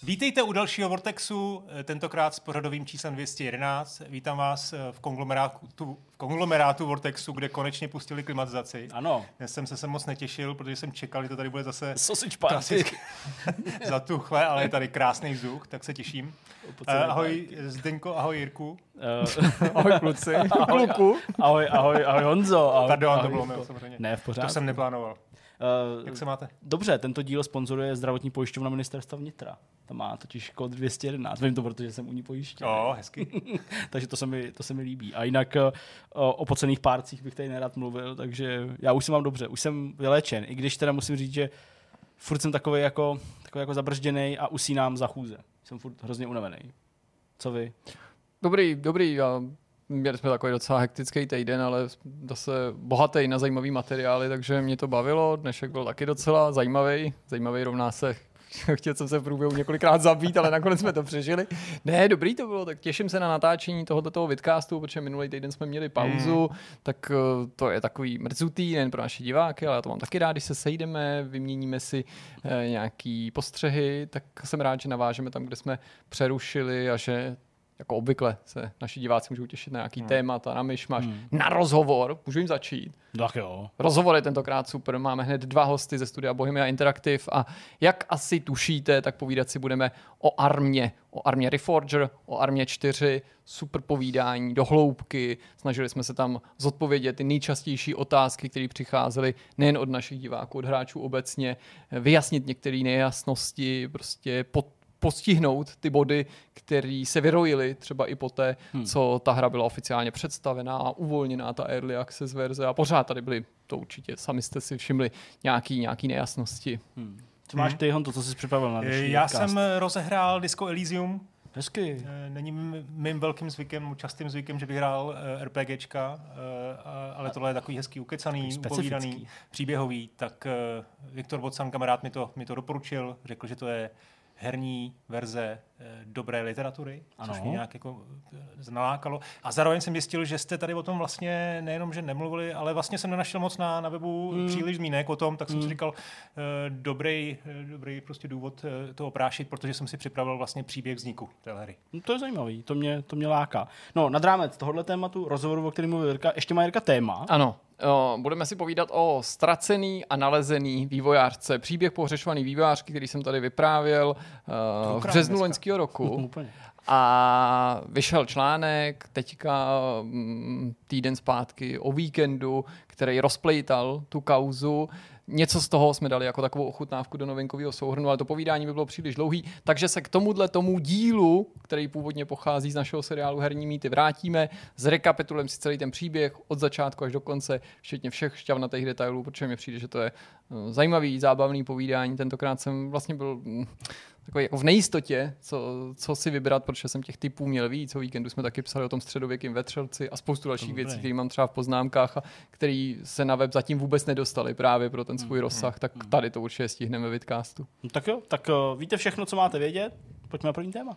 Vítejte u dalšího Vortexu, tentokrát s pořadovým číslem 211. Vítám vás v konglomerátu Vortexu, kde konečně pustili klimatizaci. Ano. Dnes jsem se moc netěšil, protože jsem čekal, že to tady bude zase klasicky zatuchle, ale je tady krásný vzduch, tak se těším. Ahoj Zdeňko, ahoj Jirku. Ahoj kluci. Ahoj Honzo. Pardon, to bylo mého samozřejmě. Ne, v pořádku. To jsem neplánoval. Jak se máte? Dobře, tento díl sponzoruje zdravotní pojišťovna Ministerstva vnitra. Ta má totiž kód 211. Vím to, protože jsem u ní pojištěn. Hezky. Takže to se mi líbí. A jinak o pocených párcích bych tady nerad mluvil, takže já už se mám dobře, už jsem vylečen. I když teda musím říct, že furt jsem takový jako zabržděnej a usínám za chůze. Jsem furt hrozně unavený. Co vy? Dobrý. Měli jsme takový docela hektický týden, ale zase bohatý na zajímavý materiály, takže mě to bavilo. Dnešek byl taky docela zajímavý. Zajímavý rovná se. Chtěl jsem se v průběhu několikrát zabít, ale nakonec jsme to přežili. Ne, dobrý to bylo, tak těším se na natáčení tohoto vidcastu, protože minulý týden jsme měli pauzu, tak to je takový mrzutý, nejen pro naše diváky, ale já to mám taky rád, když se sejdeme, vyměníme si nějaký postřehy, tak jsem rád, že navážeme tam, kde jsme přerušili a že jako obvykle se naši diváci můžou těšit na nějaký témata, na myšmaš, na rozhovor. Můžu jim začít? Tak jo. Rozhovor je tentokrát super. Máme hned 2 hosty ze studia Bohemia Interactive a jak asi tušíte, tak povídat si budeme o armě Reforger, o armě 4, super povídání, do hloubky. Snažili jsme se tam zodpovědět ty nejčastější otázky, které přicházely nejen od našich diváků, od hráčů obecně, vyjasnit některé nejasnosti, prostě postihnout ty body, které se vyrojily třeba i poté, co ta hra byla oficiálně představená a uvolněná ta Early Access verze a pořád tady byly, to určitě, sami jste si všimli, nějaký nejasnosti. Co máš ty, Honto, co jsi připravil na dnešní Já podcast? jsem rozehrál Disco Elysium. Hezky. Není mým velkým zvykem, častým zvykem, že bych hrál RPGčka, ale tohle je takový hezký, ukecaný, upovídaný, příběhový, tak Viktor Bocan, kamarád, mi to doporučil, řekl, že to je herní verze dobré literatury, což mě nějak jako nalákalo. A zároveň jsem zjistil, že jste tady o tom vlastně nejenom, že nemluvili, ale vlastně jsem nenašel moc na webu příliš zmínek o tom, tak jsem si říkal, dobrý prostě důvod to oprášit, protože jsem si připravil vlastně příběh vzniku té hry. No, to je zajímavý, to mě láká. No, nad rámec tohohle tématu, rozhovoru, o kterém mluví Jirka, ještě má Jirka téma. Ano. Budeme si povídat o ztracený a nalezený vývojářce. Příběh pohřešovaný vývojářky, který jsem tady vyprávěl v březnu loňského roku. A vyšel článek teďka týden zpátky o víkendu, který rozplejtal tu kauzu. Něco z toho jsme dali jako takovou ochutnávku do novinkového souhrnu, ale to povídání by bylo příliš dlouhý, takže se k tomu dílu, který původně pochází z našeho seriálu Herní mýty, vrátíme, zrekapitulujeme si celý ten příběh od začátku až do konce, včetně všech šťavnatých detailů, protože mi přijde, že to je zajímavý, zábavný povídání. Tentokrát jsem vlastně byl takový jako v nejistotě, co si vybrat, protože jsem těch typů měl víc. O víkendu jsme taky psali o tom středověkým vetřelci a spoustu dalších věcí, které mám třeba v poznámkách a které se na web zatím vůbec nedostaly právě pro ten svůj rozsah, tak tady to určitě stihneme v vidcastu. No, tak jo, tak víte všechno, co máte vědět? Pojďme na první téma.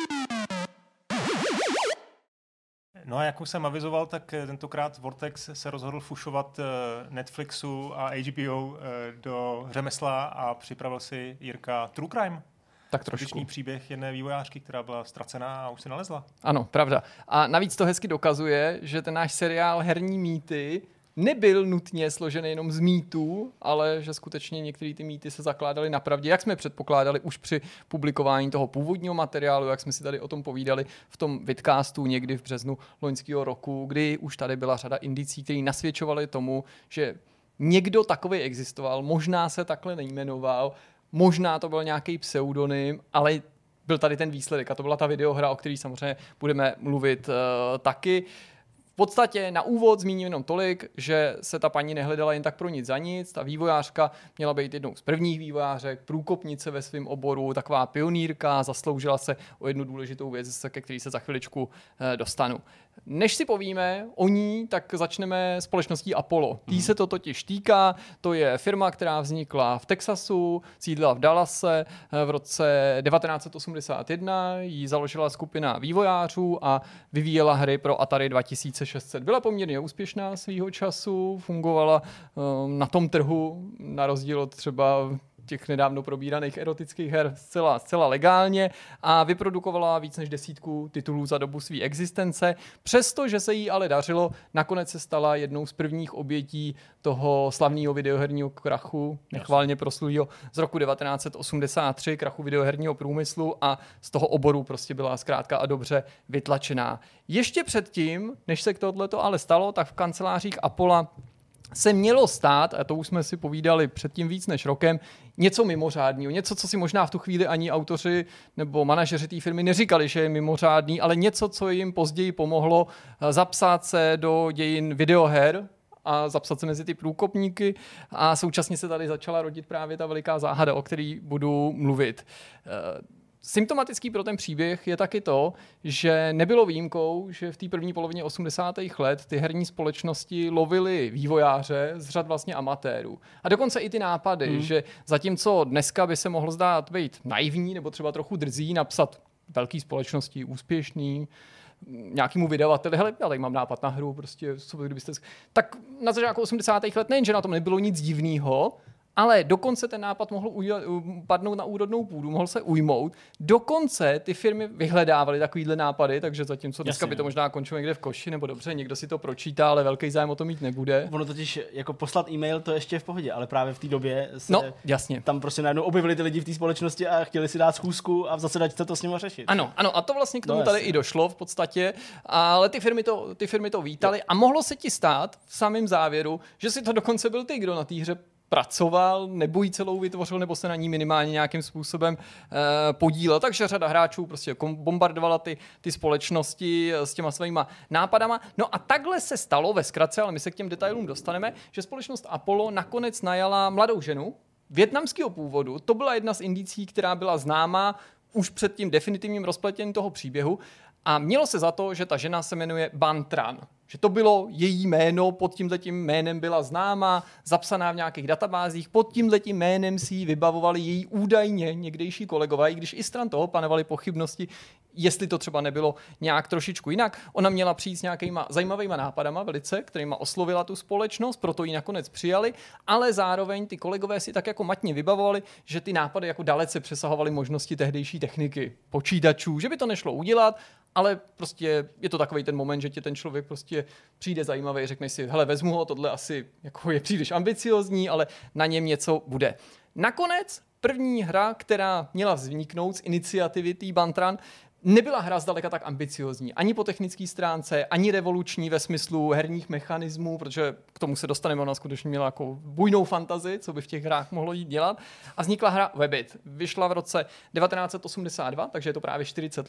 No a jak už jsem avizoval, tak tentokrát Vortex se rozhodl fušovat Netflixu a HBO do řemesla a připravil si Jirka True Crime. Tak trošku. Skutečný příběh jedné vývojářky, která byla ztracená a už se nalezla. Ano, pravda. A navíc to hezky dokazuje, že ten náš seriál Herní mýty nebyl nutně složený jenom z mýtů, ale že skutečně některé ty mýty se zakládaly na pravdě, jak jsme předpokládali už při publikování toho původního materiálu, jak jsme si tady o tom povídali v tom vidcastu někdy v březnu loňského roku, kdy už tady byla řada indicí, které nasvědčovaly tomu, že někdo takový existoval, možná se takhle nejmenoval, možná to byl nějaký pseudonym, ale byl tady ten výsledek a to byla ta videohra, o které samozřejmě budeme mluvit taky. V podstatě na úvod zmíním jenom tolik, že se ta paní nehledala jen tak pro nic za nic. Ta vývojářka měla být jednou z prvních vývojářek, průkopnice ve svém oboru, taková pionýrka, zasloužila se o jednu důležitou věc, ke které se za chviličku dostanu. Než si povíme o ní, tak začneme společností Apollo. Tý se to totiž týká, to je firma, která vznikla v Texasu, sídlila v Dallase v roce 1981, ji založila skupina vývojářů a vyvíjela hry pro Atari 2600. Byla poměrně úspěšná svýho času, fungovala na tom trhu, na rozdíl od třeba těch nedávno probíraných erotických her zcela legálně a vyprodukovala víc než 10 titulů za dobu své existence. Přestože se jí ale dařilo, nakonec se stala jednou z prvních obětí toho slavného videoherního krachu, nechválně proslulého z roku 1983, krachu videoherního průmyslu a z toho oboru prostě byla zkrátka a dobře vytlačená. Ještě předtím, než se k tohleto ale stalo, tak v kancelářích Apollo se mělo stát, a to už jsme si povídali předtím víc než rokem, něco mimořádného, něco, co si možná v tu chvíli ani autoři nebo manažeři té firmy neříkali, že je mimořádný, ale něco, co jim později pomohlo zapsat se do dějin videoher a zapsat se mezi ty průkopníky a současně se tady začala rodit právě ta veliká záhada, o který budu mluvit. Symptomatický pro ten příběh je taky to, že nebylo výjimkou, že v té první polovině 80. let ty herní společnosti lovily vývojáře z řad vlastně amatérů. A dokonce i ty nápady, že zatímco dneska by se mohlo zdát být naivní nebo třeba trochu drzí napsat velký společnosti, úspěšný, nějakému vydavateli, hele, já tady mám nápad na hru, prostě, kdybyste... Tak na začátku 80. let nejenže na tom nebylo nic divného, ale dokonce ten nápad mohl padnout na úrodnou půdu, mohl se ujmout. Dokonce ty firmy vyhledávaly takovýhle nápady, takže zatímco dneska by to možná končilo někde v koši, nebo dobře, někdo si to pročítá, ale velký zájem o to mít nebude. Ono totiž jako poslat e-mail, to ještě je v pohodě, ale právě v té době se tam prostě najednou objevili ty lidi v té společnosti a chtěli si dát schůzku a v zasedačce to s nimi řešit. Ano, a to vlastně k tomu tady i došlo v podstatě, ale ty firmy to vítaly a mohlo se ti stát v samém závěru, že si to dokonce byl ty, kdo na té hře pracoval, nebo ji celou vytvořil, nebo se na ní minimálně nějakým způsobem podílel. Takže řada hráčů prostě bombardovala ty společnosti s těma svýma nápadama. No a takhle se stalo ve zkratce, ale my se k těm detailům dostaneme, že společnost Apollo nakonec najala mladou ženu vietnamského původu. To byla jedna z indicí, která byla známá už před tím definitivním rozpletěním toho příběhu. A mělo se za to, že ta žena se jmenuje Ban Tran. Že to bylo její jméno, pod tímhletím jménem byla známá, zapsaná v nějakých databázích, pod tímhletím jménem si ji vybavovali její údajně někdejší kolegové, i když i stran toho panovaly pochybnosti, jestli to třeba nebylo nějak trošičku jinak. Ona měla přijít s nějakýma zajímavýma nápadama velice, kterýma oslovila tu společnost, proto ji nakonec přijali, ale zároveň ty kolegové si tak jako matně vybavovali, že ty nápady jako dalece přesahovaly možnosti tehdejší techniky, počítačů, že by to nešlo udělat, ale prostě je to takový ten moment, že tě ten člověk prostě přijde zajímavý, řekneš si, hele, vezmu ho, tohle asi jako je příliš ambiciozní, ale na něm něco bude. Nakonec první hra, která měla vzniknout z iniciativy té Ban Tran, nebyla hra zdaleka tak ambiciozní. Ani po technické stránce, ani revoluční ve smyslu herních mechanismů, protože k tomu se dostaneme, ona skutečně měla jako bujnou fantazii, co by v těch hrách mohlo jít dělat. A vznikla hra Webbit. Vyšla v roce 1982, takže je to právě 40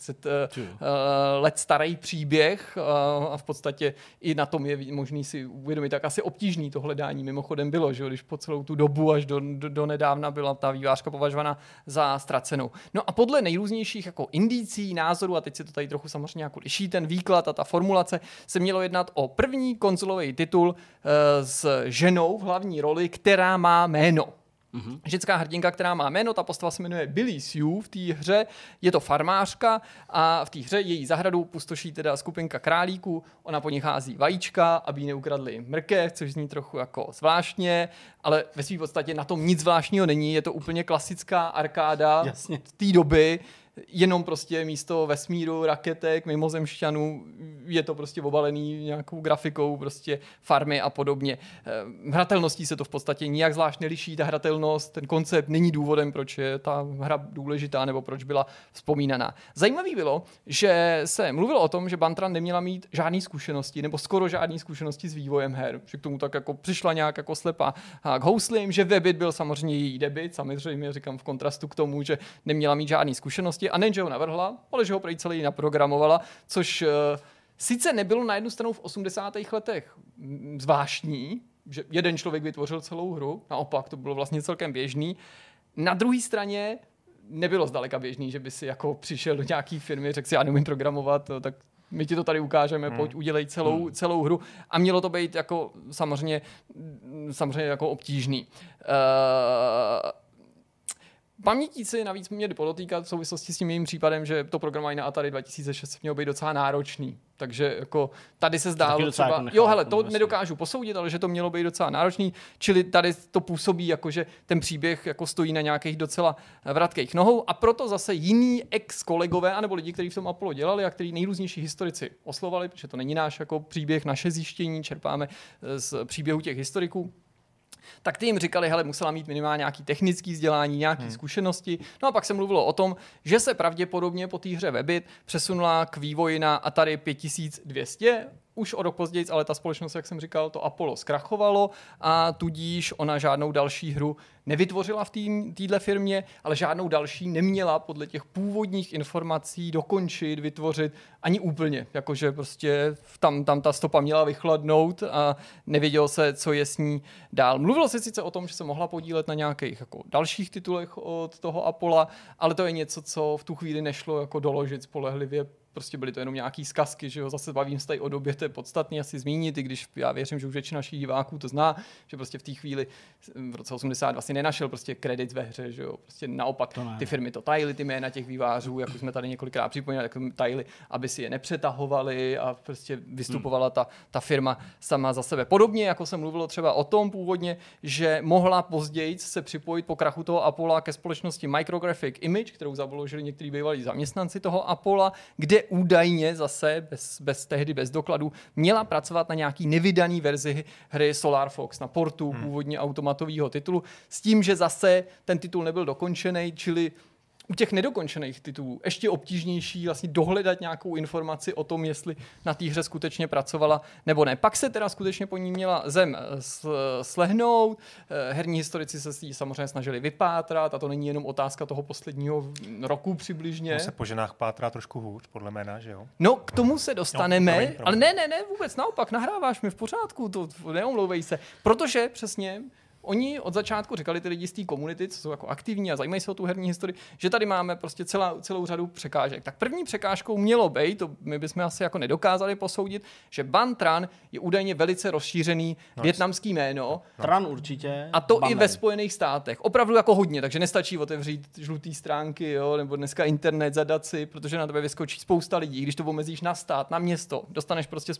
let starý příběh a v podstatě i na tom je možný si uvědomit, tak asi obtížný to hledání mimochodem bylo, že když po celou tu dobu až do nedávna byla ta vývojářka považována za ztracenou. No a podle nejrůznějších jako názoru, a teď si to tady trochu samozřejmě jako liší ten výklad a ta formulace, se mělo jednat o první konzolový titul s ženou v hlavní roli, která má jméno. Ženská hrdinka, která má jméno, ta postava se jmenuje Billy Sue v té hře, je to farmářka a v té hře její zahradu pustoší teda skupinka králíků, ona po nich hází vajíčka, aby jí neukradli mrkev, což zní trochu jako zvláštně, ale ve své podstatě na tom nic zvláštního není, je to úplně klasická arkáda té doby, jenom prostě místo vesmíru, raketek, mimozemšťanů, je to prostě obalený nějakou grafikou, prostě farmy a podobně. Hratelností se to v podstatě nijak zvlášť neliší, ta hratelnost, ten koncept není důvodem, proč je ta hra důležitá nebo proč byla vzpomínaná. Zajímavý bylo, že se mluvilo o tom, že Ban Tran neměla mít žádný zkušenosti nebo skoro žádný zkušenosti s vývojem her, že k tomu tak jako přišla nějak jako slepá k houslím, že Webbit byl samozřejmě její debut, samozřejmě říkám v kontrastu k tomu, že neměla mít žádný zkušenosti a nejen, že ho navrhla, ale že ho prý celý naprogramovala, což sice nebylo na jednu stranu v 80. letech zvláštní, že jeden člověk vytvořil celou hru, naopak to bylo vlastně celkem běžný. Na druhé straně nebylo zdaleka běžný, že by si jako přišel do nějaký firmy, řekl si, já neumím programovat, tak my ti to tady ukážeme, pojď udělej celou hru. A mělo to být jako samozřejmě jako obtížný. Pamětíci navíc měli podotýkat v souvislosti s tím jejím případem, že to programování na Atari 2006 mělo být docela náročný. Takže jako tady se zdálo třeba... Jako jo, hele, to nedokážu posoudit, ale že to mělo být docela náročný. Čili tady to působí jako, že ten příběh jako stojí na nějakých docela vratkých nohou a proto zase jiní ex-kolegové, anebo lidi, kteří v tom Apollo dělali a který nejrůznější historici oslovali, protože to není náš jako příběh, naše zjištění, čerpáme z příběhu těch historiků, tak ty jim říkali, hele, musela mít minimálně nějaký technický vzdělání, nějaký zkušenosti. No a pak se mluvilo o tom, že se pravděpodobně po té hře Webbit přesunula k vývoji na Atari 5200, už o rok později, ale ta společnost, jak jsem říkal, to Apollo zkrachovalo a tudíž ona žádnou další hru nevytvořila v téhle firmě, ale žádnou další neměla podle těch původních informací dokončit, vytvořit ani úplně. Jakože prostě tam ta stopa měla vychladnout a nevědělo se, co je s ní dál. Mluvilo se sice o tom, že se mohla podílet na nějakých jako dalších titulech od toho Apollo, ale to je něco, co v tu chvíli nešlo jako doložit spolehlivě. Prostě byly to jenom nějaký zkazky, že jo, zase bavím se tady o době, to je podstatný asi zmínit, i když já věřím, že už většina našich diváků to zná, že prostě v té chvíli v roce 80 vlastně nenašel prostě kredit ve hře, že jo, prostě naopak ty firmy to tajily, ty jména těch vývářů, jak už jsme tady několikrát připomněli, tak tajily, aby si je nepřetahovali a prostě vystupovala ta firma sama za sebe. Podobně, jako se mluvilo třeba o tom původně, že mohla později se připojit po krachu toho Apollo ke společnosti Micrographic Image, kterou založili někteří bývalí zaměstnanci toho Apollo, kde údajně zase, bez dokladů, měla pracovat na nějaký nevydaný verzi hry Solar Fox na portu původně automatového titulu, s tím, že zase ten titul nebyl dokončený, čili u těch nedokončených titulů ještě obtížnější vlastně dohledat nějakou informaci o tom, jestli na té hře skutečně pracovala nebo ne. Pak se teda skutečně po ní měla zem slehnout, herní historici se s ní samozřejmě snažili vypátrat a to není jenom otázka toho posledního roku přibližně. On se po ženách pátrá trošku hůř, podle jména, že jo? No, k tomu se dostaneme, no, ale ne, vůbec naopak, nahráváš mi v pořádku, to neomlouvej se, protože přesně oni od začátku říkali ty lidi z té komunity, co jsou jako aktivní a zajímají se o tu herní historii, že tady máme prostě celou řadu překážek. Tak první překážkou mělo být, to my bychom asi jako nedokázali posoudit, že Ban Tran je údajně velice rozšířený vietnamský jméno. Tran určitě. A to i ve Spojených státech. Opravdu jako hodně, takže nestačí otevřít žlutý stránky, jo, nebo dneska internet, zadat si, protože na tebe vyskočí spousta lidí. Když to omezíš na stát, na město, dostaneš prostě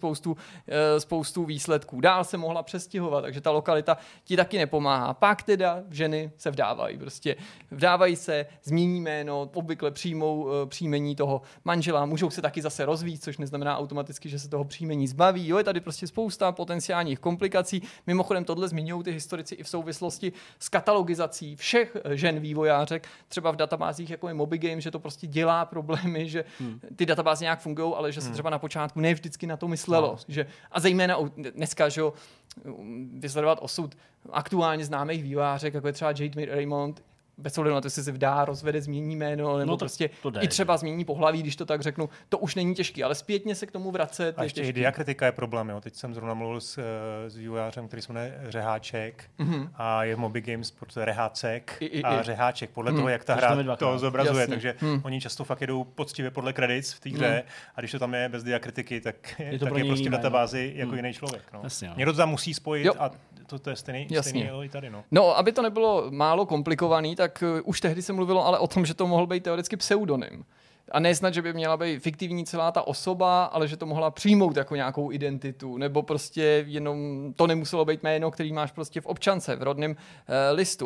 spoustu výsledků. Dál se mohla přestěhovat, takže ta lokalita ti taky pomáhá. Pak teda ženy se vdávají. Prostě vdávají se, změní jméno, obvykle přijmou příjmení toho manžela, můžou se taky zase rozvíjet, což neznamená automaticky, že se toho příjmení zbaví. Jo, je tady prostě spousta potenciálních komplikací. Mimochodem tohle zmiňují ty historici i v souvislosti s katalogizací všech žen vývojářek, třeba v databázích jako je MobiGame, že to prostě dělá problémy, že ty databáze nějak fungují, ale že se třeba na počátku ne vždycky na to myslelo. Že, a zejména dneska, že vysledovat osud aktuálně známých vývojářek, jako je třeba Jade Raymond, bez ohledu na to, jestli se vdá, rozvede, změní jméno, nebo prostě i třeba změní pohlaví, když to tak řeknu, to už není těžký, ale zpětně se k tomu vracet. A ještě i diakritika je problém, jo. Teď jsem zrovna mluvil s vývojářem, který se jmenuje Řeháček a je v Moby Games protože Rehácek a Řeháček, podle toho, jak ta hra to zobrazuje, takže oni často fakt jedou poctivě podle credits v té hře a když to tam je bez diakritiky, tak je prostě v databázi jako jiný člověk. No. Někdo to tam musí spojit a to je stejný i tady. No, aby to nebylo málo komplikovaný, tak už tehdy se mluvilo ale o tom, že to mohl být teoreticky pseudonym. A ne snad, že by měla být fiktivní celá ta osoba, ale že to mohla přijmout jako nějakou identitu, nebo prostě jenom to nemuselo být jméno, který máš prostě v občance, v rodném listu.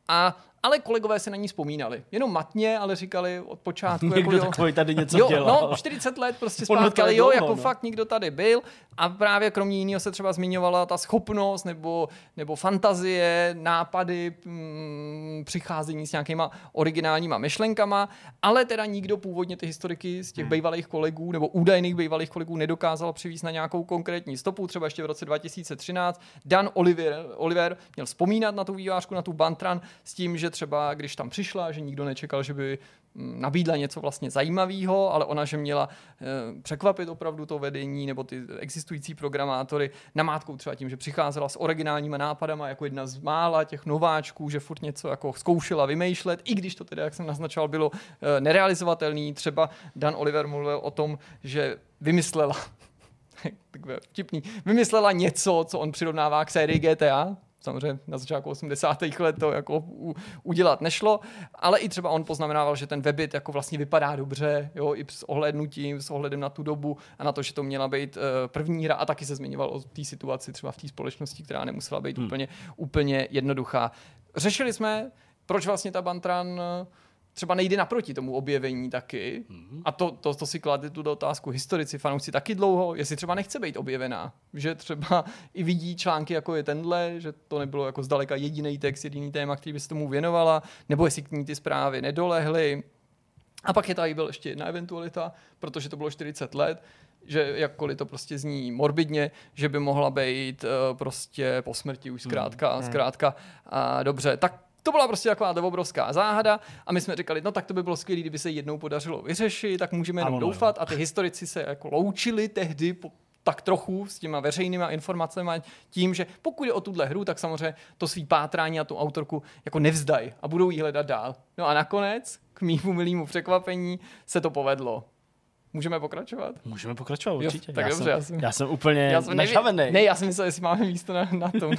Ale kolegové se na ní vzpomínali. Jenom matně, ale říkali od počátku. Někdo jako, takový tady něco dělal. No, 40 let prostě zpátky, ale jako fakt někdo tady byl. A právě kromě jiného se třeba zmiňovala ta schopnost nebo fantazie, nápady, přicházení s nějakýma originálníma myšlenkama, ale teda nikdo původně ty historiky z těch bývalých kolegů nebo údajných bývalých kolegů nedokázal přivést na nějakou konkrétní stopu. Třeba ještě v roce 2013 Dan Oliver měl vzpomínat na tu vývářku, na tu Ban Tran, s tím, že třeba když tam přišla, že nikdo nečekal, že by nabídla něco vlastně zajímavého, ale ona, že měla překvapit opravdu to vedení nebo ty existující programátory namátkou třeba tím, že přicházela s originálníma nápadama jako jedna z mála těch nováčků, že furt něco jako zkoušela vymýšlet, i když to teda, jak jsem naznačoval, bylo nerealizovatelný. Třeba Dan Oliver mluvil o tom, že vymyslela vymyslela něco, co on přirovnává k sérii GTA, samozřejmě na začátku 80. let to jako udělat nešlo, ale i třeba on poznamenával, že ten Webit jako vlastně vypadá dobře, jo, i s ohlédnutím, s ohledem na tu dobu a na to, že to měla být první hra a taky se zmiňoval o té situaci třeba v té společnosti, která nemusela být úplně jednoduchá. Řešili jsme, proč vlastně ta Bantran třeba nejde naproti tomu objevení taky. A to si kladli tu otázku historici, fanoušci taky dlouho, jestli třeba nechce být objevená. Že třeba i vidí články, jako je tenhle, že to nebylo jako zdaleka jediný text, jediný téma, který by se tomu věnovala, nebo jestli k ní ty zprávy nedolehly. A pak je tady byl ještě jedna eventualita, protože to bylo 40 let, že jakkoliv to prostě zní morbidně, že by mohla být prostě po smrti už zkrátka dobře. Tak to byla prostě taková obrovská záhada a my jsme říkali, no tak to by bylo skvělé, kdyby se jednou podařilo vyřešit, tak můžeme jenom doufat a ty historici se jako loučili tehdy tak trochu s těma veřejnýma informacemi tím, že pokud je o tuhle hru, tak samozřejmě to svý pátrání a tu autorku jako nevzdají a budou jí hledat dál. No a nakonec, k mému milému překvapení, se to povedlo. Můžeme pokračovat? Můžeme pokračovat, určitě. Jo, tak dobře, já jsem úplně našavený. Ne, já jsem myslel, jestli máme místo na tom.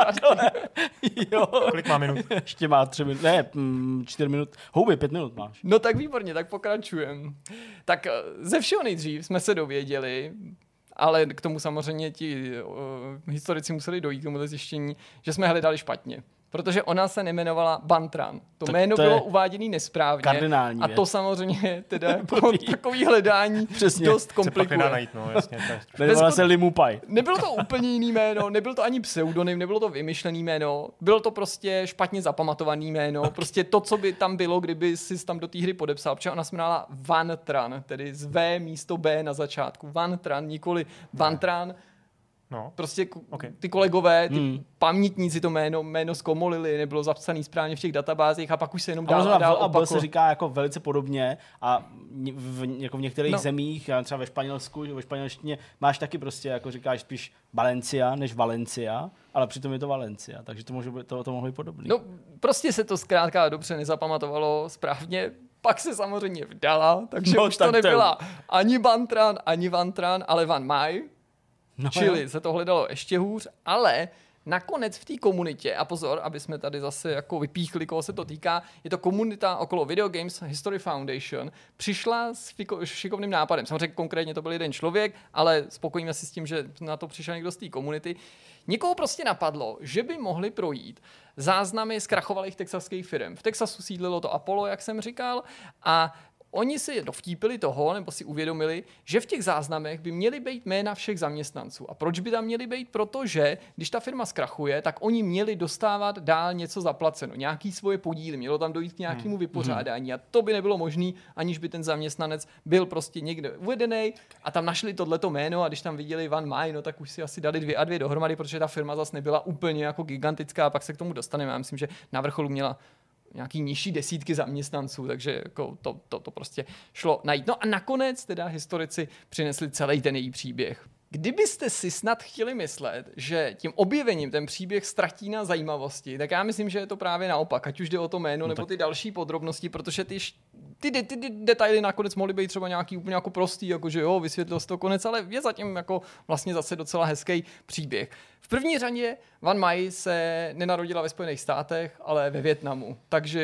Jo. Kolik má minut? Ještě má 3 minut, ne, 4 minut, 5 minut máš. No tak výborně, tak pokračujeme. Tak ze všeho nejdřív jsme se dověděli, ale k tomu samozřejmě ti historici museli dojít k tomu zjištění, že jsme hledali špatně. Protože ona se nejmenovala Bantran. To jméno bylo uváděný nesprávně. Kardinální a to věc. Samozřejmě teda jako takový hledání dost komplikuje. Najít, no, jasně, jmenovala se Limupaj. Nebylo to úplně jiný jméno, nebyl to ani pseudonym, nebylo to vymyšlený jméno, bylo to prostě špatně zapamatovaný jméno, prostě to, co by tam bylo, kdyby si tam do té hry podepsal, protože ona se jmenovala Vantran, tedy z V místo B na začátku. Vantran, nikoli Bantran. No. Prostě ty kolegové, ty pamětníci to jméno zkomolili, nebylo zapsané správně v těch databázích a pak už se jenom dál opakovalo. Se říká jako velice podobně a jako v některých zemích, třeba ve Španělsku, ve španělštině máš taky prostě, jako říkáš spíš Valencia než Valencia, ale přitom je to Valencia, takže to mohlo být podobný. No, prostě se to zkrátka dobře nezapamatovalo správně. Pak se samozřejmě vdala, takže už to nebyla ani Bantran, ani Vantran, ale Van Maj. No, čili se to hledalo ještě hůř, ale nakonec v té komunitě, a pozor, aby jsme tady zase jako vypíchli, koho se to týká, je to komunita okolo Video Games History Foundation, přišla s šikovným nápadem. Samozřejmě konkrétně to byl jeden člověk, ale spokojíme si s tím, že na to přišel někdo z té komunity. Někoho prostě napadlo, že by mohli projít záznamy zkrachovalých texaských firm. V Texasu sídlilo to Apollo, jak jsem říkal, a oni si dovtípili toho, nebo si uvědomili, že v těch záznamech by měly být jména všech zaměstnanců. A proč by tam měly být? Protože když ta firma zkrachuje, tak oni měli dostávat dál něco zaplaceno, nějaký svoje podíly, mělo tam dojít k nějakému vypořádání. A to by nebylo možné, aniž by ten zaměstnanec byl prostě někde uvedený a tam našli tohleto jméno a když tam viděli Van Maj, no tak už si asi dali 2 a 2 dohromady, protože ta firma zase nebyla úplně jako gigantická a pak se k tomu dostaneme. Já myslím, že na vrcholu měla nějaký nižší desítky zaměstnanců, takže jako to prostě šlo najít. No a nakonec teda historici přinesli celý ten její příběh. Kdybyste si snad chtěli myslet, že tím objevením ten příběh ztratí na zajímavosti, tak já myslím, že je to právě naopak, ať už jde o to jméno nebo ty další podrobnosti, protože ty detaily nakonec mohly být třeba nějaký úplně jako prostý, jakože jo, vysvětlil se to konec, ale je zatím jako vlastně zase docela hezký příběh. V první řadě Van Maj se nenarodila ve Spojených státech, ale ve Vietnamu. Takže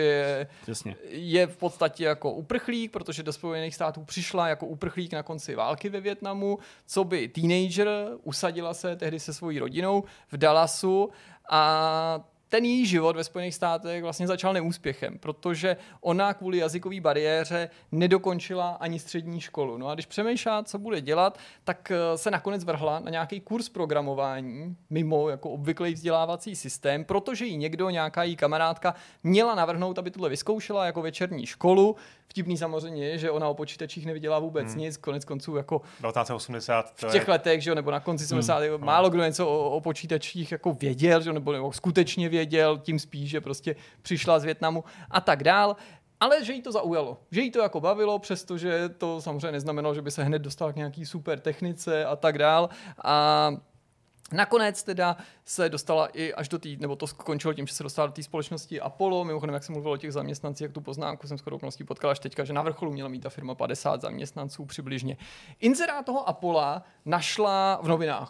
je v podstatě jako uprchlík, protože do Spojených států přišla jako uprchlík na konci války ve Vietnamu, co by teenager, usadila se tehdy se svojí rodinou v Dallasu a ten její život ve Spojených státech vlastně začal neúspěchem, protože ona kvůli jazykové bariéře nedokončila ani střední školu. No a když přemýšlela, co bude dělat, tak se nakonec vrhla na nějaký kurz programování mimo jako obvyklý vzdělávací systém, protože jí někdo, nějaká jí kamarádka, měla navrhnout, aby tohle vyzkoušela jako večerní školu. Vtipný samozřejmě je, že ona o počítačích nevěděla vůbec nic, konec konců jako 1980 v těch letech, že jo, nebo na konci 70. Málo kdo něco o počítačích jako věděl, že jo, nebo skutečně věděl, tím spíš, že prostě přišla z Vietnamu a tak dál. Ale že jí to zaujalo, že jí to jako bavilo, přestože to samozřejmě neznamenalo, že by se hned dostala k nějaký super technice a tak dál. A nakonec teda se dostala i až do té, nebo to skončilo tím, že se dostala do té společnosti Apollo. Mimochodem, jak jsem mluvil o těch zaměstnancích, jak tu poznámku jsem shodou okolností potkal až teďka, že na vrcholu měla mít ta firma 50 zaměstnanců přibližně. Inzerát toho Apollo našla v novinách.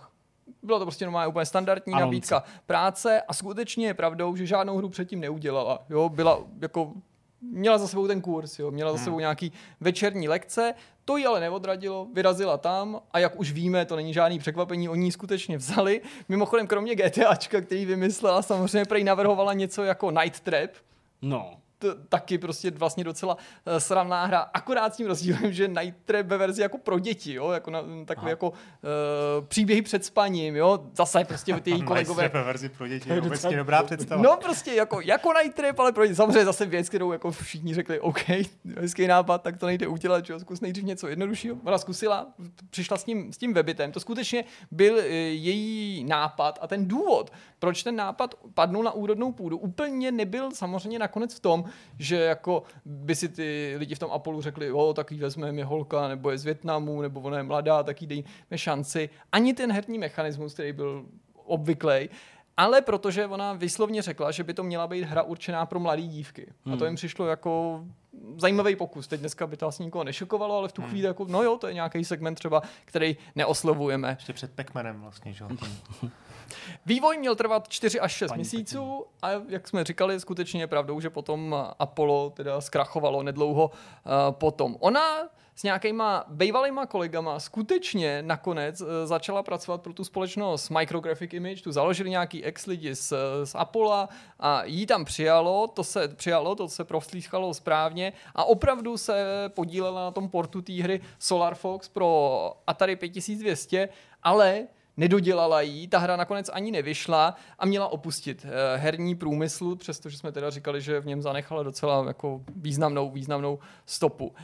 Byla to prostě normálně úplně standardní nabídka práce a skutečně je pravdou, že žádnou hru předtím neudělala. Jo, byla jako měla za sebou ten kurz, jo, měla za sebou nějaký večerní lekce, to jí ale neodradilo, vyrazila tam a jak už víme, to není žádný překvapení, oni ji skutečně vzali. Mimochodem, kromě GTAčka, který vymyslela, samozřejmě prej navrhovala něco jako Night Trap. No. Taky prostě vlastně docela sramná hra, akorát s tím rozdílem, že Night Trap ve verzi jako pro děti, jo, jako takové jako příběhy před spaním, jo, zase prostě ty její kolegové. Night Trap ve verzi pro děti, je obecně dobrá představa. No prostě jako Night Trap, ale pro děti, samozřejmě zase věc, kterou jako všichni řekli, OK, hezký nápad, tak to nejde udělat, jo, zkus nejdřív něco jednoduššího. Ona zkusila, přišla s tím webitem, to skutečně byl její nápad a ten důvod, proč ten nápad padnul na úrodnou půdu, úplně nebyl samozřejmě nakonec v tom, že jako by si ty lidi v tom Apollu řekli, tak jí vezmeme, je holka, nebo je z Vietnamu, nebo ona je mladá, tak jí dejme šanci. Ani ten herní mechanismus, který byl obvyklý, ale protože ona vyslovně řekla, že by to měla být hra určená pro mladé dívky. A to jim přišlo jako zajímavý pokus. Teď dneska by to asi nikoho nešokovalo, ale v tu chvíli jako, no jo, to je nějaký segment třeba, který neoslovujeme. Ještě před Pac-Manem vlastně, že? Vývoj měl trvat 4 až 6 měsíců a jak jsme říkali, skutečně je pravdou, že potom Apollo teda zkrachovalo nedlouho potom. Ona s nějakýma bývalýma kolegama skutečně nakonec začala pracovat pro tu společnost Micrographic Image, tu založili nějaký ex-lidi z Apollo a jí tam přijalo, to se proslýchalo správně a opravdu se podílela na tom portu té hry Solar Fox pro Atari 5200, ale nedodělala jí, ta hra nakonec ani nevyšla a měla opustit herní průmysl, přestože jsme teda říkali, že v něm zanechala docela jako významnou stopu.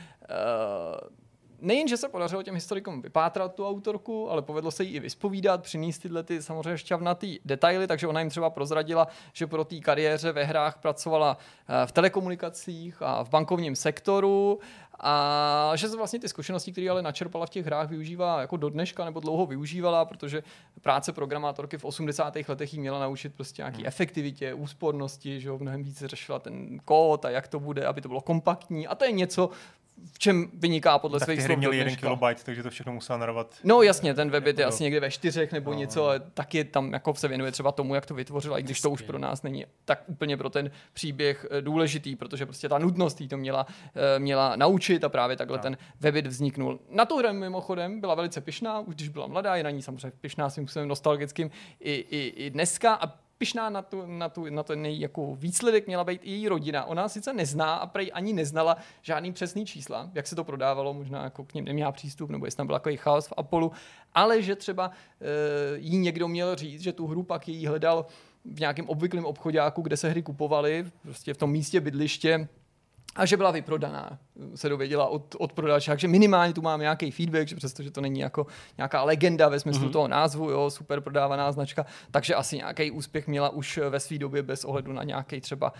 Nejenže se podařilo těm historikům vypátrat tu autorku, ale povedlo se jí i vyspovídat, přinést tyhle ty samozřejmě šťavnatý detaily, takže ona jim třeba prozradila, že pro té kariéře ve hrách pracovala v telekomunikacích a v bankovním sektoru a že se vlastně ty zkušenosti, které ale načerpala v těch hrách, využívá jako do dneška nebo dlouho využívala, protože práce programátorky v 80. letech jí měla naučit prostě nějaký efektivitě, úspornosti, že mnohem více řešila ten kód a jak to bude, aby to bylo kompaktní a to je něco, v čem vyniká podle svých slov do dneška. 1 KB, takže to všechno musela narvat. No jasně, ten webit je asi někde ve 4 nebo něco, ale taky tam jako se věnuje třeba tomu, jak to vytvořila, i když to už pro nás není tak úplně pro ten příběh důležitý, protože prostě ta nutnost jí to měla naučit a právě takhle ten webit vzniknul. Na tu hru mimochodem byla velice pyšná, už když byla mladá, je na ní samozřejmě pyšná svým způsobem nostalgickým i dneska a pyšná na ten její jako výsledek měla být i její rodina. Ona sice nezná a prej ani neznala žádný přesný čísla, jak se to prodávalo, možná jako k nim neměla přístup, nebo jestli tam byl takový chaos v Apollu, ale že třeba jí někdo měl říct, že tu hru pak jí hledal v nějakém obvyklém obchodáku, kde se hry kupovaly, prostě v tom místě bydliště, a že byla vyprodaná, se dověděla od prodavače, takže minimálně tu mám nějaký feedback, že přestože to není jako nějaká legenda ve smyslu toho názvu, jo, super prodávaná značka, takže asi nějaký úspěch měla už ve své době bez ohledu na nějaký třeba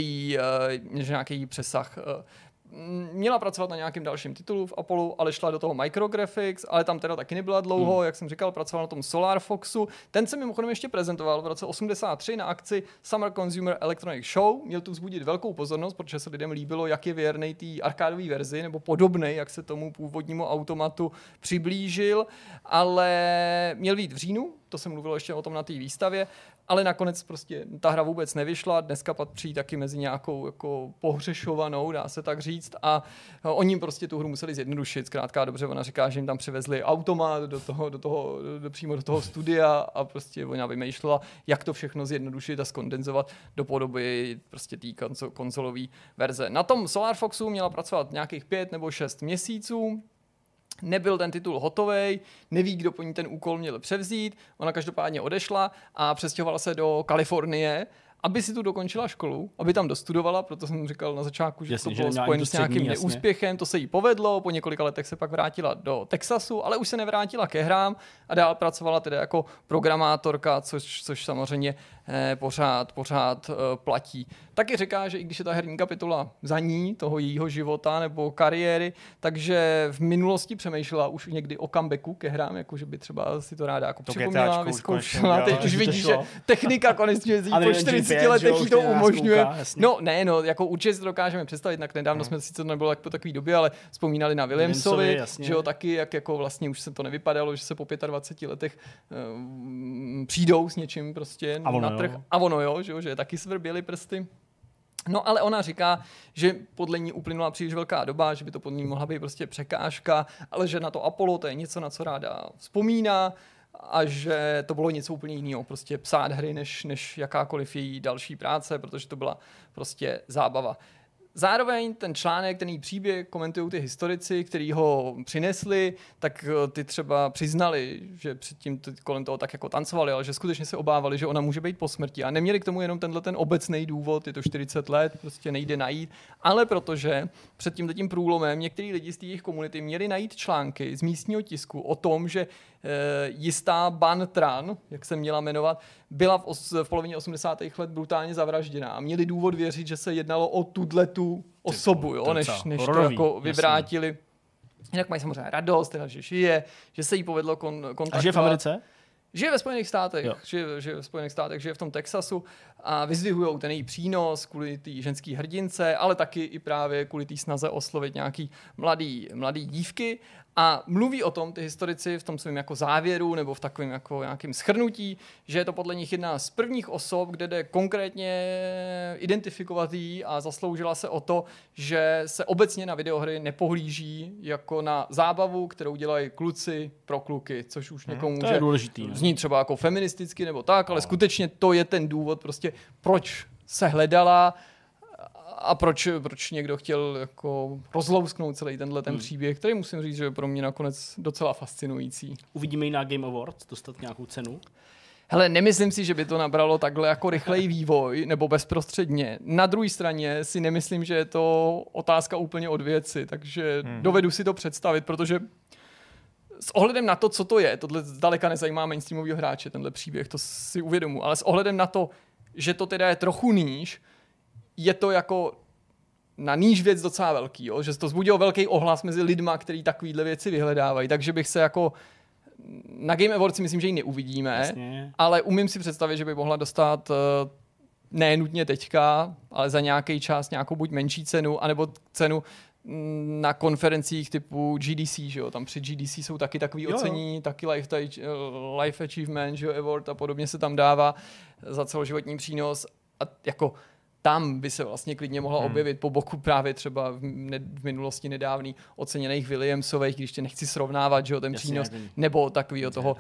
nějaký přesah. Měla pracovat na nějakém dalším titulu v Apollu, ale šla do toho Micrographics, ale tam teda taky nebyla dlouho, jak jsem říkal, pracovala na tom Solar Foxu. Ten se mimochodem ještě prezentoval v roce 83 na akci Summer Consumer Electronic Show. Měl tu vzbudit velkou pozornost, protože se lidem líbilo, jak je věrnej té arkádové verzi, nebo podobnej, jak se tomu původnímu automatu přiblížil, ale měl být v říjnu, to se mluvilo ještě o tom na té výstavě, ale nakonec prostě ta hra vůbec nevyšla, dneska patří taky mezi nějakou jako pohřešovanou, dá se tak říct, a oni prostě tu hru museli zjednodušit, zkrátka dobře, ona říká, že jim tam přivezli automat přímo do toho studia a prostě ona vymýšlela, jak to všechno zjednodušit a skondenzovat do podoby prostě té konzolové verze. Na tom Solar Foxu měla pracovat nějakých 5 nebo 6 měsíců, nebyl ten titul hotovej, neví, kdo po ní ten úkol měl převzít, ona každopádně odešla a přestěhovala se do Kalifornie, aby si tu dokončila školu, aby tam dostudovala, proto jsem říkal na začátku, že to bylo spojené s nějakým neúspěchem, to se jí povedlo, po několika letech se pak vrátila do Texasu, ale už se nevrátila ke hrám a dál pracovala teda jako programátorka, což samozřejmě pořád platí. Taky říká, že i když je ta herní kapitola za ní, toho jejího života nebo kariéry, takže v minulosti přemýšlela už někdy o comebacku ke hrám, jako že by třeba si to ráda jako připomněla, vyzkoušela. Teď už vidí, že technika konečně po 40 letech jí to umožňuje. No, jako určitě si to dokážeme představit, tak nedávno jsme sice to nebylo tak po takové době, ale vzpomínali na Williamsovi, že jo, taky, jak jako vlastně už se to nevypadalo, že se po 25 letech přijdou s něčím prostě na trh. A ono jo, že taky svrběli prsty. No ale ona říká, že podle ní uplynula příliš velká doba, že by to pod ní mohla být prostě překážka, ale že na to Apollo to je něco, na co ráda vzpomíná a že to bylo něco úplně jiného, prostě psát hry než jakákoliv její další práce, protože to byla prostě zábava. Zároveň ten článek, ten její příběh komentují ty historici, kteří ho přinesli, tak ty třeba přiznali, že předtím kolem toho tak jako tancovali, ale že skutečně se obávali, že ona může být po smrti. A neměli k tomu jenom ten obecný důvod, je to 40 let, prostě nejde najít, ale protože před tím průlomem některý lidi z té jejich komunity měli najít články z místního tisku o tom, že jistá Ban Tran, jak se měla jmenovat, byla v polovině 80. let brutálně zavražděná a měli důvod věřit, že se jednalo o tu osobu, jo, než to jako vyvrátili. Jinak mají samozřejmě radost, že žije, že se jí povedlo kontaktovat. A žije v Americe? Žije ve Spojených státech, žije v tom Texasu a vyzdvihujou ten její přínos kvůli té ženské hrdince, ale taky i právě kvůli té snaze oslovit nějaký mladý dívky a mluví o tom ty historici v tom svém jako závěru nebo v takovém jako nějakém shrnutí, že je to podle nich jedna z prvních osob, kde jde konkrétně identifikovat jí a zasloužila se o to, že se obecně na videohry nepohlíží jako na zábavu, kterou dělají kluci pro kluky, což už někomu může znít třeba jako feministicky nebo tak, ale skutečně to je ten důvod prostě, proč se hledala a proč někdo chtěl jako rozlousknout celý ten příběh, který musím říct, že je pro mě nakonec docela fascinující. Uvidíme ji na Game Awards dostat nějakou cenu? Hele, nemyslím si, že by to nabralo takhle jako rychlej vývoj nebo bezprostředně. Na druhé straně si nemyslím, že je to otázka úplně od věci, takže dovedu si to představit, protože s ohledem na to, co to je, tohle zdaleka nezajímá mainstreamovýho hráče, tenhle příběh, to si uvědomuji, ale s ohledem na to, že to teda je trochu níž, je to jako na níž věc docela velký, jo? Že to vzbudilo velký ohlas mezi lidma, kteří takovýhle věci vyhledávají, takže bych se jako na Game Awards si myslím, že ji neuvidíme, jasně, ale umím si představit, že by mohla dostat ne nutně teďka, ale za nějaký čas nějakou buď menší cenu, anebo cenu na konferencích typu GDC, že jo, tam při GDC jsou taky takový ocení, taky Life Achievement, že jo, Award a podobně se tam dává za celoživotní přínos a jako tam by se vlastně klidně mohla objevit po boku právě třeba v minulosti nedávný oceněných Williamsových, když tě nechci srovnávat, že jo, ten přínos, nebo takovýho toho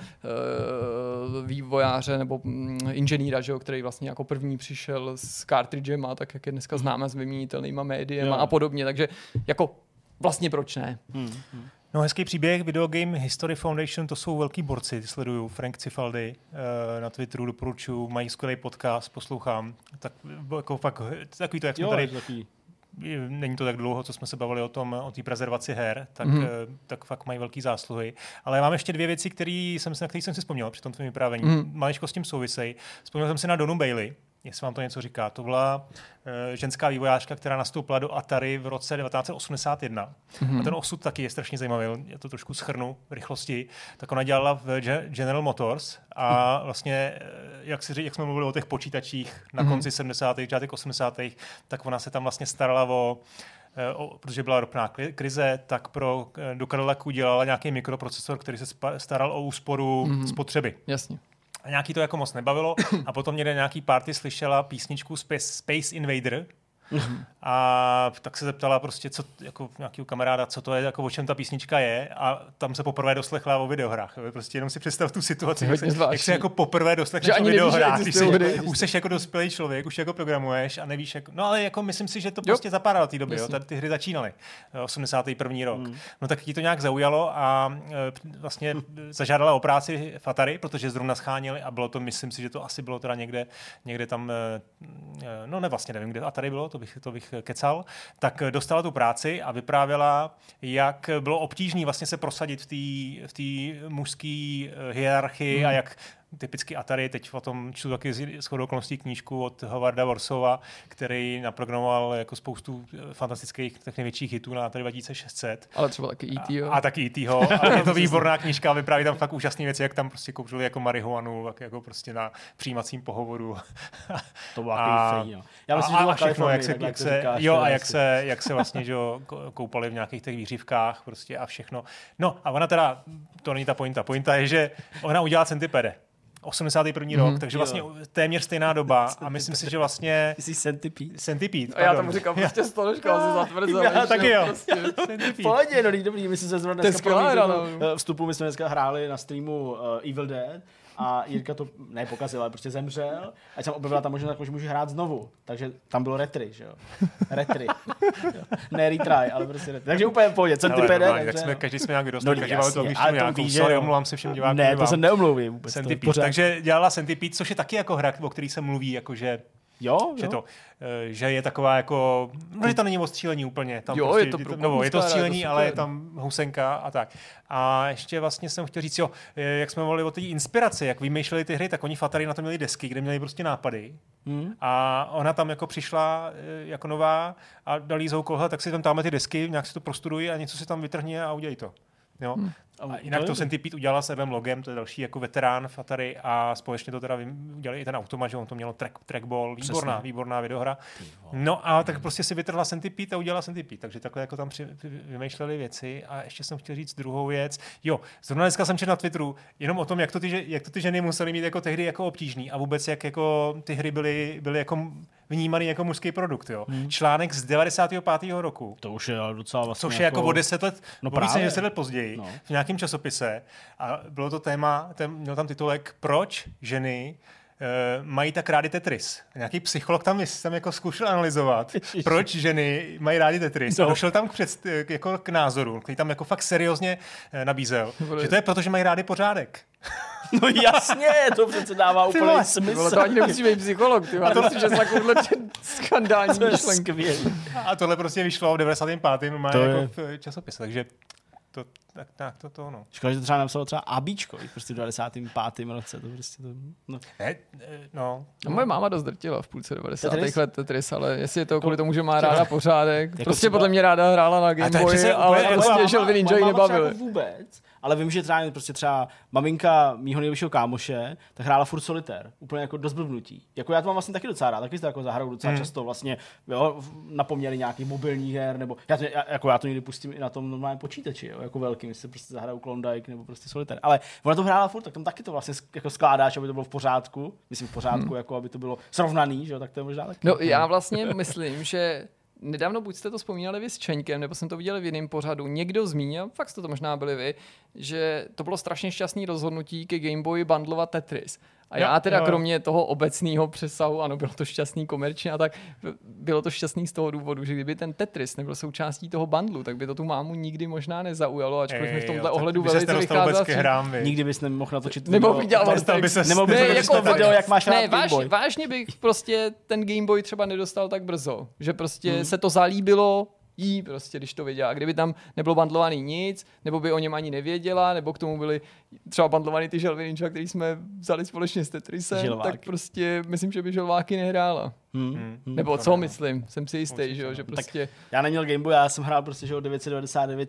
vývojáře nebo inženýra, že jo, který vlastně jako první přišel s cartridgema, tak jak je dneska známe s vyměnitelnýma médiema a podobně, takže jako vlastně proč ne? No, hezký příběh, Video Game History Foundation, to jsou velký borci, ty sleduju, Frank Cifaldi, na Twitteru doporučuji, mají skvělý podcast, poslouchám, tak jako fakt takový to, jak jsme tady, není to tak dlouho, co jsme se bavili o té prezervaci her, tak fakt mají velký zásluhy. Ale mám ještě dvě věci, na které jsem si vzpomněl při tom tvém vyprávění. Maličko s tím souvisej. Vzpomněl jsem si na Donu Bailey, jestli vám to něco říká. To byla ženská vývojářka, která nastoupila do Atari v roce 1981. A ten osud taky je strašně zajímavý. Já to trošku shrnu v rychlosti. Tak ona dělala v General Motors a vlastně, jak jsme mluvili o těch počítačích na konci 70. začátek 80. tak ona se tam vlastně starala protože byla ropná krize, tak do Cadillacu dělala nějaký mikroprocesor, který se staral o úsporu spotřeby. Jasně. A nějaký to jako moc nebavilo a potom někde nějaký party slyšela písničku Space Invader a tak se zeptala prostě, co, jako nějakého kamaráda, co to je, jako o čem ta písnička je a tam se poprvé doslechla o videohrách. Prostě jenom si představ tu situaci, jak se jako poprvé doslechneš o videohrách, už jsi jako dospělý člověk, už jako programuješ a nevíš, jako, no ale jako myslím si, že to prostě zapadalo té doby, tady ty hry začínaly, 81. rok. No tak jí to nějak zaujalo a vlastně zažádala o práci v Atari, protože zrovna scháněli a bylo to, myslím si, že to asi bylo teda někde tam, no ne vlastně nevím, kde Atari bylo, to bych kecal, tak dostala tu práci a vyprávěla, jak bylo obtížné vlastně se prosadit v té mužské hierarchii a jak typicky Atari. Teď o tom čtu taky shodou okolností knížku od Howarda Warsawa, který naprogramoval jako spoustu fantastických, tak největších hitů na Atari 2600. Ale třeba taky E.T. A taky E.T. A je to výborná knížka a vypráví tam fakt úžasné věci, jak tam prostě kouřili jako marihuanu, jako prostě na přijímacím pohovoru. To bylo takový fej, no. Já myslím, že všechno, jak se vlastně že, koupali v nějakých těch výřivkách prostě a všechno. No a ona teda, to není ta pointa. Pointa je, že ona udělala Centipede. 81. rok, takže vlastně téměř stejná doba a myslím si, že vlastně... Jsi Centipede. A já tam říkám prostě Stoleška, se zatvrdil. Já taky jo. Pohodě, no dobrý, my jsme se zrovna dneska vstupu, my jsme dneska hráli na streamu Evil Dead a Jirka to nepokazil, ale prostě zemřel. Ať jsem objevila tam možnost, že můžu hrát znovu. Takže tam bylo retry, že jo? Retry. Ne retry, ale prostě retry. Takže úplně v pohodě. Centipede. Tak každý jsme nějak vyrostli, každý máme to výštění nějakou. Sorry, omlouvám se všem divákům. Ne, to se neomlouvím vůbec. Takže dělala Centipede, což je taky jako hra, o který se mluví, jakože... Že je taková jako, no, že to není o střílení úplně. Tam jo, prostě, je to střílení, ale je tam housenka a tak. A ještě vlastně jsem chtěl říct, jak jsme mluvili o té inspiraci, jak vymýšleli ty hry, tak oni v Atari na to měli desky, kde měli prostě nápady. A ona tam jako přišla jako nová a dali jí za úkol, tak si tam dáme ty desky, nějak si to prostudují a něco si tam vytrhne a udělej to. Jo? A jinak to Centipede udělala s Evem Logem, to je další jako veterán v Atari a společně to teda udělali i ten automat, že on to mělo trackball, výborná videohra. No a tak prostě si vytrhla Centipede a udělala Centipede, takže takhle jako tam vymýšleli věci a ještě jsem chtěl říct druhou věc. Zrovna dneska jsem četl na Twitteru jenom o tom, jak to ty ženy musely mít jako tehdy jako obtížný a vůbec jak jako ty hry byly jako vnímaný jako mužský produkt, jo. Článek z 95. roku. To už je docela vlastně což je jako o 10 let, více než 10 let později, v nějakém časopise. A bylo to téma, měl tam titulek Proč ženy mají tak rádi Tetris. Nějaký psycholog tam jako zkoušel analyzovat, proč ženy mají rádi Tetris. A došel tam k názoru, který tam jako fakt seriózně nabízel, že to je proto, že mají rádi pořádek. No jasně, to přece dává úplně smysl. To ani nemusí být psycholog, ty to si, že jsi takovouhle skandální myšlenky. A tohle prostě vyšlo v 95. má jako v časopise, takže to no. Škoda, že to třeba napsalo třeba ABčko, prostě v 95. roce, to prostě to... No. Moje máma dost drtila v půlce 90. let Tetris, ale jestli je to kvůli tomu, že má ráda pořádek, jako prostě podle mě ráda hrála na Game Boy, ale prostě Želvin Ninja nebavili. Vůbec. Ale vím, že třeba maminka mýho nejlepšího kámoše, tak hrála furt solitér, úplně jako dost blbnutí. Jako já to mám vlastně taky docela rád, taky to jako zahraju docela často vlastně, jo, napomněli nějaký mobilní her, nebo já to někdy pustím i na tom normálním počítači, jo, jako velkým, jestli prostě zahraju Klondike nebo prostě solitér. Ale ona to hrála furt, tak tam taky to vlastně jako skládáš, aby to bylo v pořádku, myslím v pořádku, jako aby to bylo srovnaný, že jo, tak to je možná taky. No já vlastně myslím, že nedávno buď jste to vzpomínali vy s Čeňkem, nebo jsem to viděl v jiném pořadu, někdo zmínil, fakt jste to možná byli vy, že to bylo strašně šťastný rozhodnutí ke Game Boy bundlovat Tetris. A já teda kromě toho obecného přesahu, ano, bylo to šťastný komerčně a tak, bylo to šťastný z toho důvodu, že kdyby ten Tetris nebyl součástí toho bundlu, tak by to tu mámu nikdy možná nezaujalo, ačkoliv mi v tomhle ohledu velice vycházela. Nikdy bys nemohl natočit video. Nebo video, jak máš rád Game Boy. Vážně bych prostě ten Game Boy třeba nedostal tak brzo, že prostě se to zalíbilo jí prostě, když to věděla. A kdyby tam nebylo bandlovaný nic, nebo by o něm ani nevěděla, nebo k tomu byly třeba bandlovaný ty Želvy Ninja, který jsme vzali společně s Tetrisem, tak prostě myslím, že by želváky nehrála. Nebo co myslím, jsem si jistý, že prostě... Tak já neměl Game Boy, já jsem hrál prostě 999,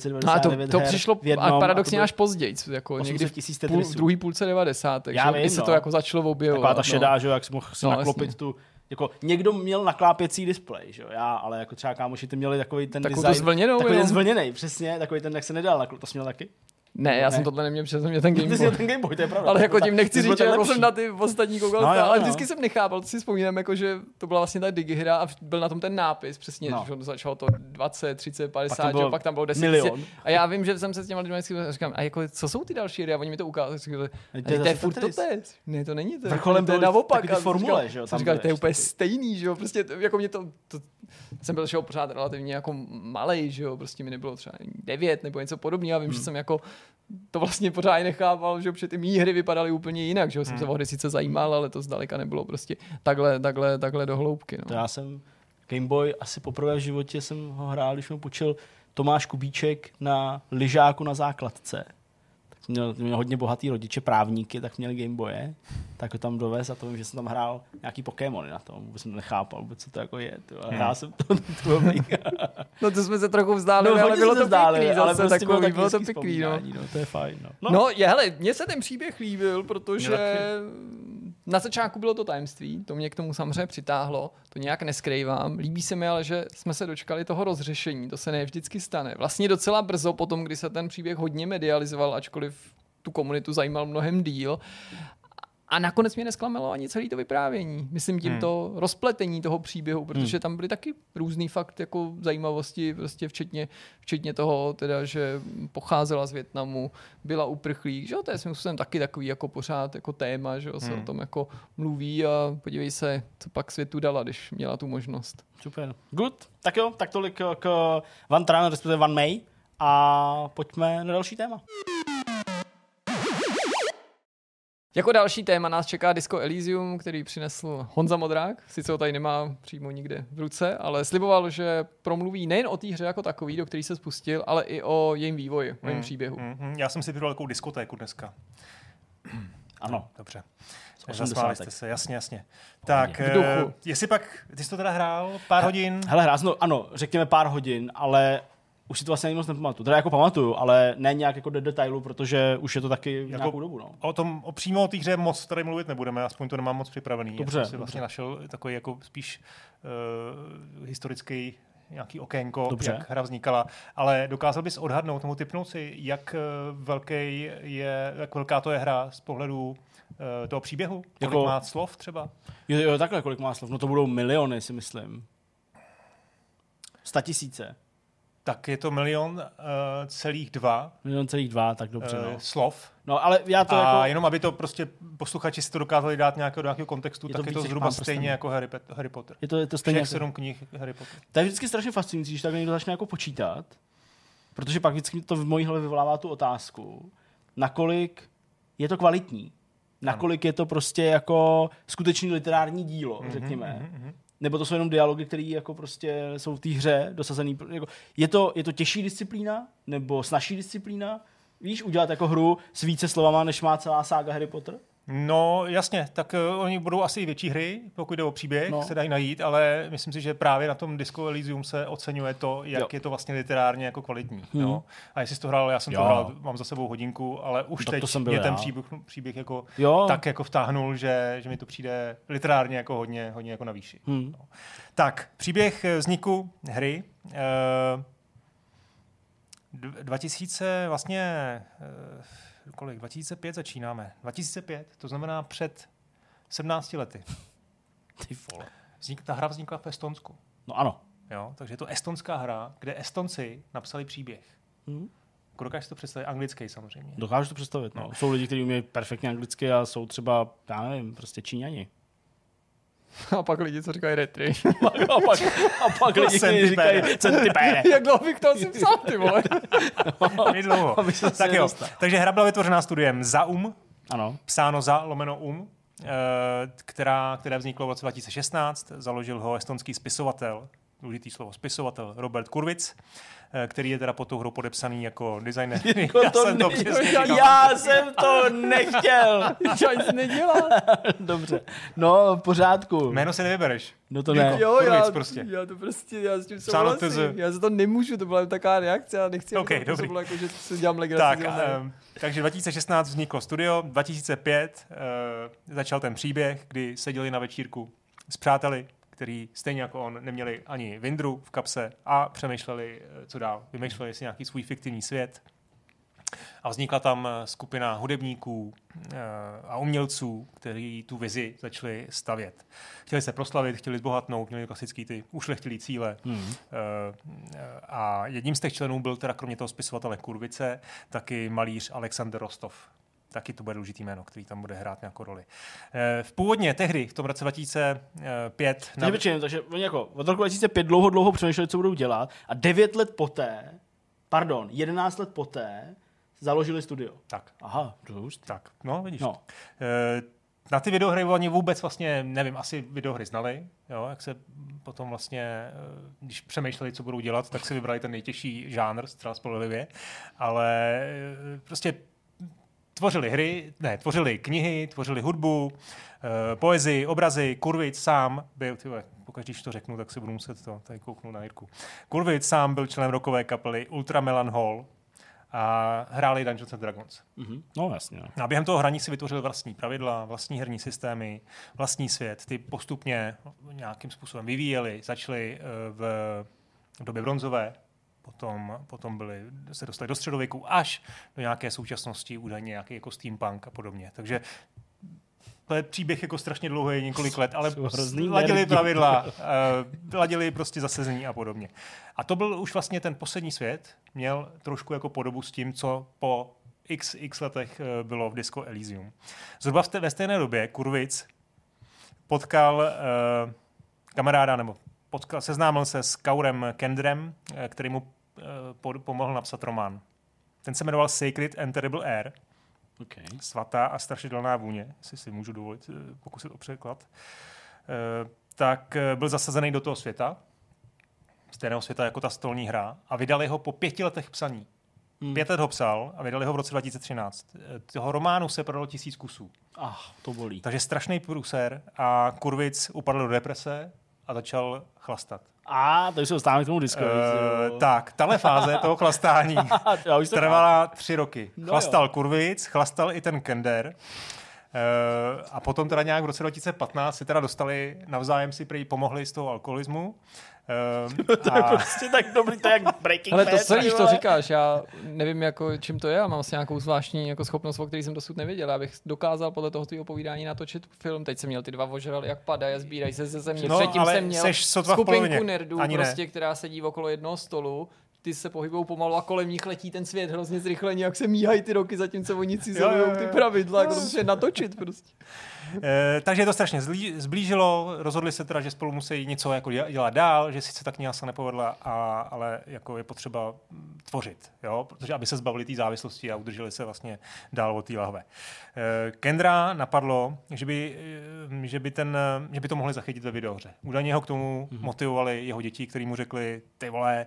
1999 to přišlo paradoxně až později, jako někdy v druhý půlce 90. Kdy se to jako začalo objevovat. Taková ta šedá, že jak jsi mohl si naklopit tu... Jako někdo měl naklápěcí displej, že jo? Já, ale jako třeba kámoši ty měli takový ten design, takový ten zvlněnej, přesně, takový ten, jak se nedal naklopit, to jsi měl taky? Ne, já jsem tohle neměl, protože jsem měl ten Game Boy. To je pravda. Ale jako tím nechci říct, že jako jsem na ty ostatní koukal, ale vždycky jsem nechápal, to si vzpomínám, jako, že to byla vlastně ta digihra a byl na tom ten nápis, přesně, že začalo to 20, 30, 50, pak tam bylo 10 milion. A já vím, že jsem se s těma lidmi říkám, a jako, co jsou ty další hry? A oni mi to ukázali, to je furt to tež. Ne, to není to. Vrcholem to je naopak. Ty formule, že jo? To je úplně stejný, že jo? Prostě jako mě to jsem byl pořád relativně jako malej, že jo? Prostě mi nebylo třeba 9 nebo něco podobného. A vím, že jsem jako to vlastně pořád nechápal, že ty mý hry vypadaly úplně jinak, že jsem se o hry sice zajímal, ale to zdaleka nebylo prostě takhle do hloubky. No. To já jsem Game Boy asi poprvé v životě jsem ho hrál, když mi půjčil Tomáš Kubíček na lyžáku na základce. měl hodně bohatý rodiče, právníky, tak měli Gameboye, tak ho tam dovez a to vím, že jsem tam hrál nějaký Pokémony na tom, vůbec jsem nechápal, co to jako je. Hrál jsem to. No to jsme se trochu vzdálili, ale bylo to pěkný, ale zase prostě takový, bylo to pěkný, no. To je fajn, no. No, hele, mně se ten příběh líbil, protože na začátku bylo to tajemství, to mě k tomu samozřejmě přitáhlo, to nějak neskrývám. Líbí se mi ale, že jsme se dočkali toho rozřešení, to se ne vždycky stane. Vlastně docela brzo potom, kdy se ten příběh hodně medializoval, ačkoliv tu komunitu zajímal mnohem díl. A nakonec mě nesklamalo ani celé to vyprávění. Myslím tímto rozpletení toho příběhu, protože tam byly taky různý fakt jako zajímavosti, prostě včetně toho, teda, že pocházela z Vietnamu, byla uprchlík, že jo, to je svým způsobem taky takový jako pořád jako téma, že jo, se o tom jako mluví a podívej se, co pak světu dala, když měla tu možnost. Super. Good. Tak jo, tak tolik k One Tran, respektive One May a pojďme na další téma. Jako další téma nás čeká Disco Elysium, který přinesl Honza Modrák. Sice ho tady nemá přímo nikde v ruce, ale sliboval, že promluví nejen o té hře jako takový, do který se spustil, ale i o jejím vývoji, o jejím příběhu. Já jsem si vybral takovou diskotéku dneska. Ano. Dobře. 80. Zasmáli jste se, jasně. Tak, jestli pak, ty jsi to teda hrál pár hodin? Hele, ano, řekněme pár hodin, ale už si to vlastně ani moc nepamatuju. Teda jako pamatuju, ale ne nějak jako do detailu, protože už je to taky jako nějakou dobu. No. Přímo o té hře moc tady mluvit nebudeme, aspoň to nemám moc připravený. Dobře, Já jsem si vlastně našel takový jako spíš historický nějaký okénko, dobře, jak hra vznikala, ale dokázal bys odhadnout, nebo tipnout si, jak velká to je hra z pohledu toho příběhu? Kolik jako má slov třeba? Jo, takhle, kolik má slov? No to budou miliony, si myslím. 100 000. Tak je to 1,2 milion, tak dobře. Slov. No, ale já to a jako... jenom, aby to prostě posluchači si to dokázali dát do nějakého kontextu, tak je to zhruba stejně jako Harry Potter. Je to stejně všech 7 knih Harry Potter. To je vždycky strašně fascinující, když tak někdo začne jako počítat, protože pak vždycky to v mojí hlavě vyvolává tu otázku, nakolik je to kvalitní, nakolik je to prostě jako skutečný literární dílo, řekněme. Nebo to jsou jenom dialogy, které jako prostě jsou v té hře dosazený. Jako, je to těžší disciplína? Nebo snazší disciplína? Víš, udělat jako hru s více slovama, než má celá sága Harry Potter? No, jasně, tak oni budou asi větší hry, pokud jde o příběh, se dají najít, ale myslím si, že právě na tom Disco Elysium se oceňuje to, jak je to vlastně literárně jako kvalitní. No. A jestli jsi to hrál, já jsem to hrál, mám za sebou hodinku, ale už teď mě ten příběh jako tak jako vtáhnul, že mi to přijde literárně jako hodně jako na výši. No. Tak, příběh vzniku hry 2000 vlastně... 2005 začínáme. 2005, to znamená před 17 lety. Ty vole. Ta hra vznikla v Estonsku. No ano. Jo, takže je to estonská hra, kde Estonci napsali příběh. Dokážeš to představit? Anglický samozřejmě. Dokážu to představit. No. Jsou lidi, kteří umějí perfektně anglicky a jsou třeba, já nevím, prostě Číňani. A pak lidi, co říkají retry. a pak lidi, kteří říkají centipede. Jak dlouho bych to asi psal, ty vole. Dlouho. Tak jo, takže hra byla vytvořená studiem Zaum, ano. Psáno které vzniklo v roce 2016. Založil ho estonský spisovatel, důležitý slovo spisovatel, Robert Kurvic, který je teda pod tou hrou podepsaný jako designer. Já jsem to nechtěl. Já nic nedělal. Dobře. No, v pořádku. Jméno si nevybereš. No to ne. Jo, Kurvic prostě. Já s tím souhlasím. Já se to nemůžu, to byla taková reakce, já nechci, to bylo jako, že si dělám legraci. Takže 2016 vzniklo studio, 2005 začal ten příběh, kdy seděli na večírku s přáteli, který stejně jako on neměli ani vindru v kapse a přemýšleli, co dál. Vymýšleli si nějaký svůj fiktivní svět. A vznikla tam skupina hudebníků a umělců, kteří tu vizi začali stavět. Chtěli se proslavit, chtěli zbohatnout, měli klasický ty ušlechtilý cíle. A jedním z těch členů byl teda kromě toho spisovatele Kurvice taky malíř Alexander Rostov. Taky to bude důležitý jméno, který tam bude hrát nějakou roli. V původně tehdy, v tom roce 2005... Takže oni jako od roku 2005 dlouho přemýšleli, co budou dělat a 11 let poté založili studio. Tak. Aha, dost. Tak, no vidíš. No. Na ty videohry oni vůbec vlastně, nevím, asi videohry znali, jo, jak se potom vlastně, když přemýšleli, co budou dělat, tak si vybrali ten nejtěžší žánr, třeba spolehlivě, ale prostě tvořili knihy, tvořili hudbu, poezii, obrazy. Kurvic sám byl, pokaždé, když to řeknu, tak si budu muset to tady kouknout na Jirku. Kurvic sám byl členem rockové kapely Ultra Melan Hall a hráli Dungeons and Dragons. Mm-hmm. No jasně. A během toho hraní si vytvořil vlastní pravidla, vlastní herní systémy, vlastní svět. Ty postupně nějakým způsobem vyvíjeli, začali v době bronzové, potom se dostali do středověku až do nějaké současnosti, údajně nějaký jako steampunk a podobně. Takže to je příběh jako strašně dlouhý, několik let, ale ladili pravidla, ladili prostě zasezení a podobně. A to byl už vlastně ten poslední svět, měl trošku jako podobu s tím, co po x letech bylo v Disco Elysium. Zhruba ve stejné době Kurvic potkal kamaráda, nebo seznámil se s Kaurem Kendrem, který mu pomohl napsat román. Ten se jmenoval Sacred and Terrible Air. Okay. Svatá a strašidelná vůně, jestli si můžu dovolit pokusit o překlad. Tak byl zasazený do toho světa, stejného světa jako ta stolní hra, a vydali ho po 5 letech psaní. 5 let ho psal a vydali ho v roce 2013. Toho románu se prodalo 1000 kusů. To bolí. Takže strašný průser a Kurvic upadl do deprese a začal chlastat. To už se dostáváme k tomu Disco. Tak, tahle fáze toho chlastání trvala 3 roky. Chlastal Kurvic, chlastal i ten Kender. A potom teda nějak v roce 2015 si teda dostali, navzájem si prý pomohli z toho alkoholismu. To je prostě tak dobrý, to je jak Breaking Bad. Ale to celý, to říkáš, já nevím, jako, čím to je, a mám asi nějakou zvláštní jako schopnost, o který jsem dosud nevěděl. Já bych dokázal podle toho tvýho povídání natočit film. Teď jsem měl ty 2 ožrali, jak padají a sbírají se ze země. Předtím jsem měl skupinku nerdů, prostě, která sedí okolo jednoho stolu. Ty se pohybují pomalu a kolem nich letí ten svět hrozně zrychleně, jak se míhají ty roky, zatímco oni cizelujou ty pravidla, jako to musí natočit prostě. Takže je to strašně zblížilo, rozhodli se teda, že spolu musí něco jako dělat dál, že sice ta kniha se nepovedla, ale jako je potřeba tvořit, jo? Protože aby se zbavili té závislosti a udrželi se vlastně dál od té lahve. Kendra napadlo, že by to mohli zachytit ve videohře. Údajně ho k tomu motivovali jeho děti, kteří mu řekli, ty vole,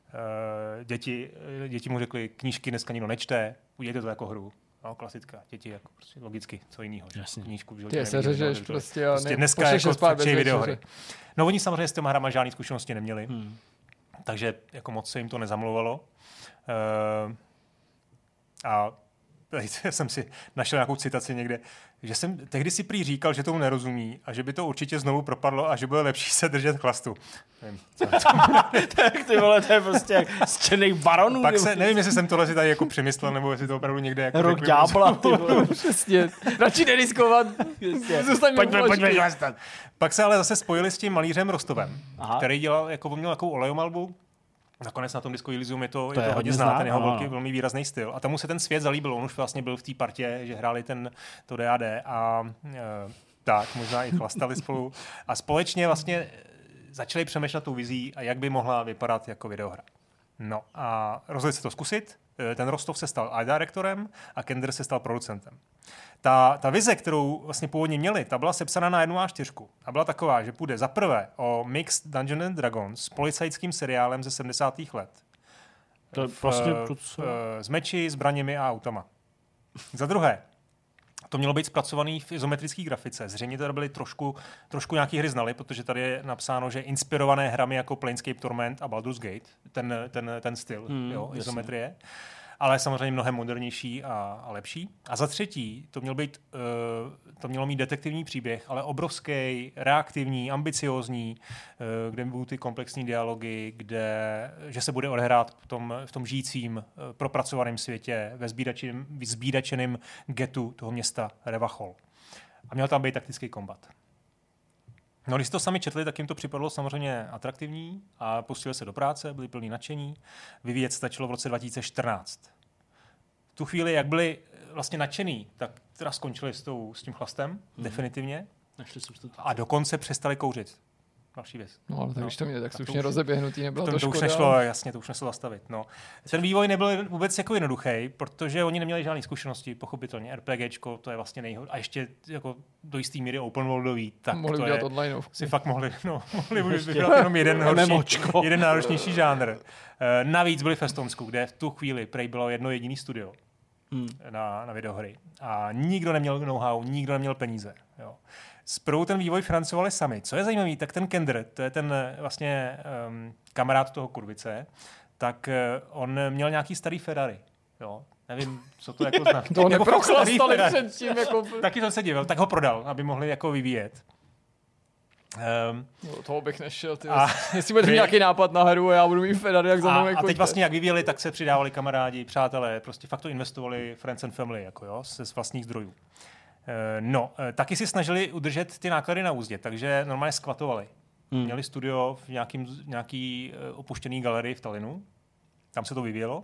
děti mu řekli, knížky dneska nikdo nečte, udělejte to jako hru. No, klasická. Děti jako prostě logicky, co jiného. Knížku v životě. Ty se řežeš prostě a dneska jako střečej videohry. No oni samozřejmě s těma hrama žádný zkušenosti neměli. Takže jako moc se jim to nezamlouvalo. A jsem si našel nějakou citaci někde, že jsem tehdy si prý říkal, že tomu nerozumí a že by to určitě znovu propadlo a že bude lepší se držet chlastu. Nevím, tak ty vole, to je prostě jak z Černých baronů. Pak nevím, jestli jsem tohle si tady jako přemyslel, nebo jestli to opravdu někde jako Rok ďábla, ty vole. Přesně. Radši nediskovat. Pojďme chlastat. Pak se ale zase spojili s tím malířem Rostovem, který dělal, jako měl takovou olejomalbu. Nakonec na tom Disco Elysium je to hodně znát, ten jeho velmi výrazný styl. A tomu se ten svět zalíbil. On už vlastně byl v té partě, že hráli to DAD a tak, možná i chlastali spolu. A společně vlastně začali přemýšlet tou vizí a jak by mohla vypadat jako videohra. No a rozhodli se to zkusit. Ten Rostov se stal art directorem a Kender se stal producentem. Ta vize, kterou vlastně původně měli, ta byla sepsaná na 1 A4. A byla taková, že půjde za prvé o Mixed Dungeons and Dragons s policajským seriálem ze 70. let. To je vlastně s meči, zbraněmi a autama. Za druhé, to mělo být zpracovaný v izometrické grafice. Zřejmě tady byly trošku nějaký hry znali, protože tady je napsáno, že inspirované hrami jako Planescape Torment a Baldur's Gate, ten styl, izometrie. Ale samozřejmě mnohem modernější a lepší. A za třetí, to mělo mít detektivní příběh, ale obrovský, reaktivní, ambiciózní, kde budou ty komplexní dialogy, že se bude odehrát v tom žijícím, propracovaném světě, ve zbídačeném getu toho města Revachol. A měl tam být taktický kombat. No, když to sami četli, tak jim to připadlo samozřejmě atraktivní a pustili se do práce, byli plní nadšení. Vyvíjet se začalo v roce 2014. V tu chvíli, jak byli vlastně nadšený, tak teda skončili s tím chlastem, definitivně. A dokonce přestali kouřit. Další věc. No, ale tak když to měli tak slušně rozeběhnutý, nebylo to škoda. To už nešlo, jasně, to už nešlo zastavit. No. Ten vývoj nebyl vůbec jako jednoduchý, protože oni neměli žádné zkušenosti, pochopitelně. RPGčko, to je vlastně nejhorší. A ještě jako do jistý míry open worldový. Tak mohli to udělat online. Si fakt mohli vybrát jenom jeden náročnější žánr. Navíc byli v Estonsku, kde v tu chvíli prej bylo jedno jediný studio. na videohry. A nikdo neměl know-how, nikdo neměl peníze. Jo. Zprvu ten vývoj financovali sami. Co je zajímavé, tak ten Kender, to je ten vlastně kamarád toho Kurvice, tak on měl nějaký starý Ferrari. Jo. Nevím, co to jako znamená. To neprochlastali předtím. Jako... Taky jsem se divil, tak ho prodal, aby mohli jako vyvíjet. Toho bych nešel. Jestli budete nějaký nápad na hru a já budu mít Ferrari, jak za mnou. A teď vlastně jak vyvíjeli, tak se přidávali kamarádi, přátelé, prostě fakt to investovali friends and family, jako jo, z vlastních zdrojů. Taky si snažili udržet ty náklady na úzdě, takže normálně skvatovali. Měli studio v nějaký opuštěný galerii v Tallinnu, tam se to vyvíjelo.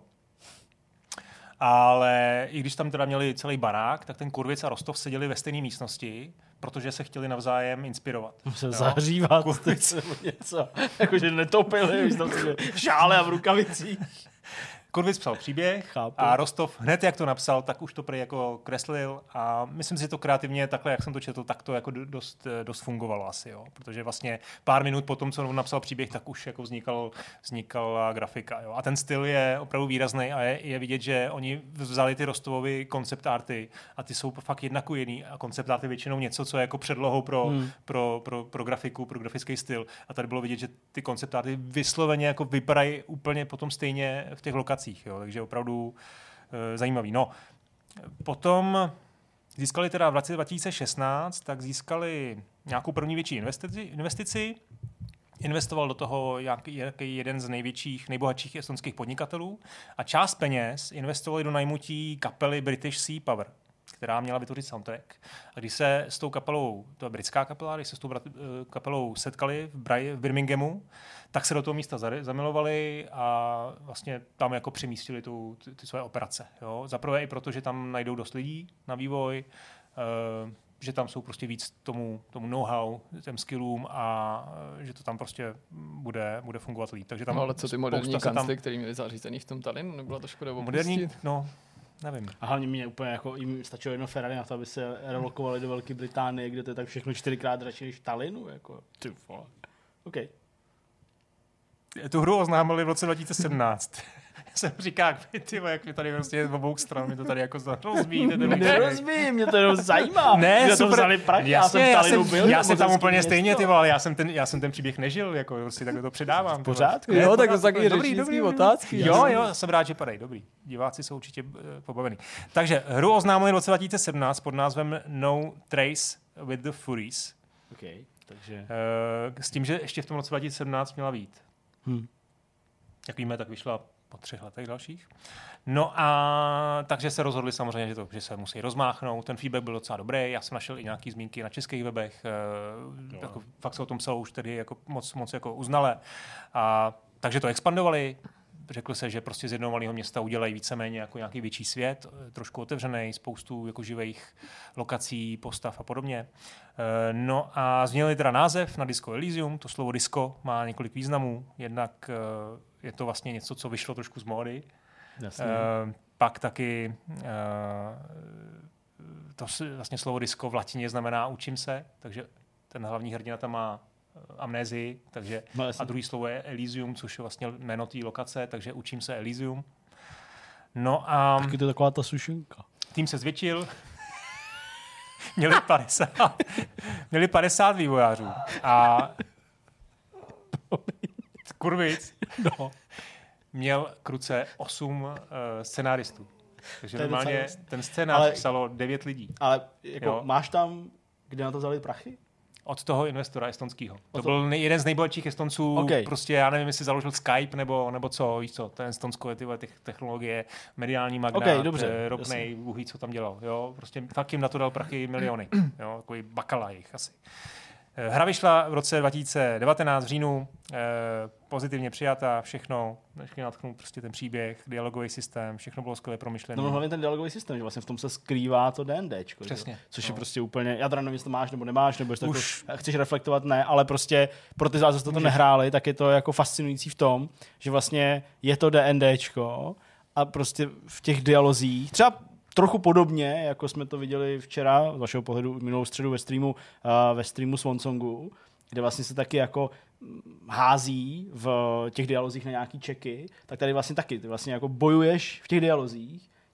Ale i když tam teda měli celý barák, tak ten Kurvic a Rostov seděli ve stejné místnosti, protože se chtěli navzájem inspirovat. Se zahřívat něco, jakože netopili, v šále a v rukavicích. Kurvic psal příběh a Rostov hned, jak to napsal, tak už to prý jako kreslil a myslím si to kreativně takhle, jak jsem to četl, tak to jako dost fungovalo asi, jo. Protože vlastně pár minut po tom, co on napsal příběh, tak už jako vznikala grafika, jo. A ten styl je opravdu výrazný a je vidět, že oni vzali ty Rostovovy koncept arty a ty jsou fakt jednakojený a koncept arty většinou něco, co je jako předlohou pro grafiku, pro grafický styl. A tady bylo vidět, že ty koncept arty vysloveně jako vypadají úplně potom stejně v těch lokacích. Jo, takže opravdu zajímavý. No, potom získali teda v roce 2016, tak získali nějakou první větší investici. Investoval do toho jaký jeden z nejbohatších estonských podnikatelů a část peněz investovali do najmutí kapely British Sea Power, která měla vytvořit soundtrack. A když se s tou kapelou, to je britská kapela, když se s tou kapelou setkali v Birminghamu, tak se do toho místa zamilovali a vlastně tam jako přemístili ty své operace. Jo? Zaprvé i proto, že tam najdou dost lidí na vývoj, že tam jsou prostě víc tomu know-how, těm skillům a že to tam prostě bude fungovat líp. Takže tam ale co ty moderní kancly, které měly zařízený v tom Tallinnu, nebyla to škoda opustit? Moderní, no, nevím. A hlavně mě úplně jako jim stačilo jedno Ferrari na to, aby se relokovali do Velké Británie, kde to je tak všechno 4x dražší než v Tallinnu, jako ty vole. OK. Tu hru oznámili v roce 2017. Jsem říká, jak mi tady vlastně z obou stran, mi to tady jako rozbíjíte. Nerozbíjí, mě to jenom zajímá. Ne, super. Vzali prachy, já jsem tam úplně stejně, ty vole, já jsem ten příběh nežil, jako prostě takhle to předávám. V pořádku. Jo, tak to jsou takový řečnický otázky. Jo, jsem rád, že padají, dobrý. Diváci jsou určitě pobavení. Takže hru oznámili v roce 2017 pod názvem No Trace with the Furies. Okay, takže... S tím, že ještě v tom roce 2017 měla být. Jak víme, tak vyšla po 3 letech dalších. No a takže se rozhodli samozřejmě, že se musí rozmáchnout. Ten feedback byl docela dobrý. Já jsem našel i nějaký zmínky na českých webech. Jako, fakt se o tom psalo už tedy jako moc jako uznale. Takže to expandovali. Řekl se, že prostě z jednoho malého města udělají víceméně jako nějaký větší svět, trošku otevřený, spoustu jako živých lokací, postav a podobně. No a změnili teda název na Disco Elysium. To slovo disco má několik významů. Jednak je to vlastně něco, co vyšlo trošku z módy. Pak taky to vlastně slovo disco v latině znamená učím se, takže ten hlavní hrdina tam má amnézii, takže a druhý slovo je Elysium, což je vlastně jméno té lokace, takže učím se Elysium. No a... Taky to je taková ta sušenka. Tým se zvětšil. Měli 50 vývojářů. A Kurvic měl kruce 8 scenáristů. Takže normálně ten scénář psalo 9 lidí. Ale jako máš tam, kde na to vzali prachy? Od toho investora estonského. To byl jeden z nejbohatších Estonců. Okay. Prostě já nevím, jestli založil Skype nebo co, víš co. Ten Estonsko je ty technologie, mediální magnát, ropnej, Bůh co tam dělal. Jo? Prostě fakt jim na to dal prachy miliony. Jo? Takový bakala jich asi. Hra vyšla v roce 2019 v říjnu, pozitivně přijata, všechno natchnul prostě ten příběh, dialogový systém, všechno bylo skvěle promyšlené. No hlavně ten dialogový systém, že vlastně v tom se skrývá to D&Dčko. Přesně. Což je prostě úplně, já teda nevím, jestli to máš nebo nemáš, nebo jestli to chceš reflektovat, ne, ale prostě pro ty z vás, co to nehráli, tak je to jako fascinující v tom, že vlastně je to D&Dčko a prostě v těch dialozích, třeba trochu podobně, jako jsme to viděli včera, z vašeho pohledu minulou středu ve streamu Swansongu, kde vlastně se taky jako hází v těch dialozích na nějaký čeky, tak tady vlastně taky, ty vlastně jako bojuješ v těch dialozích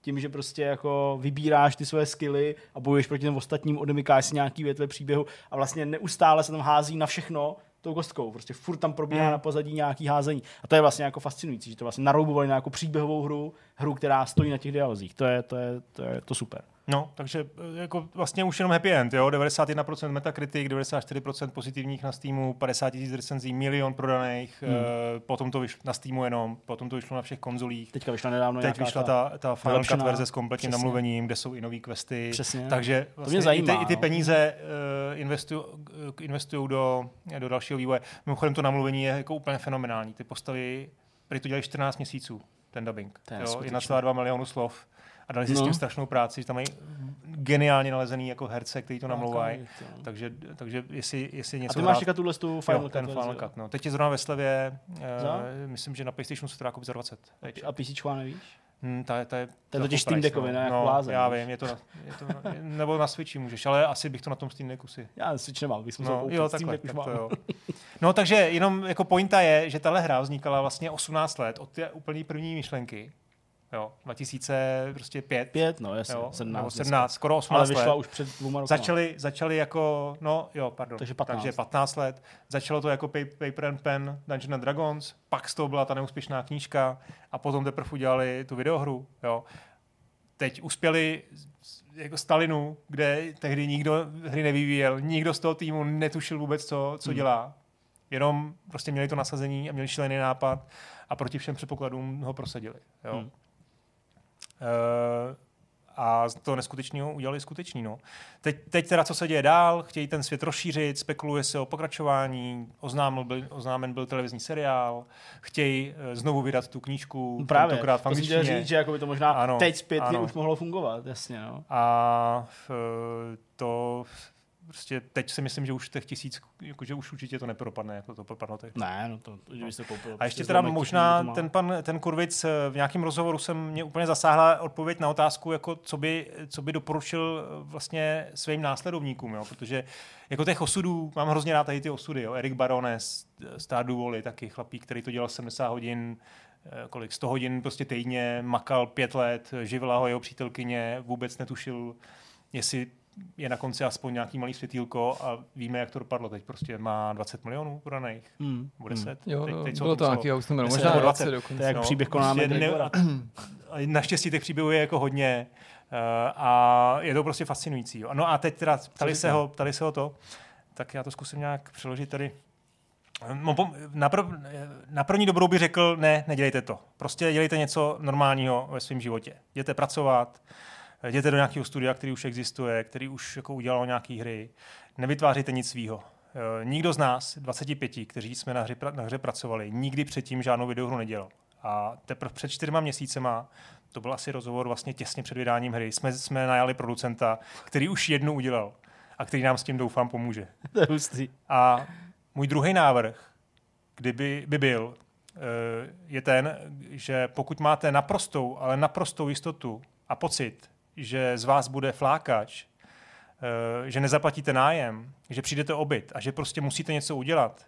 tím, že prostě jako vybíráš ty svoje skilly a bojuješ proti těm ostatním, odemykáš si nějaký větve příběhu a vlastně neustále se tam hází na všechno tou kostkou. Prostě furt tam probíhá na pozadí nějaký házení. A to je vlastně jako fascinující, že to vlastně naroubovali na nějakou příběhovou hru, která stojí na těch dialozích. To je super. No, takže jako vlastně už jenom happy end, jo? 91% Metacritic, 94% pozitivních na Steamu, 50 000 recenzí, 1 milion prodaných, potom to vyšlo na Steamu jenom, potom to vyšlo na všech konzolích. Teďka vyšla nedávno Teď vyšla ta Final Cut verze s kompletním namluvením, kde jsou i nový questy. Přesně. Takže vlastně i ty peníze investují do dalšího vývoje. Mimochodem to namluvení je jako úplně fenomenální. Ty postavy, prý to dělají 14 měsíců, ten dubbing. 1,2 milionu slov. A dali si s tím strašnou práci, že tam mají geniálně nalezený jako herce, který to namlouvají. Takže jestli něco... A ty máš říkat tuhle tu Final Cut? Ten Final Cut, no. Teď je zrovna ve slevě, myslím, že na PlayStationu se to dá koupit za 20. A PCčková nevíš? To je totiž Steam Deckovi, ne? Jako blázen. Já vím, je to nebo na Switchi můžeš, ale asi bych to na tom Steam Decku si... Já Switch nemám, bych musel koupit. Steam Deck už mám. No takže jenom jako pointa je, že tahle hra vznikala vlastně 18 let od té úplně první myšlenky. Jo, 2005. 5, no jasně, jo, 17, skoro 18 let. Ale vyšla už před 2 rokama. Začali jako, takže 15 let. Začalo to jako Paper and Pen Dungeons and Dragons, pak z toho byla ta neúspěšná knížka a potom teprve udělali tu videohru. Jo. Teď uspěli jako Stalinu, kde tehdy nikdo hry nevyvíjel, nikdo z toho týmu netušil vůbec, co dělá. Jenom prostě měli to nasazení a měli šílený nápad a proti všem předpokladům ho prosadili. Jo. A to neskutečného udělali skutečný. No. Teď teda, co se děje dál, chtějí ten svět rozšířit, spekuluje se o pokračování, oznámen byl televizní seriál, chtějí znovu vydat tu knížku, tentokrát v angličtině. To říct, že jako by to možná teď zpětně už mohlo fungovat, jasně. No. A to... Prostě teď si myslím, že už těch 1000, jakože už určitě to nepropadne, jako to propadlo teď. Ne, no to že byste koupil. A ještě teda možná ten Kurvic v nějakém rozhovoru mě úplně zasáhla odpověď na otázku, jako co by doporučil vlastně svým následovníkům, jo? Protože jako těch osudů, mám hrozně rád tady ty osudy, jo? Erik Barones, Stardew Valley, taky chlapík, který to dělal 70 hodin, 100 hodin prostě týdně, makal 5 let, živila ho jeho přítelkyně, vůbec netušil, jestli je na konci aspoň nějaký malý světýlko a víme, jak to dopadlo. Teď prostě má 20 milionů prodaných. Nebo 10. Jo, teď bylo to nějaký, já už nevím, možná 20 dokonce. To je jak příběh Konáme Gregora. Naštěstí těch příběhů je jako hodně a je to prostě fascinující. Jo. No a teď teda ptali se ho to, tak já to zkusím nějak přeložit tady. Na první dobrou bych řekl, nedělejte to. Prostě dělejte něco normálního ve svém životě. Jděte pracovat, jděte do nějakého studia, který už existuje, který už jako udělalo nějaké hry. Nevytvářejte nic svýho. Nikdo z nás, 25, kteří jsme na hře pracovali, nikdy předtím žádnou videohru nedělal. A teprve před 4 měsícema, to byl asi rozhovor vlastně těsně před vydáním hry, jsme najali producenta, který už jednu udělal a který nám s tím doufám pomůže. To je hustý. A můj druhý návrh, kdyby byl, je ten, že pokud máte naprostou jistotu a pocit, že z vás bude flákač, že nezaplatíte nájem, že přijdete o byt a že prostě musíte něco udělat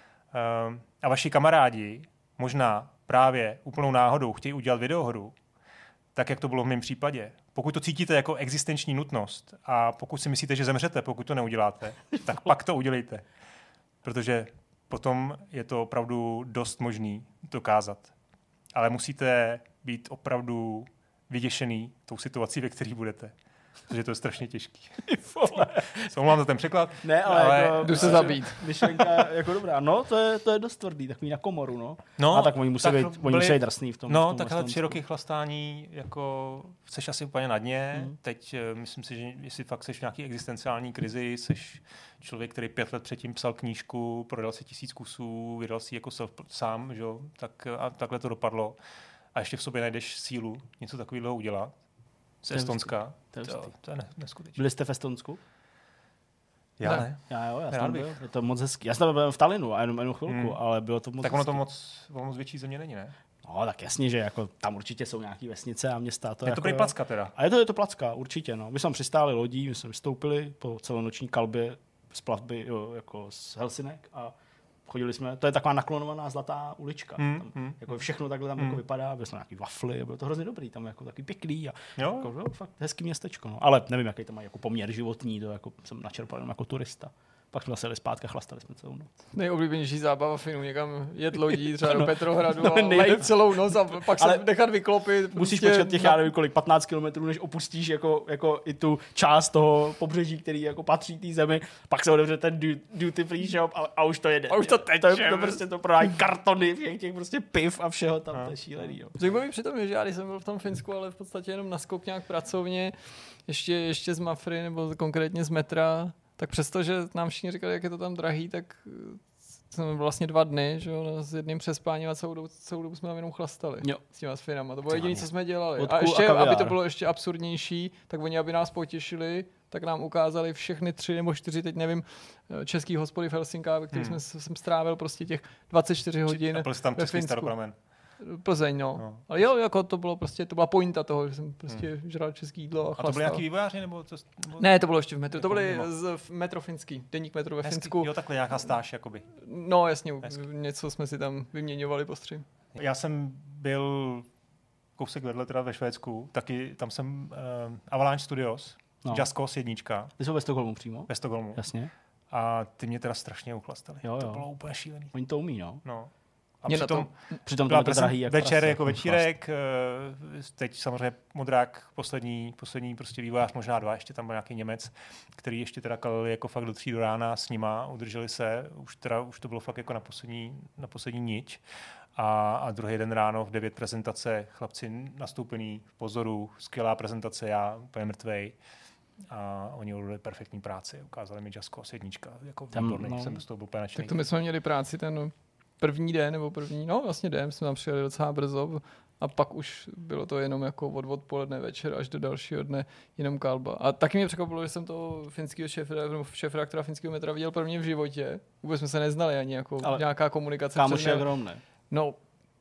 a vaši kamarádi možná právě úplnou náhodou chtějí udělat videohru, tak jak to bylo v mém případě. Pokud to cítíte jako existenční nutnost a pokud si myslíte, že zemřete, pokud to neuděláte, tak pak to udělejte. Protože potom je to opravdu dost možný dokázat. Ale musíte být opravdu vyděšený tou situací, ve které budete. Protože to je strašně těžký. Omlouvám za ten překlad. Ne, ale jako, jdu se zabít. Myšlenka jako dobrá. No, to je dost tvrdý, takový na komoru, no. A tak oni musí být drsný v tom. No, takhle 3 roky chlastání, jako chceš asi úplně na dně. Teď myslím si, že jestli fakt seš v nějaký existenciální krizi, seš člověk, který 5 let předtím psal knížku, prodal si 1000 kusů, vydal si jako sám, že? Tak a takhle to dopadlo. A ještě v sobě najdeš sílu něco takového udělat. Z Estonska. To je neskutečné. Byli jste v Estonsku? Já ne. Já jsem byl. Je to moc hezký. Já jsem byl v Talinu a jenom chvilku, ale bylo to moc tak ono to moc větší země není, ne? No, tak jasně, že jako tam určitě jsou nějaké vesnice a města. Je to prý placka teda. A je to placka, určitě. No. My jsme přistáli lodí, my jsme vystoupili po celonoční kalbě z plavby jako z Helsinek a chodili jsme, to je taková naklonovaná zlatá ulička. Tam, jako všechno takhle tam jako vypadá, byli jsme nějaký wafly, bylo to hrozně dobrý, tam jako taky pěkný a jako, fakt hezký městečko. No. Ale nevím, jaký tam má jako poměr životní, to jako jsem načerpal jenom jako turista. Pak jsme zase jeli zpátky a chlastali jsme celou noc. Nejoblíbenější zábava Finů, někam jet lodí třeba do Petrohradu a lejt celou noc a pak se nechat vyklopit. Musíš počkat těch, já nevím kolik, 15 kilometrů, než opustíš jako i tu část toho pobřeží, který jako patří té zemi, pak se otevře ten duty free shop a už to jede. A už to teče. To prostě to prodávají kartony, těch prostě piv a všeho tam, to je šílený. Jo. Zajímavý přitom je, že já když jsem byl v tom Finsku, ale v podstatě jenom naskok nějak pracovně, ještě z Mafry nebo konkrétně z metra, tak přesto, že nám všichni říkali, jak je to tam drahý, tak jsme vlastně 2 dny, že jo, s jedným přespáním a celou dobu jsme tam jenom chlastali s těma s Finama. To bylo jediné, co jsme dělali. A ještě, aby to bylo ještě absurdnější, tak oni, aby nás potěšili, tak nám ukázali všechny 3 nebo 4, teď nevím, český hospody v Helsinkách, ve kterých jsem strávil prostě těch 24 hodin ve Finsku. Plzeň, no. Ale jo, jako to bylo prostě, to byla pointa toho, že jsem prostě žral český jídlo a chlastal. A to byli nějaký vývojáři, nebo co? Ne, to bylo ještě v metru. To byly z metro finský, deník metro ve Finsku. Jo, takhle nějaká stáž, jakoby. No, jasně, něco jsme si tam vyměňovali postři. Já jsem byl kousek vedle teda ve Švédsku, taky tam jsem Avalanche Studios, Just Cause 1. Ty jsou ve Stockholmu přímo? Ve Stockholmu. Jasně. A ty mě teda strašně uchlastali. Jo. To bylo úplně šílený. Oni to umí, no. A přitom to je drahý jak večer prase, jako večírek, teď samozřejmě Modrák poslední prostě vývojář, možná 2, ještě tam byl nějaký Němec, který ještě teda kalili jako fakt do 3 do rána s nima, udrželi se, už to bylo fakt jako na poslední nič. A druhý den ráno v 9 prezentace, chlapci nastoupený v pozoru, skvělá prezentace, já úplně mrtvej. A oni udělali perfektní práci, ukázali mi Just Cause 1, jako výborný, jsem z toho byl úplně nadšený. Tak to my jsme měli práci ten první den, vlastně den, jsme tam přijeli docela brzo a pak už bylo to jenom jako od odpoledne večer až do dalšího dne jenom kalba. A taky mě překvapilo, že jsem toho finského šéfredaktora finského metra viděl prvně v životě. Vůbec jsme se neznali ani jako nějaká komunikace. Kámoš je ogromný. No,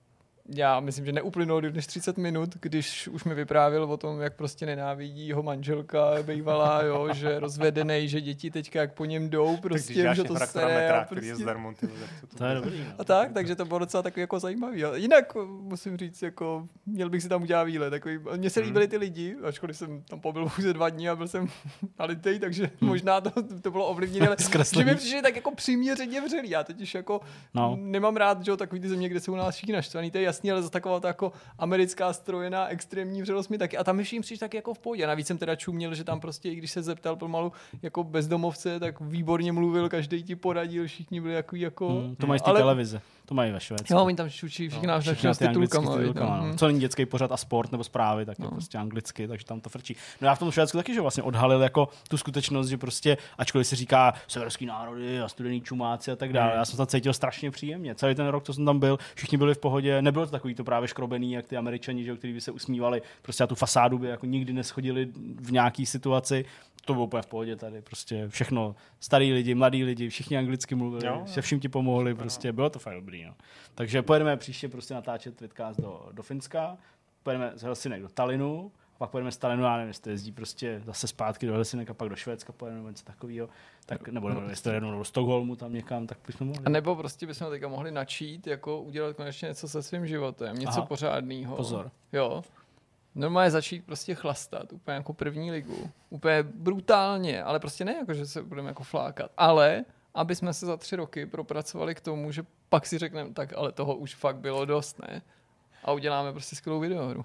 já myslím, že neuplynulo než 30 minut, když už mi vyprávěl o tom, jak prostě nenávidí jeho manželka bývalá, jo, že rozvedenej, že děti teďka jak po něm jdou, prostě, že to sere. Prostě... To je dobrý. A takže to bylo docela takový jako zajímavý. A jinak musím říct, jako měl bych si tam udělat výlet. Takový, mně se líbily ty lidi, ačkoliv jsem tam pobyl pouze 2 dny a byl jsem nalitej, takže možná to bylo ovlivněné, ale že mi přišli tak jako přiměřeně vřelý. Já totiž jako nemám rád, že takový ty země, kde jsou u nás všichni naštvaný, to je jasný, ale za taková ta jako americká strojená extrémní vřelost mi taky. A tam ještě jim přišli tak jako v pohodě. A navíc jsem teda čuměl, že tam prostě, i když se zeptal pomalu jako bezdomovce, tak výborně mluvil, každý ti poradil, všichni byli jako... To mají z té televize. To mají ve Švédsku. Jo, oni tam učí všichni náš s titulkama. Co není dětský pořad a sport nebo zprávy, tak je prostě anglicky, takže tam to frčí. No já v tom Švédsku taky, že vlastně odhalil jako tu skutečnost, že prostě, ačkoliv se říká severský národy a studený čumáci a tak dále, já jsem se cítil strašně příjemně. Celý ten rok, co jsem tam byl, všichni byli v pohodě, nebylo to takový to právě škrobený, jak ty Američani, že, kteří by se usmívali, prostě na tu fasádu by jako nikdy neschodili v nějaký situaci. To bylo úplně v pohodě tady, prostě všechno, starý lidi, mladí lidi, všichni anglicky mluvili, se vším ti pomohli, prostě bylo to fajn dobrý, no. Takže pojedeme příště prostě natáčet vidcast do Finska, pojedeme z Helsinek do Tallinnu, pak pojedeme z Tallinnu, já nevím, jestli jezdí prostě zase zpátky do Helsinek a pak do Švédska pojedeme něco takového, tak nebo jestli jednou do Stockholmu tam někam, tak bychom mohli. A nebo prostě bychom teďka mohli načít, jako udělat konečně něco se svým životem, něco pořádného. Pozor. Jo. Normálně začít prostě chlastat, úplně jako první ligu. Úplně brutálně, ale prostě ne jako, že se budeme jako flákat. Ale aby jsme se za 3 roky propracovali k tomu, že pak si řekneme, tak ale toho už fakt bylo dost, ne? A uděláme prostě skvělou videohru.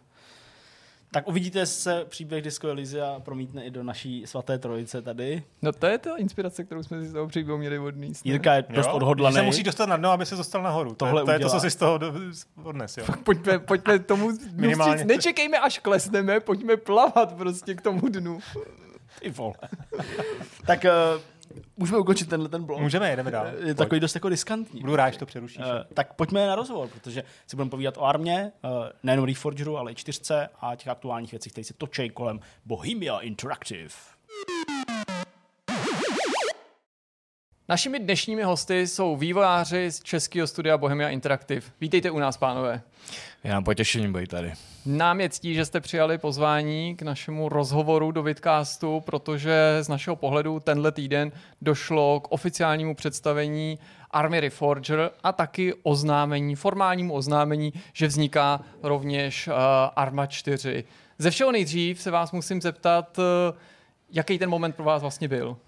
Tak uvidíte se příběh Disco Elysia promítne i do naší svaté trojice tady. No to je ta inspirace, kterou jsme si z toho příběhu měli odníst. Jirka je dost odhodlaný. Se musí dostat na dno, aby se dostal nahoru. To je to, co si z toho odnes. Jo. Pojďme tomu minimálně. Nečekejme, až klesneme, pojďme plavat prostě k tomu dnu. Ty vole. Tak můžeme ukončit ten blok. Můžeme, jdeme dál. Je takový dost jako riskantní. Budu rád, že to přerušíš. Tak pojďme na rozhovor, protože si budeme povídat o armě, nejenom Reforgeru, ale i 4 a těch aktuálních věcí, které se točí kolem Bohemia Interactive. Našimi dnešními hosty jsou vývojáři z českého studia Bohemia Interactive. Vítejte u nás, pánové. Je nám potěšením být tady. Nám je ctí, že jste přijali pozvání k našemu rozhovoru do Vidcastu, protože z našeho pohledu tenhle týden došlo k oficiálnímu představení Army Reforger a taky formálnímu oznámení, že vzniká rovněž Arma 4. Ze všeho nejdřív se vás musím zeptat, jaký ten moment pro vás vlastně byl?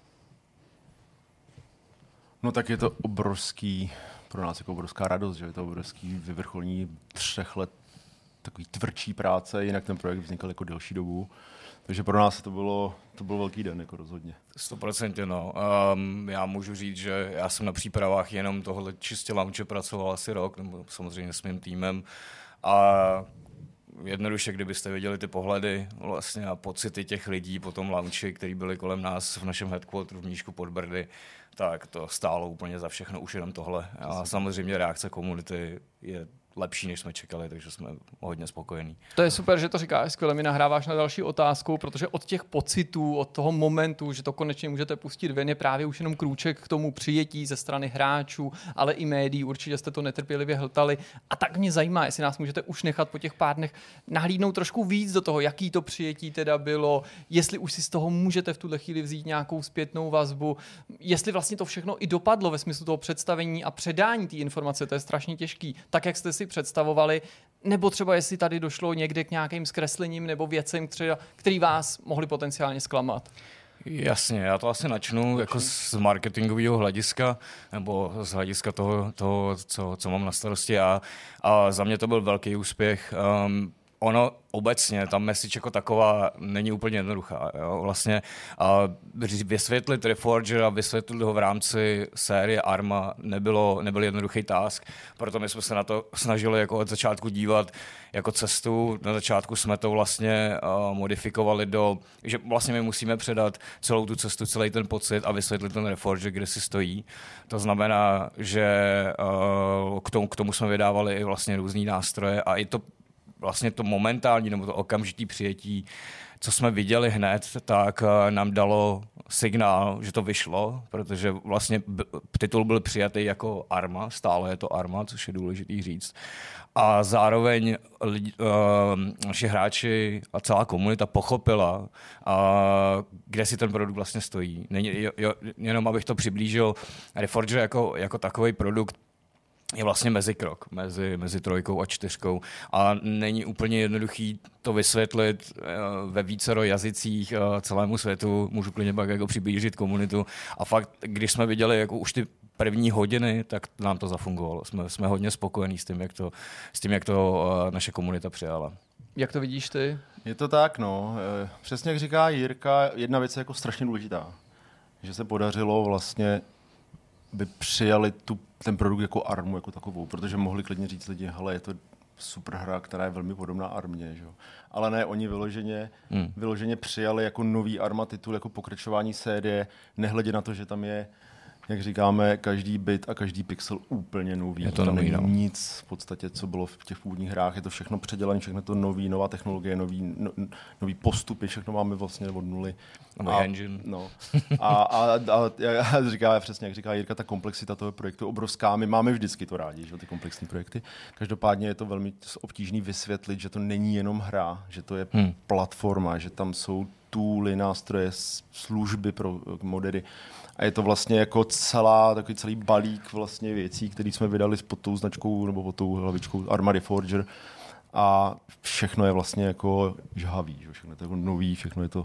No tak je to pro nás jako obrovská radost, že je to obrovský vyvrcholní 3 let takový tvrdší práce, jinak ten projekt vznikl jako delší dobu. Takže pro nás to byl velký den, jako rozhodně. 100%, no. Já můžu říct, že já jsem na přípravách jenom tohle čistě launche pracoval asi rok, nebo samozřejmě s mým týmem. A jednoduše, kdybyste viděli ty pohledy vlastně a pocity těch lidí po tom launchi, kteří byli kolem nás v našem headquarteru v Mníšku pod Brdy, tak to stálo úplně za všechno, už jenom tohle. A samozřejmě reakce komunity je lepší, než jsme čekali, takže jsme hodně spokojení. To je super, že to říkáš, skvěle mi nahráváš na další otázku, protože od těch pocitů, od toho momentu, že to konečně můžete pustit ven, je právě už jenom krůček k tomu přijetí ze strany hráčů, ale i médií. Určitě jste to netrpělivě hltali. A tak mě zajímá, jestli nás můžete už nechat po těch pár dnech nahlídnout trošku víc do toho, jaký to přijetí teda bylo, jestli už si z toho můžete v tuhle chvíli vzít nějakou zpětnou vazbu, jestli vlastně to všechno i dopadlo ve smyslu toho představení a předání té informace, to je strašně těžký, tak jak jste si představovali, nebo třeba jestli tady došlo někde k nějakým zkreslením nebo věcem, který vás mohli potenciálně zklamat. Jasně, já to asi načnu jako z marketingového hlediska, nebo z hlediska toho co mám na starosti já. A za mě to byl velký úspěch. Ono obecně, ta message jako taková není úplně jednoduchá. Jo? Vlastně vysvětlit Reforger a vysvětlit ho v rámci série Arma nebyl jednoduchý task, proto my jsme se na to snažili jako od začátku dívat jako cestu. Na začátku jsme to vlastně modifikovali že vlastně my musíme předat celou tu cestu, celý ten pocit a vysvětlit ten Reforger, kde si stojí. To znamená, že k tomu jsme vydávali i vlastně různý nástroje a i to vlastně to momentální nebo to okamžitý přijetí, co jsme viděli hned, tak nám dalo signál, že to vyšlo, protože vlastně titul byl přijatý jako Arma, stále je to Arma, což je důležitý říct. A zároveň naši hráči a celá komunita pochopila, kde si ten produkt vlastně stojí. Jenom abych to přiblížil, Reforger jako takový produkt je vlastně mezikrok mezi 3 a 4 a není úplně jednoduchý to vysvětlit ve vícero jazycích celému světu, můžu klidně pak jako přiblížit komunitu a fakt, když jsme viděli jako už ty první hodiny, tak nám to zafungovalo. Jsme hodně spokojení s tím, jak to naše komunita přijala. Jak to vidíš ty? Je to tak, no. Přesně jak říká Jirka, jedna věc je jako strašně důležitá, že se podařilo vlastně by přijali ten produkt jako Armu, jako takovou, protože mohli klidně říct lidi, hele, je to super hra, která je velmi podobná Armě, že? Ale ne, oni vyloženě přijali jako nový Arma titul, jako pokračování série, nehledě na to, že tam je, jak říkáme, každý bit a každý pixel úplně nový. Je to tam nový, není nic v podstatě, co bylo v těch původních hrách, je to všechno předělané, všechno to nový, nová technologie, nový postupy, všechno máme vlastně od nuly. Nový engine. No. A říká přesně, jak říká Jirka, ta komplexita toho projektu je obrovská. My máme vždycky to rádi, že ty komplexní projekty. Každopádně je to velmi obtížný vysvětlit, že to není jenom hra, že to je platforma, že tam jsou tooly, nástroje, služby pro modery. A je to vlastně jako takový celý balík vlastně věcí, které jsme vydali pod tou značkou nebo pod tou hlavičkou Arma Reforger. A všechno je vlastně jako žhavý, že? Všechno je to jako nový, všechno je to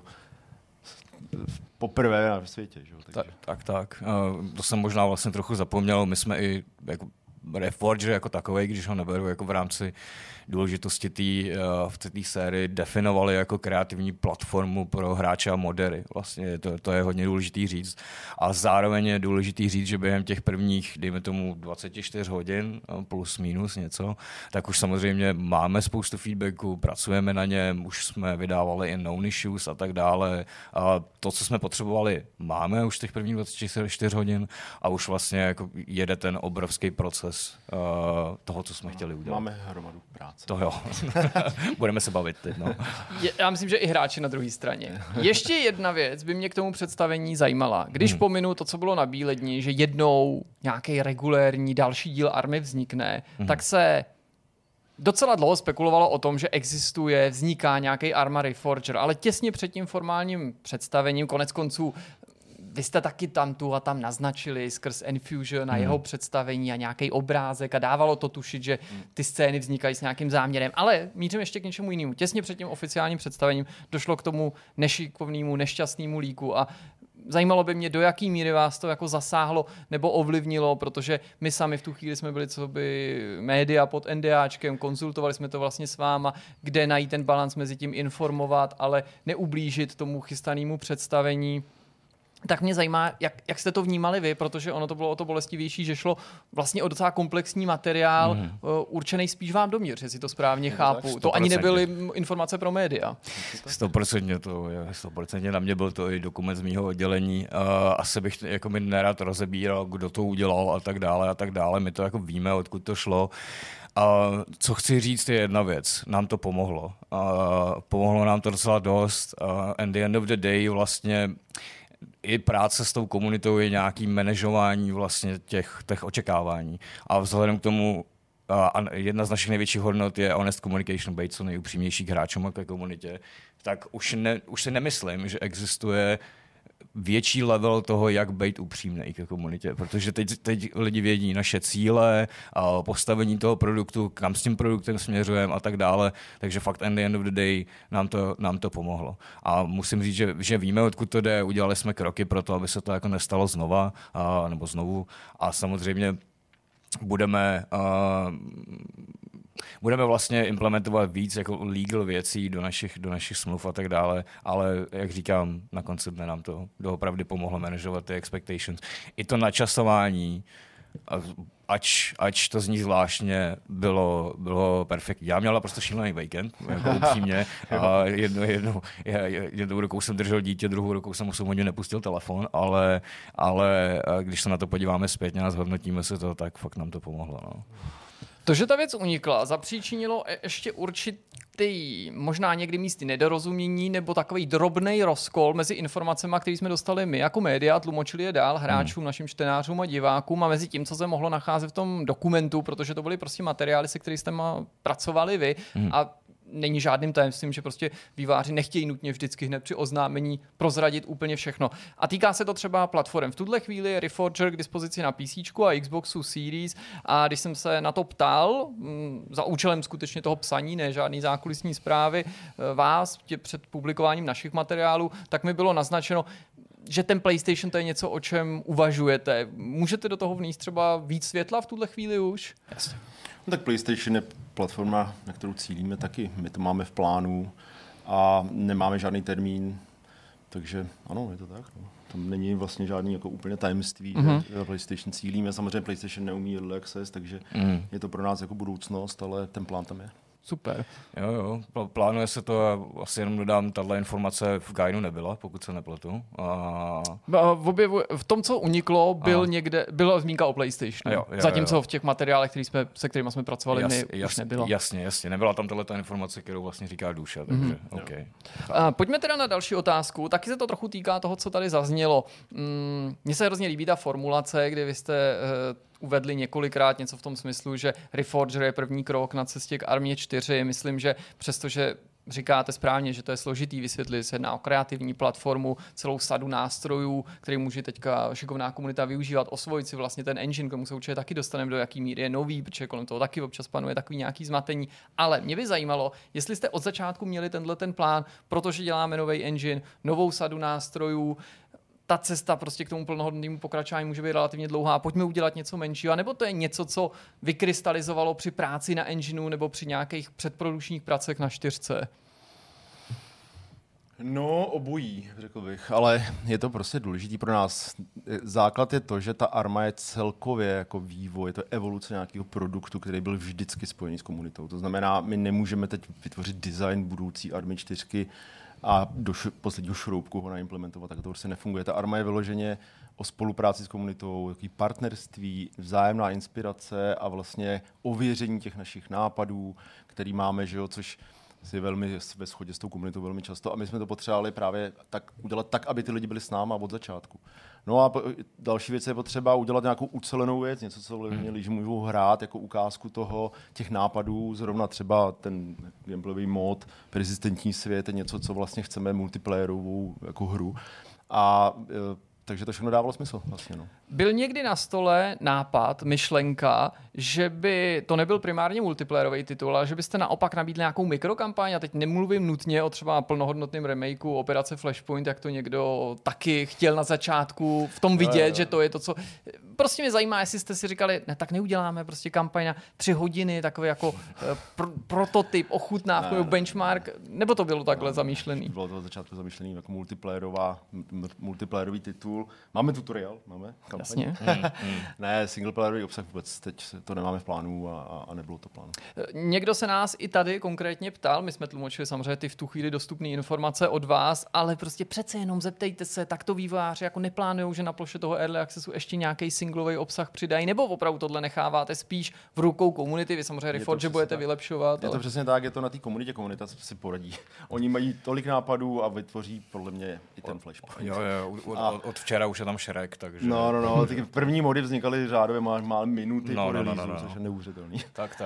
poprvé na světě. Že? Tak. To jsem možná vlastně trochu zapomněl. My jsme i jako Reforger jako takovej, když ho neberu jako v rámci důležitosti v té sérii, definovali jako kreativní platformu pro hráče a modery. Vlastně to je hodně důležitý říct. A zároveň je důležitý říct, že během těch prvních, dejme tomu 24 hodin, plus minus něco, tak už samozřejmě máme spoustu feedbacku, pracujeme na něm, už jsme vydávali i known issues a tak dále. A to, co jsme potřebovali, máme už těch prvních 24 hodin a už vlastně jako jede ten obrovský proces proces toho, co jsme chtěli udělat. Máme hromadu práce. To jo. Budeme se bavit teď. No. Já myslím, že i hráči na druhé straně. Ještě jedna věc by mě k tomu představení zajímala. Když pominu to, co bylo na Bíledni, že jednou nějaký regulérní další díl Army vznikne, tak se docela dlouho spekulovalo o tom, že vzniká nějaký Arma Reforger, ale těsně před tím formálním představením, konec konců, vy jste taky tam tu a tam naznačili skrz Enfusion a jeho představení a nějaký obrázek a dávalo to tušit, že ty scény vznikají s nějakým záměrem. Ale mířím ještě k něčemu jinému. Těsně před tím oficiálním představením došlo k tomu nešikovnému, nešťastnému líku a zajímalo by mě, do jaký míry vás to jako zasáhlo nebo ovlivnilo, protože my sami v tu chvíli jsme byli coby média pod NDAčkem, konzultovali jsme to vlastně s váma, kde najít ten balans mezi tím informovat, ale neublížit tomu chystanému představení. Tak mě zajímá, jak jste to vnímali vy, protože ono to bylo o to bolestivější, že šlo vlastně o docela komplexní materiál, určený spíš vám dovnitř, jestli to správně chápu. To ani nebyly informace pro média. 100% na mě byl to i dokument z mýho oddělení. Asi bych jako mi nerad rozebíral, kdo to udělal a tak dále. My to jako víme, odkud to šlo. Co chci říct je jedna věc. Nám to pomohlo. Pomohlo nám to docela dost. And the end of the day vlastně i práce s tou komunitou je nějaký manažování vlastně těch očekávání. A vzhledem k tomu jedna z našich největších hodnot je honest communication, být co nejupřímnější k hráčům a ke komunitě, tak už si nemyslím, že existuje větší level toho, jak být upřímný ke komunitě, protože teď lidi vědí naše cíle, postavení toho produktu, kam s tím produktem směřujeme a tak dále, takže fakt at the end of the day nám to pomohlo. A musím říct, že víme, odkud to jde, udělali jsme kroky pro to, aby se to jako nestalo nebo znovu a samozřejmě budeme vlastně implementovat víc jako legal věcí do našich smluv a tak dále, ale jak říkám, na konci dne nám to doopravdy pomohlo manažovat ty expectations. I to načasování, ač to zní zvláštně, bylo perfektní. Já měla prostě šílený víkend, jako upřímně. Jednou rukou jsem držel dítě, druhou rukou jsem 8 hodin nepustil telefon, ale když se na to podíváme zpětně a zhodnotíme si to, tak fakt nám to pomohlo. No. To, že ta věc unikla, zapříčinilo ještě určitý, možná někdy místy nedorozumění nebo takový drobnej rozkol mezi informacemi, které jsme dostali my jako média, tlumočili je dál hráčům, našim čtenářům a divákům a mezi tím, co se mohlo nacházet v tom dokumentu, protože to byly prostě materiály, se kterými jste pracovali vy a není žádným tajemstvím, že prostě výváři nechtějí nutně vždycky hned při oznámení prozradit úplně všechno. A týká se to třeba platform. V tuhle chvíli je Reforger k dispozici na PC a Xboxu Series a když jsem se na to ptal, za účelem skutečně toho psaní, ne žádný zákulisní zprávy, vás před publikováním našich materiálů, tak mi bylo naznačeno, že ten PlayStation to je něco, o čem uvažujete. Můžete do toho vnést třeba víc světla v tuhle chvíli už? Jasně. No tak PlayStation je platforma, na kterou cílíme taky. My to máme v plánu a nemáme žádný termín, takže ano, je to tak. No. Tam není vlastně žádný jako úplně tajemství, že na PlayStation cílíme. Samozřejmě PlayStation neumí early access, takže je to pro nás jako budoucnost, ale ten plán tam je. Super. Jo, plánuje se to, asi jenom dodám, tato informace v guideu nebyla, pokud se nepletu. V tom, co uniklo, byla zmínka o PlayStationu. Zatímco v těch materiálech, se kterými jsme pracovali, už nebylo. Jasně, nebyla tam tato informace, kterou vlastně říká Duša, takže okay. Pojďme teda na další otázku. Taky se to trochu týká toho, co tady zaznělo. Mně se hrozně líbí ta formulace, kdy vy jste uvedli několikrát něco v tom smyslu, že Reforger je první krok na cestě k Armě 4. Myslím, že přestože říkáte správně, že to je složitý vysvětlit, se jedná o kreativní platformu, celou sadu nástrojů, který může teďka šikovná komunita využívat, osvojit si vlastně ten engine, k tomu se určitě taky dostaneme, do jaký míry je nový, protože kolem toho taky občas panuje takový nějaký zmatení. Ale mě by zajímalo, jestli jste od začátku měli ten plán, protože děláme nový engine, novou sadu nástrojů, ta cesta prostě k tomu plnohodnotnému pokračování může být relativně dlouhá. Pojďme udělat něco menšího, nebo to je něco, co vykrystalizovalo při práci na engineu nebo při nějakých předprodukčních pracech na 4. No, obojí, řekl bych, ale je to prostě důležitý pro nás. Základ je to, že ta Arma je celkově jako vývoj, je to evoluce nějakého produktu, který byl vždycky spojený s komunitou. To znamená, my nemůžeme teď vytvořit design budoucí Army 4 a do posledního šroubku ho naimplementovat, tak to prostě nefunguje. Ta arma je vyloženě o spolupráci s komunitou, jaký partnerství, vzájemná inspirace a vlastně ověření těch našich nápadů, který máme, že jo, což je velmi ve shodě s tou komunitou velmi často a my jsme to potřebovali právě tak udělat tak, aby ty lidi byli s náma od začátku. No a další věc je potřeba udělat nějakou ucelenou věc, něco, co lidi můžou hrát jako ukázku těch nápadů, zrovna třeba ten gameplayový mod, persistentní svět, je něco, co vlastně chceme multiplayerovou jako hru. A takže to všechno dávalo smysl vlastně, no. Byl někdy na stole nápad, myšlenka, že by to nebyl primárně multiplayerový titul, ale že byste naopak nabídli nějakou mikrokampaň, a teď nemluvím nutně o třeba plnohodnotném remakeu Operace Flashpoint, jak to někdo taky chtěl na začátku v tom vidět, že to je to, co... Prostě mě zajímá, jestli jste si říkali, ne, tak neuděláme prostě kampaň na 3 hodiny, takový jako prototyp, ochutnávku, benchmark, nebo to bylo takhle zamýšlený? Bylo to od začátku zamýšlený jako multiplayerový titul. Máme tutoriál, máme kampaň. Jasně. Ne, singleplayerový obsah vůbec teď to nemáme v plánu a nebylo to plánu. Někdo se nás i tady konkrétně ptal, my jsme tlumočili samozřejmě ty v tu chvíli dostupné informace od vás, ale prostě přece jenom zeptejte se, tak to vývojáři jako neplánujou, že na ploše toho Early Accessu ještě nějaký singlový obsah přidají, nebo opravdu tohle necháváte spíš v rukou komunity, vy samozřejmě Reforge budete vylepšovat. Je to přesně tak, je to na té komunita si poradí. Oni mají tolik nápadů a vytvoří podle mě i ten Flashpoint. Jo, od včera už je tam Shrek, takže... No, ty první mody vznikaly řádově má minuty po releaseu, což je neuvěřitelný. Tak.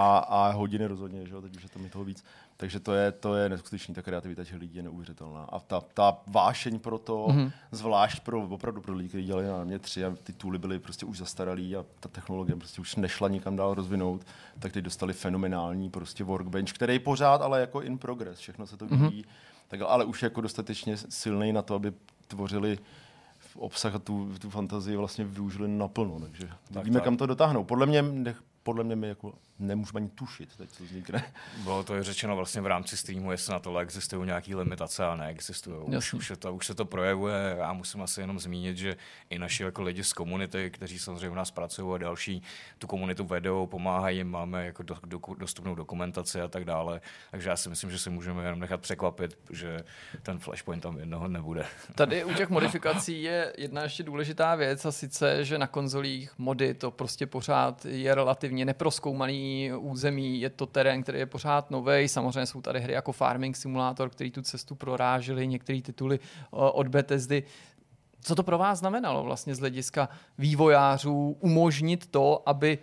A hodiny rozhodně, že jo, teď už je tam i toho víc. Takže to je neskutečný, ta kreativita těch lidí je neuvěřitelná. A ta vášeň pro to, zvlášť opravdu pro lidi, kteří dělali na mě 3 a ty tooly byly prostě už zastaralý a ta technologie prostě už nešla nikam dál rozvinout, tak teď dostali fenomenální prostě workbench, který pořád ale jako in progress, všechno se to vyvíjí, tak ale už jako dostatečně silný na to, aby tvořili obsah a tu fantazii vlastně využili naplno, takže vidíme, kam to dotáhnou. Podle mě my jako nemůžeme ani tušit, teď co vznikne. Bylo to řečeno vlastně v rámci streamu, jestli na tohle existují nějaké limitace a neexistují. Už se to projevuje. Já musím asi jenom zmínit, že i naši jako lidi z komunity, kteří samozřejmě u nás pracují a další tu komunitu vedou, pomáhají, máme jako dostupnou dokumentaci a tak dále. Takže já si myslím, že si můžeme jenom nechat překvapit, že ten Flashpoint tam jednoho nebude. Tady u těch modifikací je jedna ještě důležitá věc, a sice, že na konzolích mody to prostě pořád je relativně neprozkoumaný území, je to terén, který je pořád novej. Samozřejmě jsou tady hry jako Farming Simulator, který tu cestu prorážely, některé tituly od Bethesdy. Co to pro vás znamenalo vlastně z hlediska vývojářů umožnit to, aby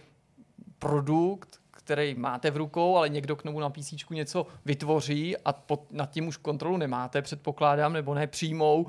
produkt, který máte v rukou, ale někdo k tomu na PCčku něco vytvoří a nad tím už kontrolu nemáte, předpokládám, nebo ne přijmou,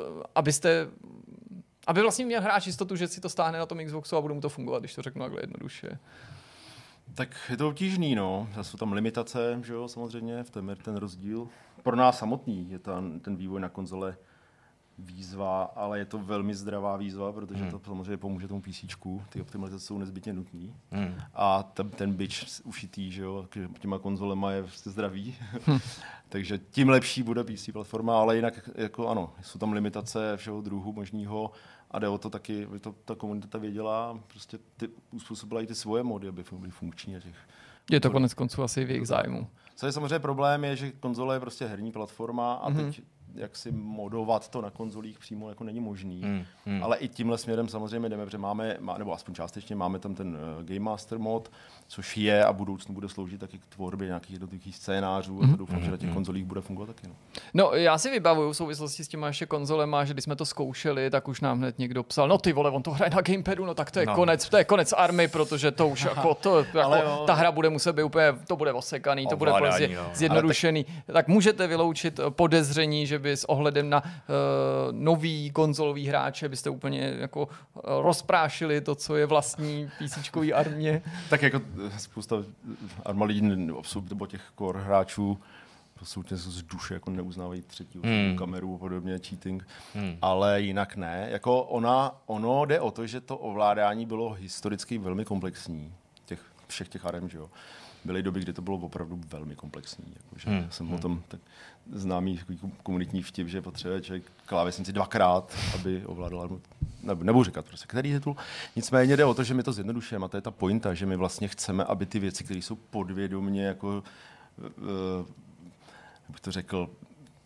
aby vlastně měl hráč jistotu, že si to stáhne na tom Xboxu a bude mu to fungovat, když to řeknu takhle jednoduše. Tak je to obtížný, no. Jsou tam limitace, že jo, samozřejmě, v tom je ten rozdíl. Pro nás samotný je ten vývoj na konzole výzva, ale je to velmi zdravá výzva, protože to samozřejmě pomůže tomu PCčku. Ty optimalizace jsou nezbytně nutný. A ten bič ušitý, že jo, těma konzolema je prostě zdravý. Takže tím lepší bude PC platforma, ale jinak jako ano, jsou tam limitace všeho druhu možného a jde o to taky, aby to ta komunita věděla, prostě uspůsobila i ty svoje mody, aby byly funkční. Je to konec konců asi v jejich zájmu. Co je samozřejmě problém, je, že konzole je prostě herní platforma a teď jak si modovat to na konzolích přímo jako není možný. Ale i tímhle směrem samozřejmě jdeme, protože nebo aspoň částečně máme tam ten Game Master mod, což je a budoucnu bude sloužit taky k tvorbě nějakých jednotlivých scénářů a to doufám, že na těch konzolích bude fungovat taky. No, já si vybavuju v souvislosti s těma ještě konzolema, že když jsme to zkoušeli, tak už nám hned někdo psal, no ty vole, on to hraje na gamepadu, no tak to je konec army, protože to už jako ta hra bude muset být úplně, to bude osekaný, to bude prostě zjednodušený. Tak můžete vyloučit podezření, že by s ohledem na nový konzolový hráče byste úplně jako rozprášili to, co je vlastní PCčkový armě. Tak jako spousta arma lidí nebo těch core hráčů absolutně z duše jako neuznávají třetí kameru, podobně cheating, ale jinak ne. Jako ono jde o to, že to ovládání bylo historicky velmi komplexní, všech těch arem, že jo. Byly doby, kdy to bylo opravdu velmi komplexní. Jakože jsem o tom tak známý komunitní vtip, že potřebuje člověk klávesnici 2x, aby ovládal, nebudu říkat prostě, který titul. Nicméně jde o to, že my to zjednodušujeme a to je ta pointa, že my vlastně chceme, aby ty věci, které jsou podvědomě jako, jak bych to řekl,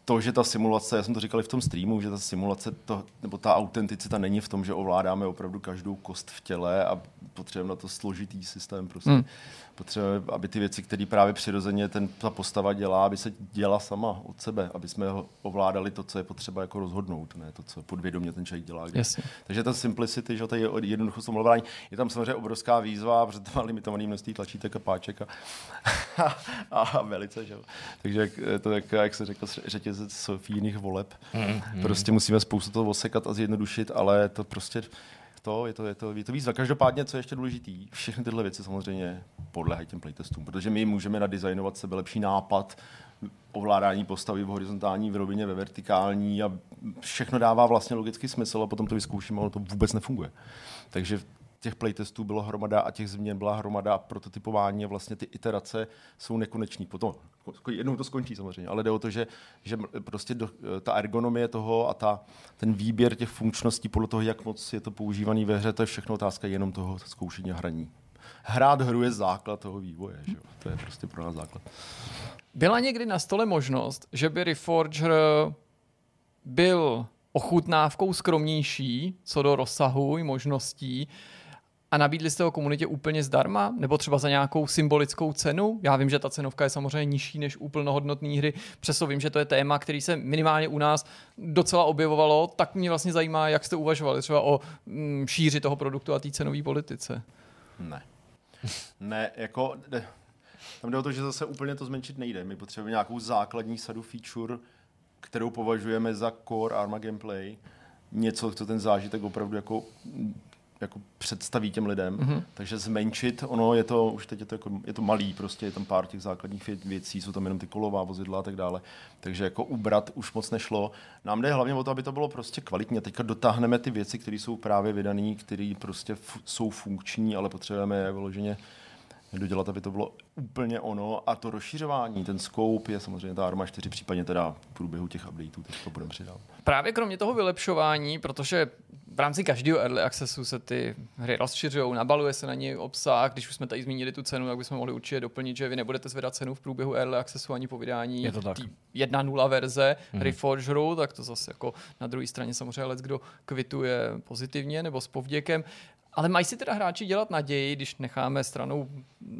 to, že ta simulace, já jsem to říkal i v tom streamu, že ta simulace, nebo ta autenticita není v tom, že ovládáme opravdu každou kost v těle a potřebujeme na to složitý systém. Prostě. Potřebujeme, aby ty věci, které právě přirozeně ta postava dělá, aby se dělala sama od sebe, aby jsme ovládali to, co je potřeba jako rozhodnout, ne to, co podvědomě ten člověk dělá. Takže ta simplicity, že to je jednoduchost ovládání, je tam samozřejmě obrovská výzva, protože to má limitované množství tlačítek a páček a velice, že jo. Takže to, jak se řekl, řetězec v jiných voleb. Prostě musíme spoustu toho osekat a zjednodušit, ale to prostě je to výzva. Každopádně, co je ještě důležitý, všechny tyhle věci samozřejmě podléhají těm playtestům, protože my můžeme nadizajnovat sebe lepší nápad, ovládání postavy v horizontální, v rovině, ve vertikální a všechno dává vlastně logický smysl a potom to vyzkoušíme, ale to vůbec nefunguje. Takže těch playtestů bylo hromada a těch změn byla hromada a prototypování a vlastně ty iterace jsou nekonečný. Potom jednou to skončí samozřejmě, ale jde o to, že prostě ta ergonomie toho a ten výběr těch funkčností podle toho, jak moc je to používaný ve hře, to je všechno otázka jenom toho zkoušení a hraní. Hrát hru je základ toho vývoje, že? To je prostě pro nás základ. Byla někdy na stole možnost, že by Reforger byl ochutnávkou skromnější co do rozsahu i možností a nabídli jste ho komunitě úplně zdarma? Nebo třeba za nějakou symbolickou cenu? Já vím, že ta cenovka je samozřejmě nižší než u plnohodnotné hry, přesto vím, že to je téma, který se minimálně u nás docela objevovalo, tak mě vlastně zajímá, jak jste uvažovali třeba o šíři toho produktu a té cenové politice. Ne, jako... Tam jde o to, že zase úplně to zmenšit nejde. My potřebujeme nějakou základní sadu feature, kterou považujeme za core Arma gameplay. Něco, co ten zážitek opravdu jako představí těm lidem. Takže zmenšit, je to, už teď je to malý, prostě je tam pár těch základních věcí, jsou tam jenom ty kolová vozidla a tak dále. Takže jako ubrat už moc nešlo. Nám jde hlavně o to, aby to bylo prostě kvalitně. Teďka dotáhneme ty věci, které jsou právě vydané, které prostě jsou funkční, ale potřebujeme je vyloženě dodělat, aby to bylo úplně ono. A to rozšiřování, ten scope je samozřejmě ta Arma 4, případně teda v průběhu těch updateů teďka budeme přidávat. Právě kromě toho vylepšování, protože v rámci každého early accessu se ty hry rozšiřují, nabaluje se na ně obsah. Když už jsme tady zmínili tu cenu, tak bychom mohli určitě doplnit, že vy nebudete zvedat cenu v průběhu early accessu ani po vydání 1.0 verze Reforgeru, tak to zase jako na druhé straně samozřejmě leckdo kvituje pozitivně nebo s povděkem. Ale mají si teda hráči dělat naději, když necháme stranou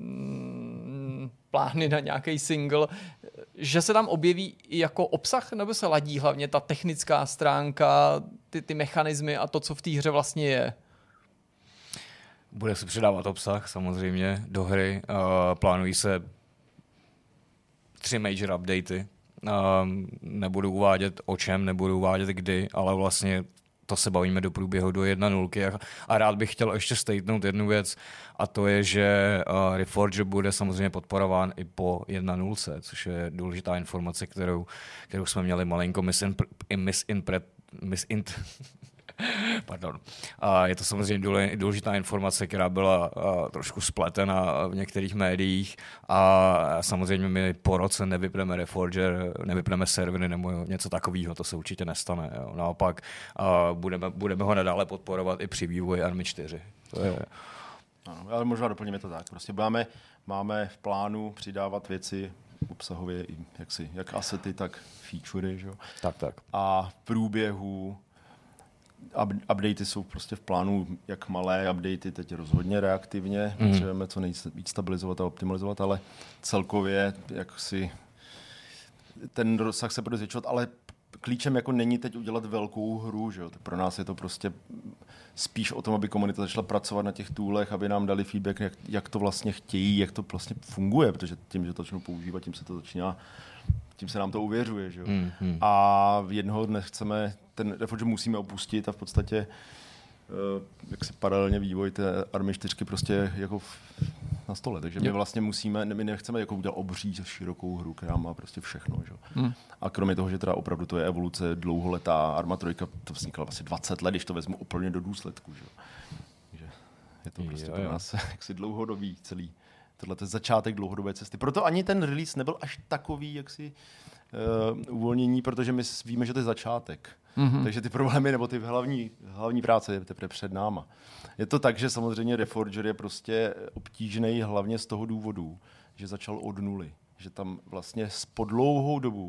plány na nějaký single, že se tam objeví i jako obsah, nebo se ladí hlavně ta technická stránka, ty mechanismy a to, co v té hře vlastně je? Bude se přidávat obsah samozřejmě do hry. Plánují se 3 major updaty. Nebudu uvádět o čem, nebudu uvádět kdy, ale vlastně to se bavíme do průběhu do 1.0. A rád bych chtěl ještě statemenout jednu věc, a to je, že Reforger bude samozřejmě podporován i po 1.0, což je důležitá informace, kterou jsme měli malinko Pardon. Je to samozřejmě důležitá informace, která byla trošku spletena v některých médiích a samozřejmě my po roce nevypneme Reforger, nevypneme servery nebo něco takového, to se určitě nestane. Jo. Naopak budeme ho nadále podporovat i při vývoji Army 4. To je... Ano, ale možná doplníme to tak. Prostě máme v plánu přidávat věci obsahově, jak asety, tak featurey. Že? Tak. A v průběhu updaty jsou prostě v plánu, jak malé updaty, teď rozhodně reaktivně. Potřebujeme co nejvíc stabilizovat a optimalizovat, ale celkově ten rozsah se bude zvětšovat, ale klíčem jako není teď udělat velkou hru. Že jo? Pro nás je to prostě spíš o tom, aby komunita začala pracovat na těch toolech, aby nám dali feedback, jak to vlastně chtějí, jak to vlastně funguje, protože tím, že to začnou používat, tím se nám to uvěřuje. Že jo? A jednoho dne chceme, ten Reforger musíme opustit a v podstatě paralelně vývoj té Army 4 prostě jako na stole. Takže my vlastně my nechceme jako udělat obří širokou hru, která má prostě všechno. Že? A kromě toho, že teda opravdu to je evoluce dlouholetá, Arma 3 to vznikla vlastně 20 let, když to vezmu úplně do důsledku. Že? Takže je to prostě pro nás jaksi dlouhodobý celý. Tohle je začátek dlouhodobé cesty. Proto ani ten release nebyl až takový uvolnění, protože my víme, že to je začátek. Takže ty problémy nebo ty hlavní práce je teprve před náma. Je to tak, že samozřejmě Reforger je prostě obtížný hlavně z toho důvodu, že začal od nuly. Že tam vlastně po dlouhou dobu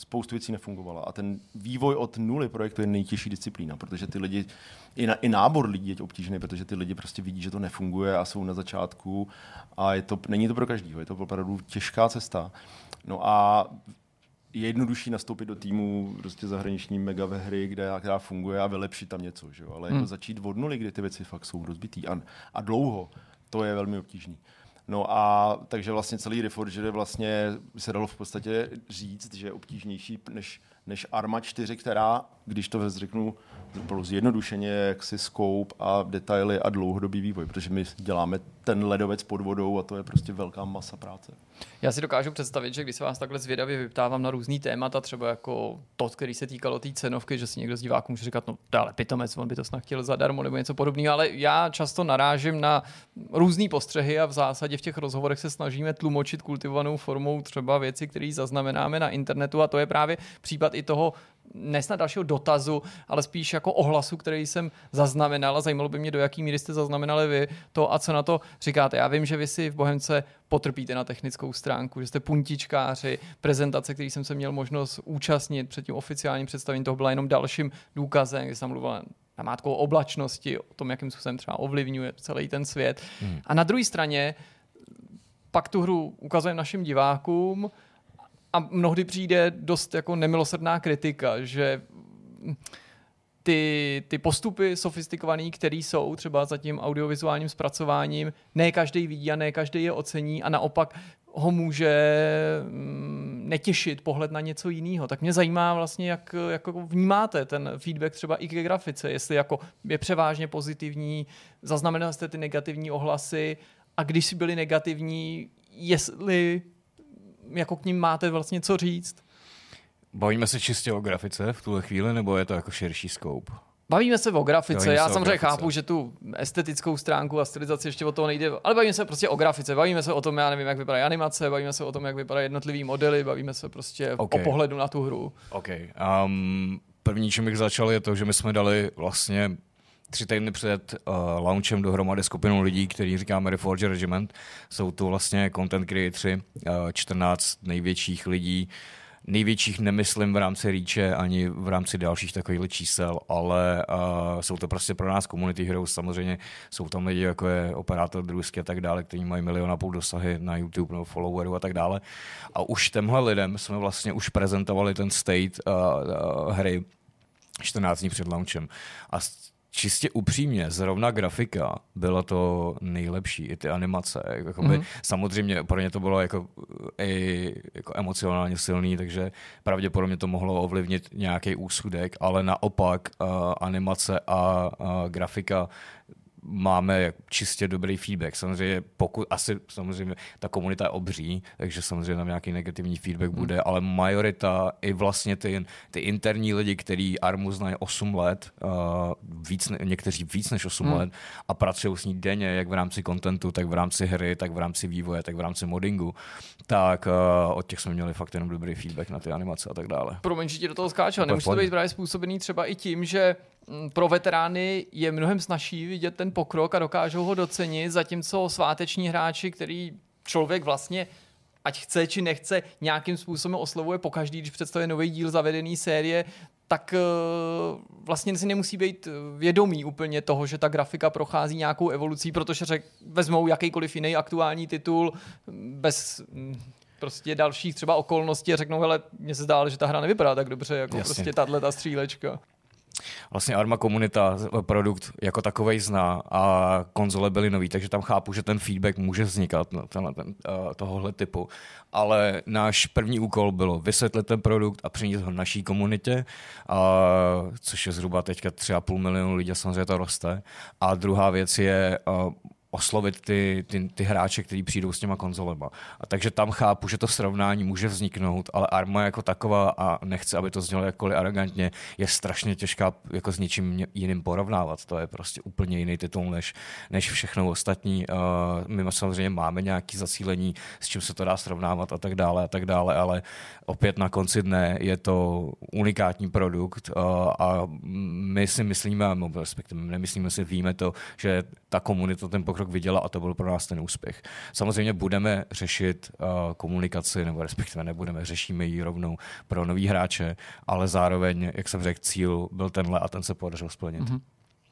spoustu věcí nefungovala. A ten vývoj od nuly projektu je nejtěžší disciplína, protože ty lidi, i nábor lidí je obtížný, protože ty lidi prostě vidí, že to nefunguje a jsou na začátku a není to pro každýho, je to opravdu těžká cesta. No a je jednodušší nastoupit do týmu prostě zahraniční mega ve hry, která funguje a vylepšit tam něco, že jo? Ale jako začít od nuly, kdy ty věci fakt jsou rozbitý a dlouho, to je velmi obtížný. No a takže vlastně celý Reforger vlastně se dalo v podstatě říct, že je obtížnější než Arma 4, která, když to řeknu zjednodušeně, jaksi scope a detaily a dlouhodobý vývoj, protože my děláme ten ledovec pod vodou a to je prostě velká masa práce. Já si dokážu představit, že když se vás takhle zvědavě vyptávám na různý témata, třeba jako to, který se týkalo té cenovky, že si někdo z diváků může říkat, no dále pitomec, on by to snad chtěl zadarmo nebo něco podobného, ale já často narážím na různý postřehy a v zásadě v těch rozhovorech se snažíme tlumočit kultivovanou formou třeba věci, které zaznamenáme na internetu a to je právě případ i toho nesnad dalšího dotazu, ale spíš jako ohlasu, který jsem zaznamenal a zajímalo by mě, do jaký míry jste zaznamenali vy to a co na to říkáte. Já vím, že vy si v Bohemce potrpíte na technickou stránku, že jste puntičkáři, prezentace, který jsem se měl možnost účastnit před tím oficiálním představením, toho byla jenom dalším důkazem, kdy jsem mluvil namátkou o oblačnosti, o tom, jakým způsobem třeba ovlivňuje celý ten svět. A na druhé straně pak tu hru ukazujeme našim divákům a mnohdy přijde dost jako nemilosrdná kritika, že ty postupy sofistikované, které jsou třeba za tím audiovizuálním zpracováním, ne každý vidí a ne každý je ocení a naopak ho může netěšit pohled na něco jiného. Tak mě zajímá vlastně, jak vnímáte ten feedback třeba i ke grafice, jestli jako je převážně pozitivní, zaznamenali jste ty negativní ohlasy a když si byli negativní, jestli jako k ním máte vlastně co říct? Bavíme se čistě o grafice v tuhle chvíli, nebo je to jako širší scope? Bavíme se o grafice. Já samozřejmě chápu, že tu estetickou stránku a stylizaci ještě o toho nejde, ale bavíme se prostě o grafice. Bavíme se o tom, já nevím, jak vypadají animace, bavíme se o tom, jak vypadají jednotlivý modely, bavíme se prostě o pohledu na tu hru. První, čím bych začal, je to, že my jsme dali vlastně 3 týdny před launchem dohromady skupinu lidí, který říkáme Reforger Regiment. Jsou to vlastně content creatoři, 14 největších lidí. Největších nemyslím v rámci Reache ani v rámci dalších takových čísel, ale jsou to prostě pro nás community heroes. Samozřejmě jsou tam lidi, jako je operátor Drusky a tak dále, kteří mají 1,5 milionu dosahy na YouTube nebo followerů a tak dále. A už těmhle lidem jsme vlastně už prezentovali ten state hry 14 dní před launchem. A čistě upřímně, zrovna grafika byla to nejlepší, i ty animace. Samozřejmě pro ně to bylo jako emocionálně silný, takže pravděpodobně to mohlo ovlivnit nějaký úsudek, ale naopak animace a grafika máme čistě dobrý feedback. Samozřejmě samozřejmě ta komunita je obří, takže samozřejmě tam nějaký negativní feedback bude, ale majorita i vlastně ty interní lidi, kteří Armu znají 8 let, někteří víc než 8 let a pracují s ní denně, jak v rámci contentu, tak v rámci hry, tak v rámci vývoje, tak v rámci moddingu, tak od těch jsme měli fakt jenom dobrý feedback na ty animace a tak dále. Promiň, že ti do toho skáču, nemůže to být právě způsobený třeba i tím, že pro veterány je mnohem snazší vidět ten pokrok a dokážou ho docenit, zatímco sváteční hráči, který člověk vlastně, ať chce či nechce, nějakým způsobem oslovuje pokaždý, když představuje nový díl zavedený série, tak vlastně si nemusí být vědomí úplně toho, že ta grafika prochází nějakou evolucí, protože vezmou jakýkoliv jiný aktuální titul bez prostě dalších třeba okolností a řeknou, hele, mně se zdálo, že ta hra nevypadá tak dobře, jako prostě tato střílečka. Vlastně Arma komunita produkt jako takovej zná a konzole byly nový, takže tam chápu, že ten feedback může vznikat tohohle typu. Ale náš první úkol bylo vysvětlit ten produkt a přinést ho naší komunitě, což je zhruba teďka 3,5 milionu lidí, samozřejmě to roste. A druhá věc je oslovit ty hráče, kteří přijdou s těma konzolema. A takže tam chápu, že to srovnání může vzniknout, ale Arma jako taková, a nechci, aby to znělo jakkoliv arrogantně, je strašně těžká jako s ničím jiným porovnávat. To je prostě úplně jiný titul než všechno ostatní. My samozřejmě máme nějaké zacílení, s čím se to dá srovnávat a tak dále, ale opět na konci dne je to unikátní produkt a my si myslíme, respektive nemyslíme si, víme to, že ta komunita ten pokrok pokrok viděla a to byl pro nás ten úspěch. Samozřejmě budeme řešit komunikaci, nebo respektive nebudeme, řešíme ji rovnou pro nový hráče, ale zároveň, jak jsem řekl, cíl byl tenhle a ten se podařil splnit. Mm-hmm.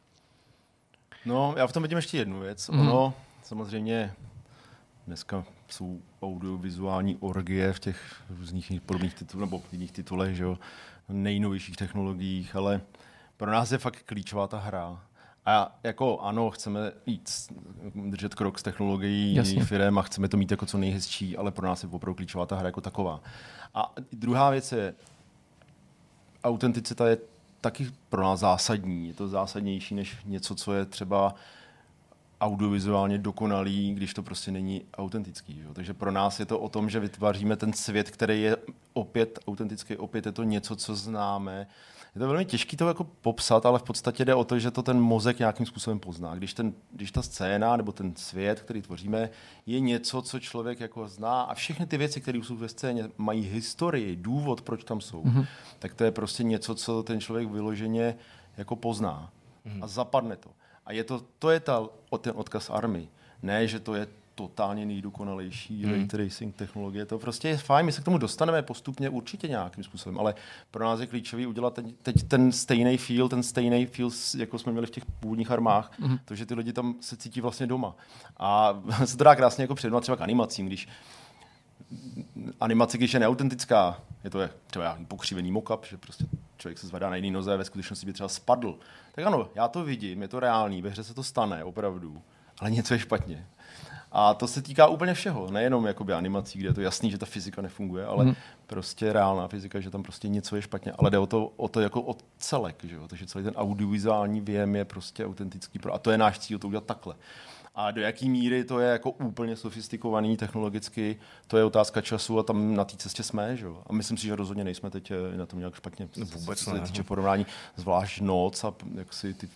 No, já v tom vidím ještě jednu věc. Ono, samozřejmě, dneska jsou audiovizuální orgie v těch různých podobných titulech, nebo jiných titulech, že jo, nejnovějších technologiích, ale pro nás je fakt klíčová ta hra. A jako ano, chceme držet krok s technologií jiných firem a chceme to mít jako co nejhezčí, ale pro nás je opravdu klíčová ta hra jako taková. A druhá věc je, autenticita je taky pro nás zásadní. Je to zásadnější než něco, co je třeba audiovizuálně dokonalý, když to prostě není autentický. Jo? Takže pro nás je to o tom, že vytváříme ten svět, který je opět autentický, opět je to něco, co známe. Je to velmi těžké to jako popsat, ale v podstatě jde o to, že to ten mozek nějakým způsobem pozná. Když ta scéna nebo ten svět, který tvoříme, je něco, co člověk jako zná a všechny ty věci, které jsou ve scéně, mají historii, důvod, proč tam jsou, tak to je prostě něco, co ten člověk vyloženě jako pozná a zapadne to. A to je ten odkaz Army. Ne, že to je totálně nejdokonalejší ray tracing technologie. To prostě je fajn, my se k tomu dostaneme postupně určitě nějakým způsobem, ale pro nás je klíčový udělat teď ten stejný feel, jako jsme měli v těch původních Armách, to, že ty lidi tam se cítí vlastně doma. A se to dá krásně jako předmat třeba k animacím, když animace, když je neautentická, je to třeba nějaký pokřivený mock-up, že prostě člověk se zvedá na jiný noze a ve skutečnosti by třeba spadl. Tak ano, já to vidím, je to reálný, ve hře se to stane, opravdu, ale něco je špatně. A to se týká úplně všeho, nejenom jakoby animací, kde je to jasný, že ta fyzika nefunguje, ale prostě reálná fyzika, že tam prostě něco je špatně, ale jde o to jako o celek, že jo? Takže celý ten audiovizuální věm je prostě autentický. A to je náš cíl, to udělat takhle. A do jaký míry to je jako úplně sofistikovaný technologicky, to je otázka času a tam na té cestě jsme, že jo. A myslím si, že rozhodně nejsme teď na tom nějak špatně. Vůbec ne. Se porovnání, zvlášť noc a jak si ty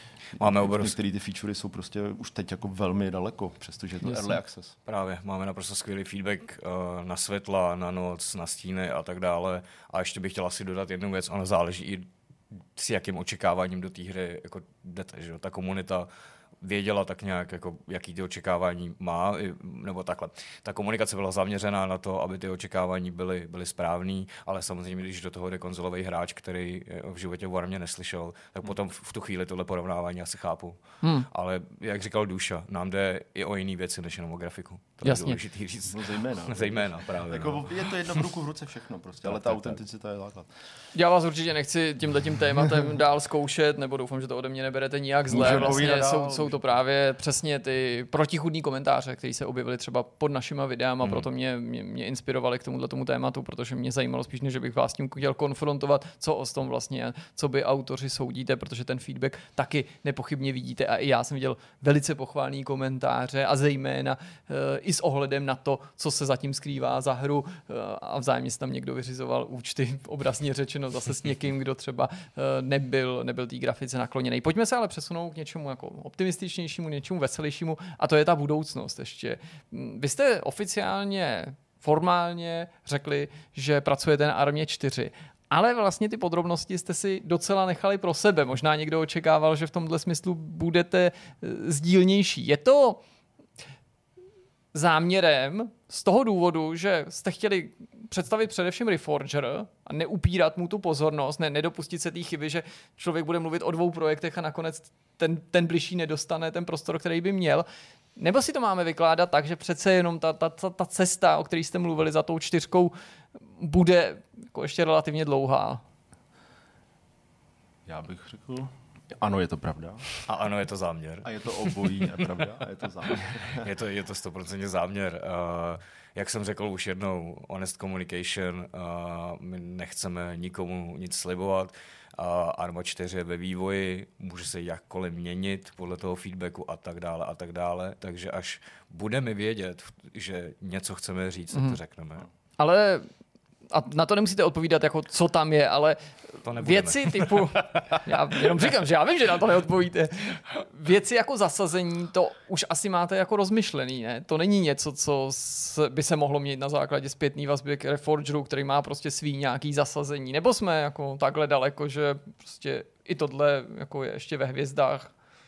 některé ty featurey jsou prostě už teď jako velmi daleko, přestože je to early access. Právě, máme naprosto skvělý feedback na světla, na noc, na stíny a tak dále. A ještě bych chtěl asi dodat jednu věc, ale záleží i s jakým očekáváním do té hry jako jdete, že jo. Ta komunita věděla tak nějak, jako, jaký ty očekávání má, nebo takhle. Ta komunikace byla zaměřená na to, aby ty očekávání byly správný, ale samozřejmě, když do toho jde konzolový hráč, který v životě o Armě neslyšel, tak potom v tu chvíli tohle porovnávání asi chápu. Ale jak říkal Duša, nám jde i o jiný věci, než jenom o grafiku. To jasně. Je důležitý říct. No, zejména právě. Jako, je to jedno v ruku v ruce všechno prostě, ale ta autenticita je základ. Já vás určitě nechci tímhletím tématem dál zkoušet, nebo doufám, že to ode mě neberete nijak zle. Vlastně jsou to právě přesně ty protichůdný komentáře, které se objevily třeba pod našima videama, proto mě inspirovaly k tomu tématu, protože mě zajímalo spíš, než bych vás tím chtěl konfrontovat, co o tom vlastně, co by autoři soudíte, protože ten feedback taky nepochybně vidíte a i já jsem viděl velice pochválný komentáře a zejména i s ohledem na to, co se zatím skrývá za hru a vzájemně se tam někdo vyřizoval účty, obrazně řečeno zase s někým, kdo třeba nebyl té grafice nakloněný. Pojďme se ale přesunout k něčemu jako optimističnějšímu, něčemu veselějšímu a to je ta budoucnost ještě. Vy jste oficiálně, formálně řekli, že pracujete na Armě 4, ale vlastně ty podrobnosti jste si docela nechali pro sebe. Možná někdo očekával, že v tomhle smyslu budete sdílnější. Je to záměrem z toho důvodu, že jste chtěli představit především Reforger a neupírat mu tu pozornost, nedopustit se té chyby, že člověk bude mluvit o 2 projektech a nakonec ten bližší nedostane ten prostor, který by měl. Nebo si to máme vykládat tak, že přece jenom ta cesta, o které jste mluvili za tou 4, bude jako ještě relativně dlouhá? Já bych řekl, ano, je to pravda. A ano, je to záměr. A je to obojí, je pravda, a je to záměr. je to 100% záměr. Jak jsem řekl už jednou, honest communication, my nechceme nikomu nic slibovat. Arma 4 je ve vývoji, může se jakkoliv měnit podle toho feedbacku a tak dále. Takže až budeme vědět, že něco chceme říct, tak to řekneme. Ale a na to nemusíte odpovídat, jako co tam je, ale věci typu, já jenom říkám, že já vím, že na to neodpovíte, věci jako zasazení, to už asi máte jako rozmyšlený, ne? To není něco, co by se mohlo měnit na základě zpětný vazby k Reforgeru, který má prostě svý nějaký zasazení, nebo jsme jako takhle daleko, že prostě i tohle jako je ještě ve hvězdách?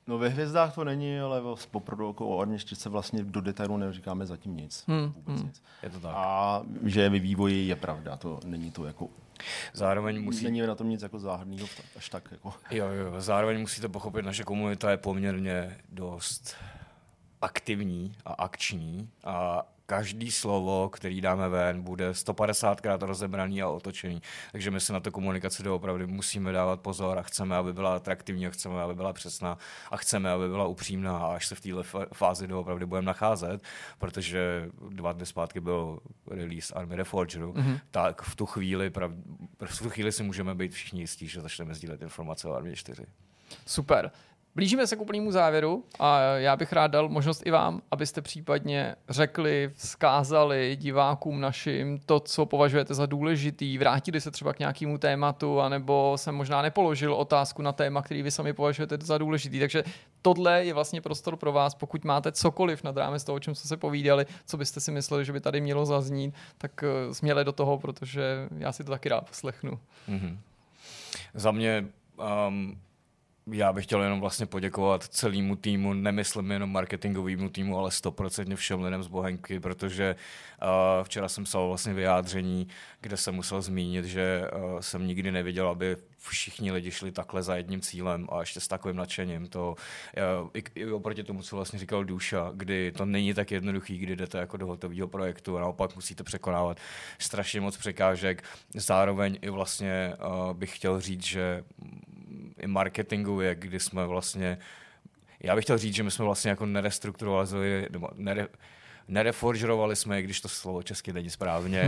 No ve Hvězdách to není, ale opravdu jako o arměštěce vlastně do detailu neříkáme zatím nic. Vůbec nic. Je to tak. A že je ve vývoji je pravda, to není to jako... Zároveň Není na tom nic jako záhadného až tak jako... Jo, zároveň musíte pochopit, naše komunita je poměrně dost aktivní a akční a každý slovo, který dáme ven, bude 150krát rozebraný a otočený. Takže my se na tu komunikaci doopravdy musíme dávat pozor a chceme, aby byla atraktivní, a chceme, aby byla přesná a chceme, aby byla upřímná a až se v této fázi doopravdy budeme nacházet, protože 2 dny zpátky byl release Army Reforgedu, tak v tu chvíli si můžeme být všichni jistí, že začneme sdílet informace o Armě 4. Super. Blížíme se k úplnému závěru a já bych rád dal možnost i vám, abyste případně řekli, vzkázali divákům našim to, co považujete za důležitý, vrátili se třeba k nějakému tématu, anebo jsem možná nepoložil otázku na téma, který vy sami považujete za důležitý. Takže tohle je vlastně prostor pro vás, pokud máte cokoliv nad rámec toho, o čem jste se povídali, co byste si mysleli, že by tady mělo zaznít, tak směle do toho, protože já si to taky rád poslechnu. Za mě... Já bych chtěl jenom vlastně poděkovat celému týmu, nemyslím jenom marketingovému týmu, ale 100% všem lidem z Bohemky, protože včera jsem psal vlastně vyjádření, kde jsem musel zmínit, že jsem nikdy neviděl, aby všichni lidi šli takhle za jedním cílem a ještě s takovým nadšením. To i oproti tomu, co vlastně říkal Duša, kdy to není tak jednoduchý, kdy jdete jako do hotového projektu a naopak musíte překonávat strašně moc překážek. Zároveň i vlastně bych chtěl říct, že i marketingově, kdy jsme vlastně, já bych chtěl říct, že my jsme vlastně jako nerestrukturalizovali, nebo nereforgerovali jsme, když to slovo česky není správně,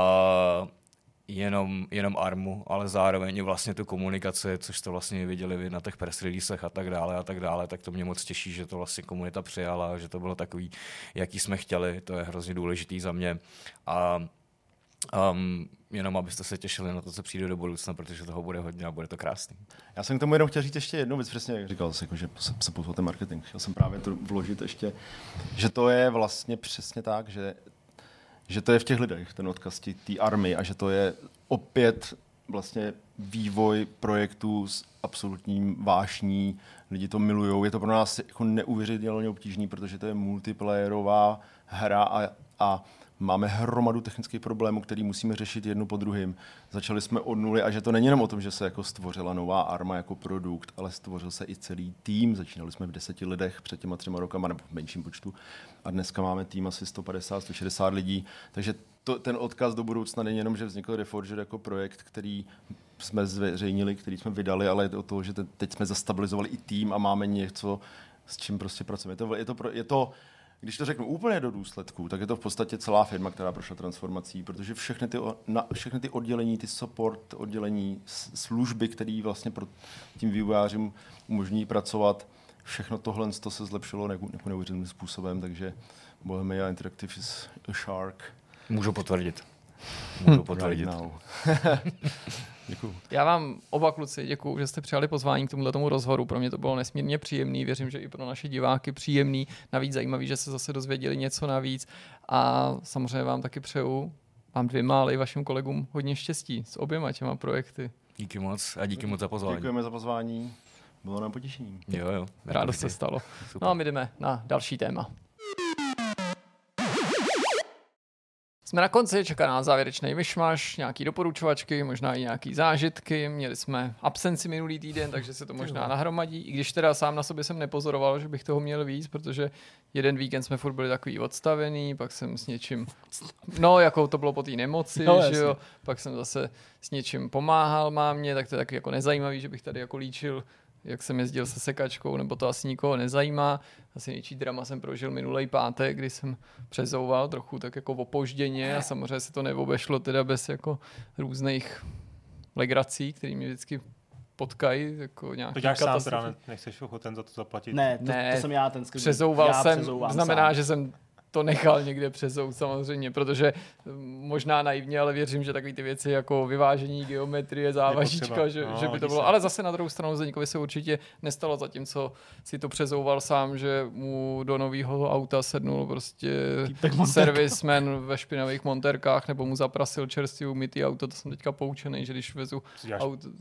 jenom Armu, ale zároveň i vlastně tu komunikaci, což jste vlastně viděli vy na těch press releasech a tak dále, tak to mě moc těší, že to vlastně komunita přijala, že to bylo takový, jaký jsme chtěli, to je hrozně důležitý za mě. A jenom abyste se těšili na to, co přijde do budoucna, protože toho bude hodně a bude to krásný. Já jsem k tomu jenom chtěl říct ještě jednu věc, přesně jak říkal jsi, jako, že se pozval ten marketing. Chtěl jsem právě to vložit ještě, že to je vlastně přesně tak, že to je v těch lidech, ten odkaz té army a že to je opět vlastně vývoj projektu s absolutním vášní, lidi to milujou, je to pro nás jako neuvěřitelně obtížný, protože to je multiplayerová hra a máme hromadu technických problémů, který musíme řešit jednu po druhým. Začali jsme od nuly a že to není jenom o tom, že se jako stvořila nová arma jako produkt, ale stvořil se i celý tým. Začínali jsme v 10 lidech před těma 3 rokama, nebo v menším počtu. A dneska máme tým asi 150-160 lidí. Takže ten odkaz do budoucna není jenom, že vznikl Reforged jako projekt, který jsme zveřejnili, který jsme vydali, ale je to o to, že teď jsme zastabilizovali i tým a máme něco, s čím prostě pracujeme. Je to Když to řeknu úplně do důsledku, tak je to v podstatě celá firma, která prošla transformací, protože všechny ty oddělení, ty support oddělení, služby, které vlastně pro tím vývojářům umožní pracovat, všechno tohle se zlepšilo neuvěřitelným způsobem, takže Bohemia Interactive is a shark. Můžu potvrdit. Děkuju. Já vám oba kluci děkuju, že jste přijali pozvání k tomuto rozhovoru. Pro mě to bylo nesmírně příjemný, věřím, že i pro naše diváky příjemný, navíc zajímavý, že se zase dozvěděli něco navíc a samozřejmě vám taky přeju, vám dvěma, ale i vašim kolegům hodně štěstí s oběma těma projekty. Díky moc a díky moc za pozvání. Děkujeme za pozvání, bylo nám potěšením. Jo. Rádost se stalo. Super. No a my jdeme na další téma. Jsme na konci, čeká nás závěrečný vyšmaš, nějaký doporučovačky, možná i nějaký zážitky. Měli jsme absenci minulý týden, takže se to možná nahromadí. I když teda sám na sobě jsem nepozoroval, že bych toho měl víc, protože jeden víkend jsme furt byli takový odstavený, pak jsem s něčím, no jako to bylo po té nemoci, že jo, pak jsem zase s něčím pomáhal mámě, tak to je taky jako nezajímavý, že bych tady jako líčil, jak jsem jezdil se sekačkou, nebo to asi nikoho nezajímá. Asi největší drama jsem prožil minulej pátek, kdy jsem přezouval trochu tak jako opožděně a samozřejmě se to neobešlo teda bez jako různých legrací, který mě vždycky potkají. Jako nějaký to děláš sám, teda nejseš ochoten za to zaplatit? Ne, to jsem já ten přezouval jsem, znamená, že jsem to nechal někde přezout samozřejmě, protože možná naivně, ale věřím, že takové ty věci jako vyvážení geometrie, závažíčka, že by to bylo. Ale zase na druhou stranu Zdeňkovi se určitě nestalo, zatímco si to přezouval sám, že mu do nového auta sednul prostě servisman ve špinavých monterkách nebo mu zaprasil čerstvě umytý auto. To jsem teďka poučený, že když vezu auto...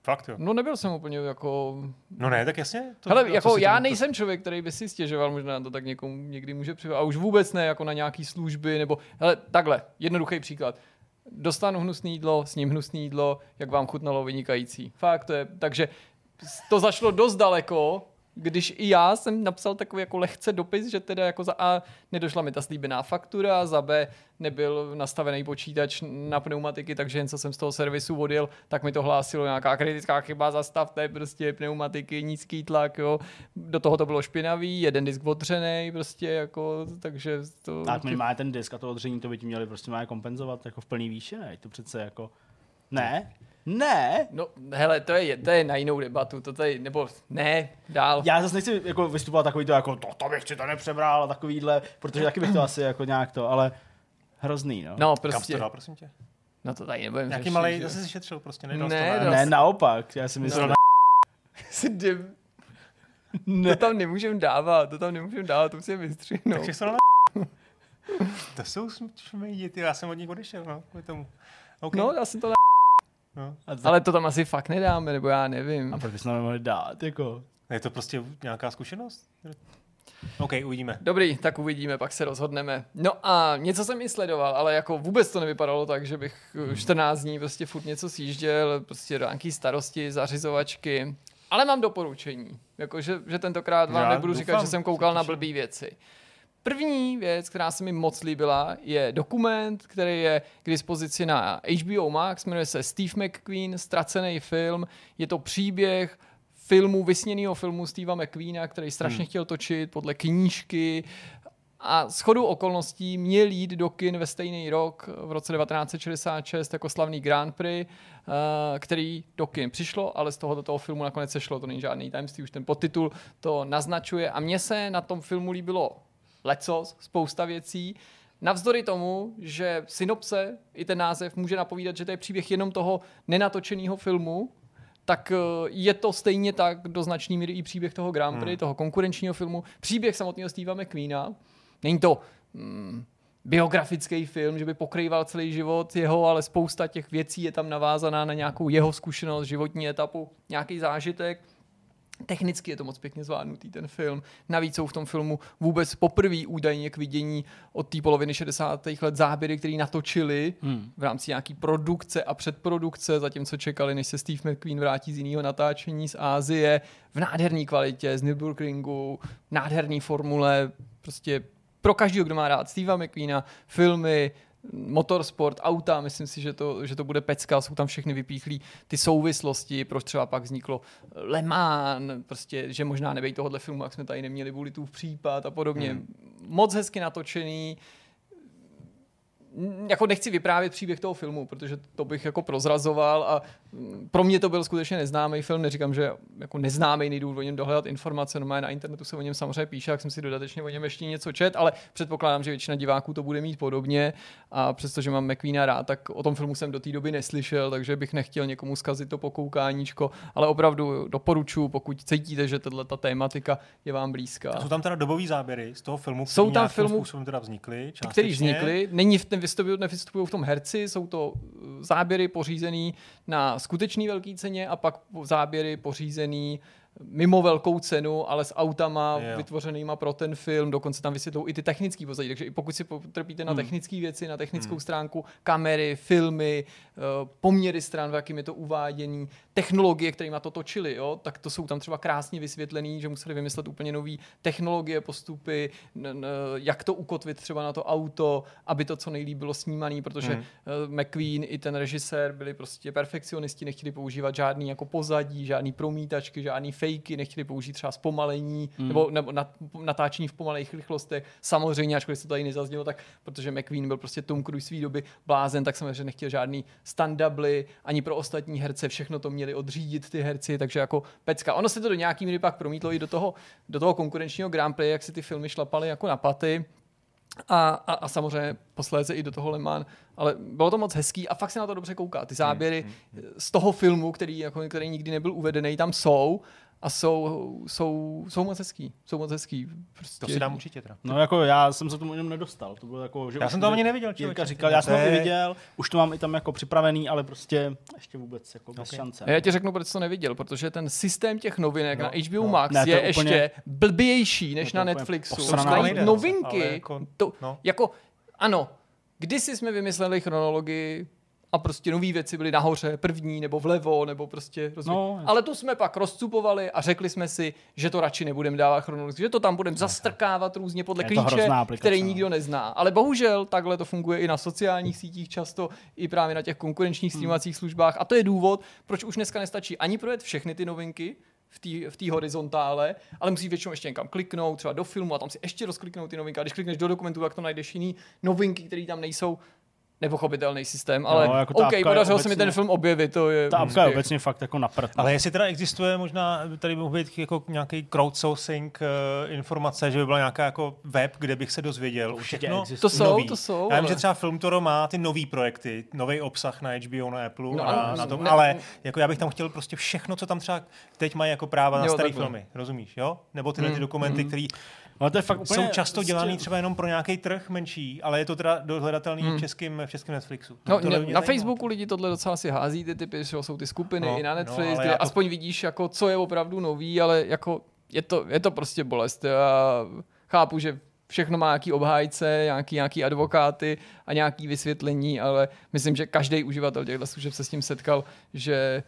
Fakt jo. No nebyl jsem úplně jako... No ne, tak jasně. Hele, jako já nejsem člověk, který by si stěžoval, možná to tak někomu někdy může přijít. A už vůbec ne jako na nějaký služby, nebo... Hele, takhle, jednoduchý příklad. Dostanu hnusné jídlo, s ním hnusné jídlo, jak vám chutnalo, vynikající. Fakt to je, takže to zašlo dost daleko, když i já jsem napsal takový jako lehce dopis, že teda jako za A nedošla mi ta slíbená faktura, za B nebyl nastavený počítač na pneumatiky, takže jen co jsem z toho servisu odjel, tak mi to hlásilo nějaká kritická chyba, zastavte prostě pneumatiky, nízký tlak, jo. Do toho to bylo špinavý, jeden disk odřenej, prostě jako, takže to... Tak minimálně ten disk a to odření, to by ti měli prostě má kompenzovat jako v plný výši, ne? To přece jako... Ne? Ne. No, hele, to je na jinou debatu, to tady, nebo ne, dál. Já zase nechci jako vystupovat takový to, jako to bych si to nepřebral a takovýhle, protože taky bych to asi jako nějak to, ale hrozný, no. No, Kam jsi prostě. to dal, prosím tě? No to tady nebudem Nějaký řešit, malej, že? zase si šetřil prostě, Ne, nedal Ne, naopak, já si myslel, To tam nemůžem dávat, to musíme vystřihnout. Takže se to jsou šmejdi, ty, já jsem od nich odešel, no, kvůli tomu. Okay. No, já jsem to No. Ale to tam asi fakt nedáme, nebo já nevím. A proč bychom nemohli dát, jako? Je to prostě nějaká zkušenost? OK, uvidíme. Dobrý, tak uvidíme, pak se rozhodneme. No a něco jsem i sledoval, ale jako vůbec to nevypadalo tak, že bych 14 dní prostě furt něco sjížděl, prostě do nějaký starosti, zařizovačky. Ale mám doporučení, jako že tentokrát vám nebudu říkat, že jsem koukal na blbý věci. První věc, která se mi moc líbila, je dokument, který je k dispozici na HBO Max, jmenuje se Steve McQueen, Ztracený film. Je to příběh vysněného filmu Steva McQueena, který strašně chtěl točit podle knížky a shodou okolností měl jít do kin ve stejný rok, v roce 1966, jako slavný Grand Prix, který do kin přišlo, ale z toho filmu nakonec sešlo, to není žádný tajemství, už ten podtitul to naznačuje a mně se na tom filmu líbilo lecos, spousta věcí. Navzdory tomu, že synopse i ten název může napovídat, že to je příběh jenom toho nenatočeného filmu, tak je to stejně tak do značný míry i příběh toho Grand Prix, toho konkurenčního filmu. Příběh samotného Steva McQueena. Není to biografický film, že by pokrýval celý život jeho, ale spousta těch věcí je tam navázaná na nějakou jeho zkušenost, životní etapu, nějaký zážitek. Technicky je to moc pěkně zvládnutý ten film. Navíc jsou v tom filmu vůbec poprvé údajně k vidění od té poloviny 60. let záběry, které natočili v rámci nějaký produkce a předprodukce, zatímco čekali, než se Steve McQueen vrátí z jiného natáčení z Asie, v nádherné kvalitě, z Nürburgringu, nádherné formule, prostě pro každého, kdo má rád Steva McQueena, filmy, motorsport, auta, myslím si, že to bude pecka, jsou tam všechny vypíchlí ty souvislosti, proč třeba pak vzniklo Le Mans, prostě, že možná nebej tohohle filmu, jak jsme tady neměli Bulletův případ a podobně. Moc hezky natočený. Jako nechci vyprávět příběh toho filmu, protože to bych jako prozrazoval a pro mě to byl skutečně neznámý film, neříkám, že jako neznámý, nejdu o něm dohledat informace, no na internetu se o něm samozřejmě píše, jak jsem si dodatečně o něm ještě něco čet, ale předpokládám, že většina diváků to bude mít podobně a přestože mám McQueena rád, tak o tom filmu jsem do té doby neslyšel, takže bych nechtěl někomu zkazit to pokoukáníčko, ale opravdu doporučuji, pokud cítíte, že tato tématika je vám blízká. A jsou tam teda dobový záběry z toho filmu, jsou tam filmy, způsobem teda vznikly, které vznikly, nevystupují v tom herci, jsou to záběry pořízený na skutečný velký ceně a pak záběry pořízený mimo velkou cenu, ale s autama vytvořenýma pro ten film, dokonce tam vysvětlou i ty technické pozadí, takže i pokud si potrpíte na technické věci, na technickou stránku, kamery, filmy, poměry stran, v jakým je to uvádění, technologie, kterými to točili, jo, tak to jsou tam třeba krásně vysvětlený, že museli vymyslet úplně nový technologie, postupy, jak to ukotvit třeba na to auto, aby to co nejlíp bylo snímaný, protože McQueen i ten režisér byli prostě perfekcionisti, nechtěli používat žádný jako pozadí, žádný promítačky, žádný fejky, nechtěli použít třeba zpomalení nebo natáčení v pomalejch rychlostech. Samozřejmě, ačkoliv se to tady nezaznělo, tak protože McQueen byl prostě Tom Cruise svý doby blázen, tak samozřejmě nechtěl žádný stand-doubly, ani pro ostatní herce, všechno to měli odřídit ty herci, takže jako pecka. Ono se to do nějaký míry pak promítlo i do toho konkurenčního Grand Prix, jak si ty filmy šlapaly jako na paty. A samozřejmě posléze i do toho Le Mans, ale bylo to moc hezký a fakt se na to dobře kouká. Ty záběry z toho filmu, který nikdy nebyl uvedený, tam jsou a jsou moc hezký. Jsou moc hezký. Prostě... To si dám určitě teda. No jako já jsem se tomu jenom nedostal. To bylo jako, že já jsem to ani neviděl. Jirka říkal, já jsem to viděl, už to mám i tam jako připravený, ale prostě ještě vůbec jako bez šance. Já ti řeknu, proč to neviděl, protože ten systém těch novinek na HBO Max je ještě blbější než na Netflixu. Novinky, jako ano, kdysi jsme vymysleli chronologii a prostě nový věci byly nahoře, první nebo vlevo, nebo prostě ale tu jsme pak rozcupovali a řekli jsme si, že to radši nebudeme dávat chronologicky, že to tam budeme zastrkávat různě podle klíče, který nikdo nezná. Ale bohužel takhle to funguje i na sociálních sítích často, i právě na těch konkurenčních streamovacích službách a to je důvod, proč už dneska nestačí ani projet všechny ty novinky v té horizontále, ale musíš většinou ještě někam kliknout, třeba do filmu a tam si ještě rozkliknout ty novinky. A když klikneš do dokumentu, tak to najdeš jiný novinky, které tam nejsou. Nepochopitelný systém, ale jako podařilo se mi ten film objevit, to je... Ta apka je obecně fakt jako na prd. Ale jestli teda existuje možná, tady mohl být jako nějaký crowdsourcing informace, že by byla nějaká jako web, kde bych se dozvěděl všechno To jsou. Já vím, že třeba Filmtoro má ty nový projekty, nový obsah na HBO, na Apple na tom, ale jako já bych tam chtěl prostě všechno, co tam třeba teď mají jako práva na staré filmy, rozumíš, jo? Nebo tyhle ty dokumenty, které jsou často dělaný třeba jenom pro nějaký trh menší, ale je to teda dohledatelný v českém Netflixu. Na Facebooku lidi tohle docela si hází ty typy, že jsou ty skupiny i na Netflix, kde aspoň vidíš, jako, co je opravdu nový, ale jako je to prostě bolest. Já chápu, že všechno má nějaký obhájce, nějaký advokáty a nějaký vysvětlení, ale myslím, že každý uživatel těchto služeb se s tím setkal, že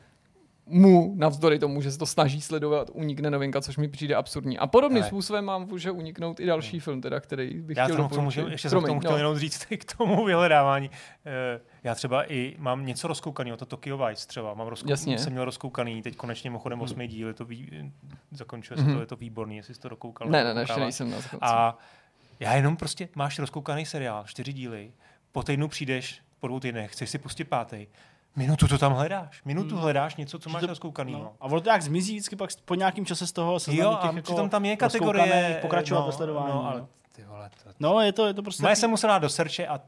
mu navzdory tomu, že se to snaží sledovat, unikne novinka, což mi přijde absurdní. A podobným způsobem může uniknout i další film, teda, který bych chtěl doporučit. Ještě jsem k tomu chtěl jenom říct k tomu vyhledávání. Já třeba i mám něco rozkoukaného, to Tokyo Vice třeba. Jsem měl rozkoukaný, teď konečně mimochodem 8. díl, zakončuje se to, je to výborný, jestli jsi to dokoukal. Ne, ještě nejsem na zakonci. A já jenom prostě máš rozkoukaný seriál, 4 díly, po týdnu přijdeš, po 2 týdnech, chceš si pustit 5. Minutu to tam hledáš. Hledáš něco, co máš rozkoukaný. No. A ono to jak zmizí vždycky pak po nějakým čase z toho seznamu těch jako přitom tam je kategorie pokračovat ve sledování. Ale ty vole, je to prostě... Moje jsem musel dát do searche a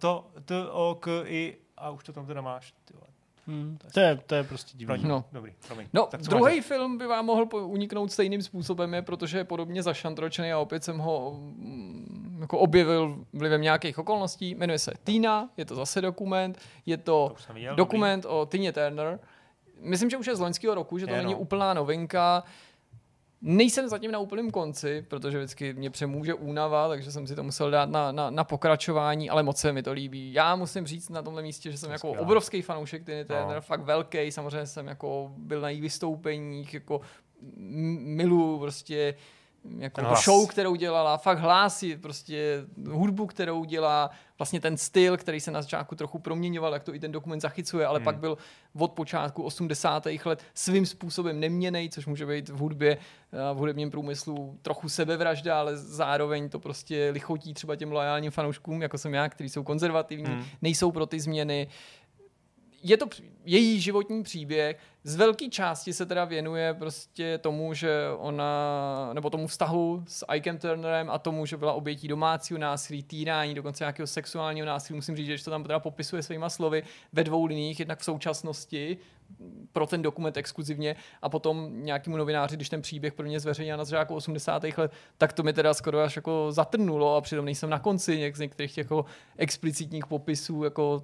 a už to tam teda máš. Ty vole. To je prostě divný. Dobrý, promiň. Druhý film by vám mohl uniknout stejným způsobem, protože je podobně zašantročený a opět jsem ho jako objevil vlivem nějakých okolností. Jmenuje se Tina, je to zase dokument, je to dokument o Tině Turner. Myslím, že už je z loňského roku, že to není úplná novinka. Nejsem zatím na úplném konci, protože vždycky mě přemůže únava, takže jsem si to musel dát na pokračování, ale moc se mi to líbí. Já musím říct na tomhle místě, že jsem jako obrovský fanoušek Tiny Turner, fakt velký, samozřejmě jsem jako byl na jejich vystoupeních, jako miluju prostě jako to show, kterou dělala, fakt hlásí, prostě hudbu, kterou dělá, vlastně ten styl, který se na začátku trochu proměňoval, jak to i ten dokument zachycuje, ale pak byl od počátku 80. let svým způsobem neměnej, což může být v hudbě, v hudebním průmyslu trochu sebevražda, ale zároveň to prostě lichotí třeba těm loajálním fanouškům, jako jsem já, kteří jsou konzervativní, nejsou pro ty změny. Je to její životní příběh. Z velké části se teda věnuje prostě tomu, že nebo tomu vztahu s Ikem Turnerem a tomu, že byla obětí domácího násilí, týrání, dokonce nějakého sexuálního násilí. Musím říct, že to tam teda popisuje svýma slovy ve 2 liniích, jednak v současnosti pro ten dokument exkluzivně a potom nějakému novináři, když ten příběh pro mě zveřejnil na začátku 80. let, tak to mi teda skoro až jako zatrnulo a přitom nejsem na konci z některých těch jako explicitních popisů, jako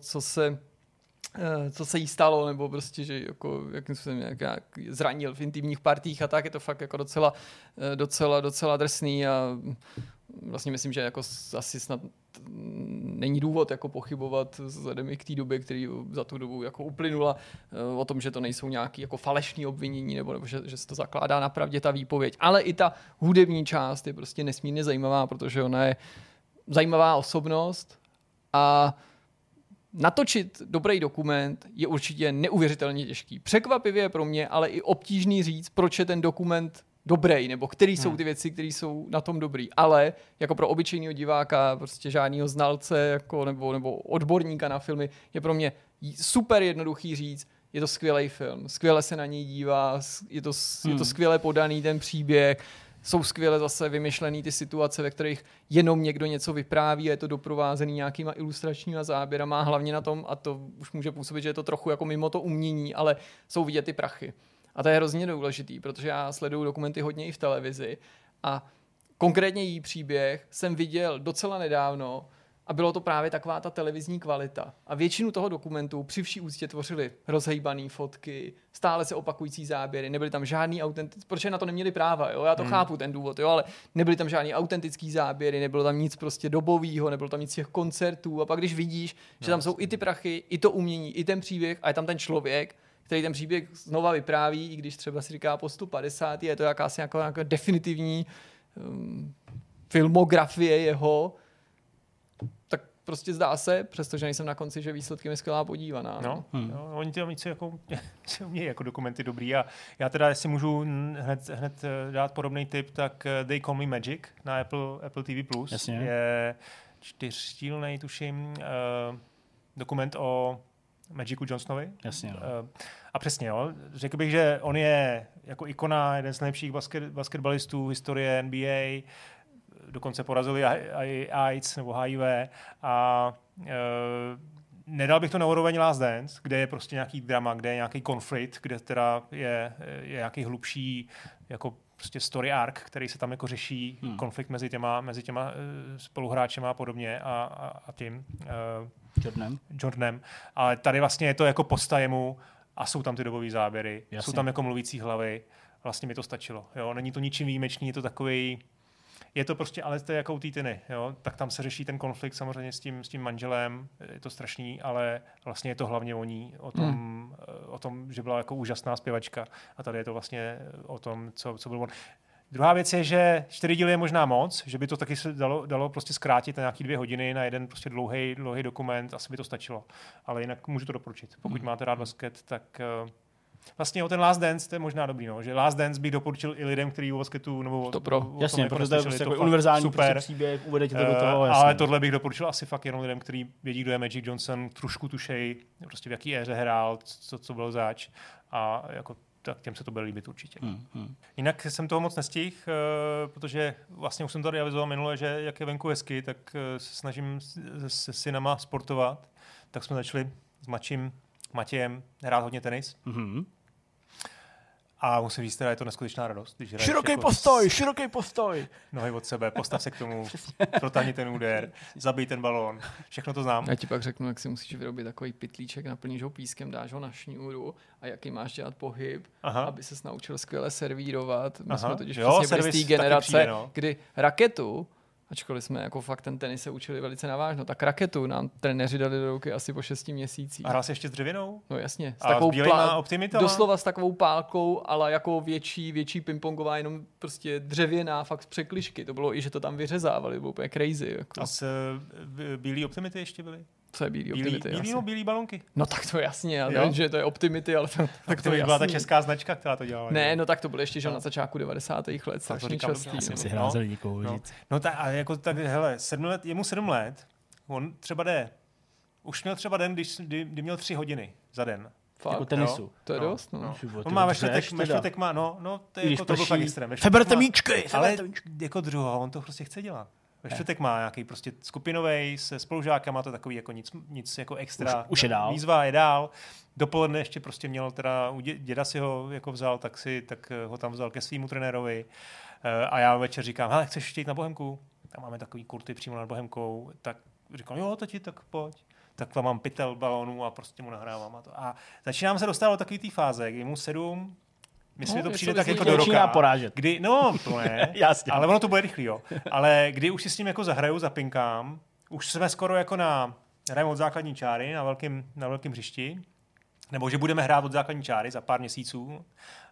co se jí stalo, nebo prostě, že jako, jakým způsobem jak zranil v intimních partích a tak, je to fakt jako docela drsný a vlastně myslím, že jako asi snad není důvod jako pochybovat vzhledem i k té době, který za tu dobu jako uplynula, o tom, že to nejsou nějaké jako falešné obvinění nebo že se to zakládá na pravdě ta výpověď. Ale i ta hudební část je prostě nesmírně zajímavá, protože ona je zajímavá osobnost a natočit dobrý dokument je určitě neuvěřitelně těžký. Překvapivě pro mě, ale i obtížný říct, proč je ten dokument dobrý, nebo který jsou ty věci, které jsou na tom dobrý. Ale jako pro obyčejného diváka, prostě žádného znalce jako, nebo odborníka na filmy, je pro mě super jednoduchý říct, je to skvělý film, skvěle se na něj dívá, je to skvěle podaný ten příběh, jsou skvěle zase vymyšlený ty situace, ve kterých jenom někdo něco vypráví a je to doprovázený nějakýma ilustračníma záběrama, hlavně na tom, a to už může působit, že je to trochu jako mimo to umění, ale jsou vidět ty prachy. A to je hrozně důležitý, protože já sleduju dokumenty hodně i v televizi a konkrétně její příběh jsem viděl docela nedávno a bylo to právě taková ta televizní kvalita. A většinu toho dokumentu při vší úctě tvořily rozhejbané fotky, stále se opakující záběry, nebyly tam žádný autentický, protože na to neměli práva, jo? Já to chápu, ten důvod, jo? Ale nebyly tam žádný autentický záběry, nebylo tam nic prostě dobovýho, nebylo tam nic těch koncertů a pak když vidíš, že tam jsou i ty prachy, i to umění, i ten příběh a je tam ten člověk, který ten příběh znova vypráví, i když třeba si říká po 150, je to jakási jako definitivní filmografie jeho, tak prostě zdá se, přestože nejsem na konci, že výsledky je skvělá podívaná. No, oni ty se umějí jako dokumenty dobrý a já teda, jestli můžu hned dát podobný tip, tak They Call Me Magic na Apple TV+. Jasně. Je 4dílnej, tuším, dokument o Magicu Johnsonovi. Jasně. A přesně, jo. Řekl bych, že on je jako ikona, jeden z nejlepších basketbalistů historie NBA, dokonce porazili AIDS nebo HIV a nedal bych to na úroveň Last Dance, kde je prostě nějaký drama, kde je nějaký konflikt, kde teda je nějaký hlubší jako prostě story arc, který se tam jako řeší, konflikt mezi těma spoluhráčema a podobně a tím Jordanem. Ale tady vlastně je to jako posta jemu a jsou tam ty dobové záběry, jsou tam jako mluvící hlavy. Vlastně mi to stačilo. Jo? Není to ničím výjimečný, je to takový. Je to prostě, ale to je jako u té Tiny, jo? Tak tam se řeší ten konflikt samozřejmě s tím manželem, je to strašný, ale vlastně je to hlavně o ní, o tom, že byla jako úžasná zpěvačka a tady je to vlastně o tom, co byl on. Druhá věc je, že 4 díly je možná moc, že by to taky se dalo prostě zkrátit na nějaký 2 hodiny na jeden prostě dlouhý dokument, asi by to stačilo. Ale jinak můžu to doporučit. Pokud máte rád basket, tak vlastně o ten Last Dance to je možná dobrý, no, že Last Dance bych doporučil i lidem, kteří o basketu nebo jasně, protože to je prostě jako univerzální super příběh, uvedete to do toho, jasně. Ale tohle bych doporučil asi fakt jenom lidem, kteří vědí, kdo je Magic Johnson, trošku tušej, prostě v jaký éře hrál, co byl zač a jako tak těm se to bude líbit určitě. Jinak jsem toho moc nestihl, protože vlastně už jsem tady avizoval minule, že jak je venku hezky, tak se snažím se synama sportovat, tak jsme začali s Matějem hrát hodně tenis. A musím říct, teda je to neskutečná radost. Široký postoj! Nohy od sebe, postav se k tomu, protáhni ten úder, zabij ten balón, všechno to znám. Já ti pak řeknu, jak si musíš vyrobit takový pytlíček, naplníš ho pískem, dáš ho na šňůru a jaký máš dělat pohyb, aby ses naučil skvěle servírovat. My jsme totiž přesně byli z té generace, kdy raketu, ačkoliv jsme jako fakt ten tenis se učili velice navážno, tak raketu nám trenéři dali do ruky asi po 6 měsících. A hrál jsi ještě s dřevěnou? No jasně. S takovou optimitama? Doslova s takovou pálkou, ale jako větší pingpongová, jenom prostě dřevěná, fakt z překližky. To bylo i, že to tam vyřezávali, bylo úplně crazy. Jako. A bílý optimity ještě byly? Co je bílý optimity? Bílý balonky. No tak to jasně, já nevím, že to je optimity, ale tak to je byla ta česká značka, která to dělala. Ne, no tak to bylo ještě, že na začátku 90. let, strašně častý. Já jsem si hrázel někoho říct. No tak, a jako tak, hele, 7 let, je mu 7 let, on třeba už měl třeba den, kdy měl 3 hodiny za den. Fakt? Jako tenisu. To je dost, no. On má ve čtvrtek má, to je jako to byl fakt extrém. Seberte míčky! Ale jako druhá, on to prostě chce dělat. Ve čtvrtek má nějaký prostě skupinovej se spolužákama, to takový jako nic jako extra. Už je dál. Výzva je dál. Dopoledne ještě prostě měl teda, děda si ho jako vzal, tak ho tam vzal ke svýmu trenérovi. A já večer říkám, hele, chceš jít na Bohemku? Tam máme takový kurty přímo nad Bohemkou. Tak říkal, jo, tati, tak pojď. Tak mám pytel balónů a prostě mu nahrávám a to. A začínám se dostávat do takový té fáze, kdy mu 7, myslím, že to přijde tak jako do roka. Porážet. Kdy, no, to ne, jasně. Ale ono to bude rychlý, jo. Ale kdy už si s ním jako zahraju, zapinkám, už jsme skoro jako hrajeme od základní čáry na velkém hřišti, nebo že budeme hrát od základní čáry za pár měsíců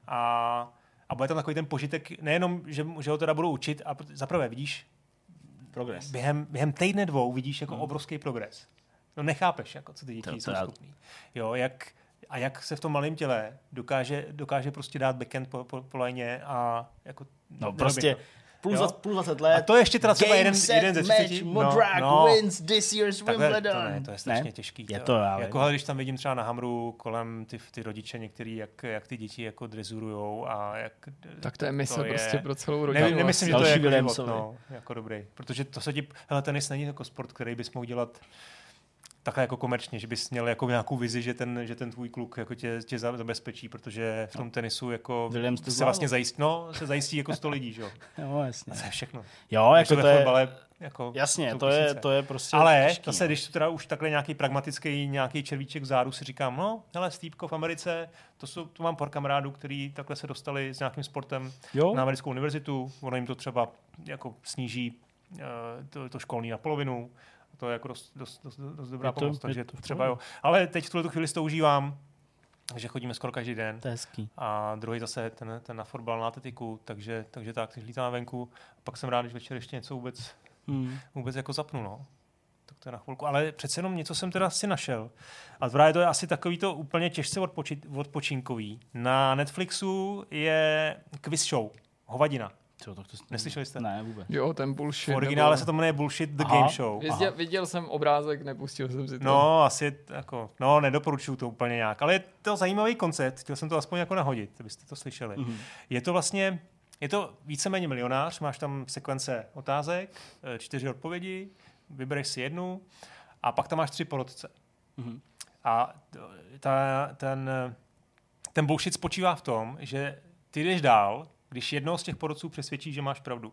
a bude tam takový ten požitek, nejenom, že ho teda budou učit, a zaprvé vidíš progres. Během týdne 2 vidíš jako obrovský progres. No nechápeš, jako, co ty děti jsou schopný. Jo, jak se v tom malém těle dokáže prostě dát backhand po lajně a jako... No prostě plus 20 let. A to ještě teda třeba jeden ze 30. Modrák wins this year's Wimbledon. To je strašně těžký. Je to jako když tam vidím třeba na Hamru kolem ty rodiče některý, jak ty děti jako drezurujou a jak... Tak to je mise prostě pro celou rodinu. Nemyslím, že to je jako život, jako dobrý. Protože to se tenis není jako sport, který bys mohl dělat takhle jako komerčně, že bys měl jako nějakou vizi, že ten tvůj kluk jako tě zabezpečí, protože v tom tenisu jako se vlastně zajistí jako 100 lidí, že jo. Jo, jasně. To je všechno. Jo, jako to je fotbale, jako jasně, to je prostě ale těžký, zase, když to teda už takhle nějaký pragmatický nějaký červíček vzadu si říkám, no, hele, Stevko v Americe, to mám pár kamarádů, který takhle se dostali s nějakým sportem na americkou univerzitu, ono jim to třeba jako sníží to školní na polovinu, to je jako dost dobrá pomoc, takže to třeba jo. Ale teď v tuhle chvíli to užívám, takže chodíme skoro každý den. To je hezký. A druhý zase ten na fotbal, na atletiku, takže tak, když lítáme venku, pak jsem rád, když večer ještě něco vůbec jako zapnu, no. Tak to je na chvilku. Ale přece jenom něco jsem teda asi našel. A právě to je asi takový to úplně těžce odpočinkový. Na Netflixu je quiz show, Hovadina. Neslyšeli jste? Ne, vůbec. Jo, ten bullshit. V originále se to jmenuje Bullshit the Game Show. Viděl jsem obrázek, nepustil jsem si to. No, asi jako, nedoporučuju to úplně nějak, ale je to zajímavý koncept, chtěl jsem to aspoň jako nahodit, abyste to slyšeli. Mm-hmm. Je to víceméně milionář, máš tam sekvence otázek, 4 odpovědi, vybereš si jednu a pak tam máš 3 porodce. Mm-hmm. A ten bullshit spočívá v tom, že ty jdeš dál, když jednoho z těch porodců přesvědčí, že máš pravdu.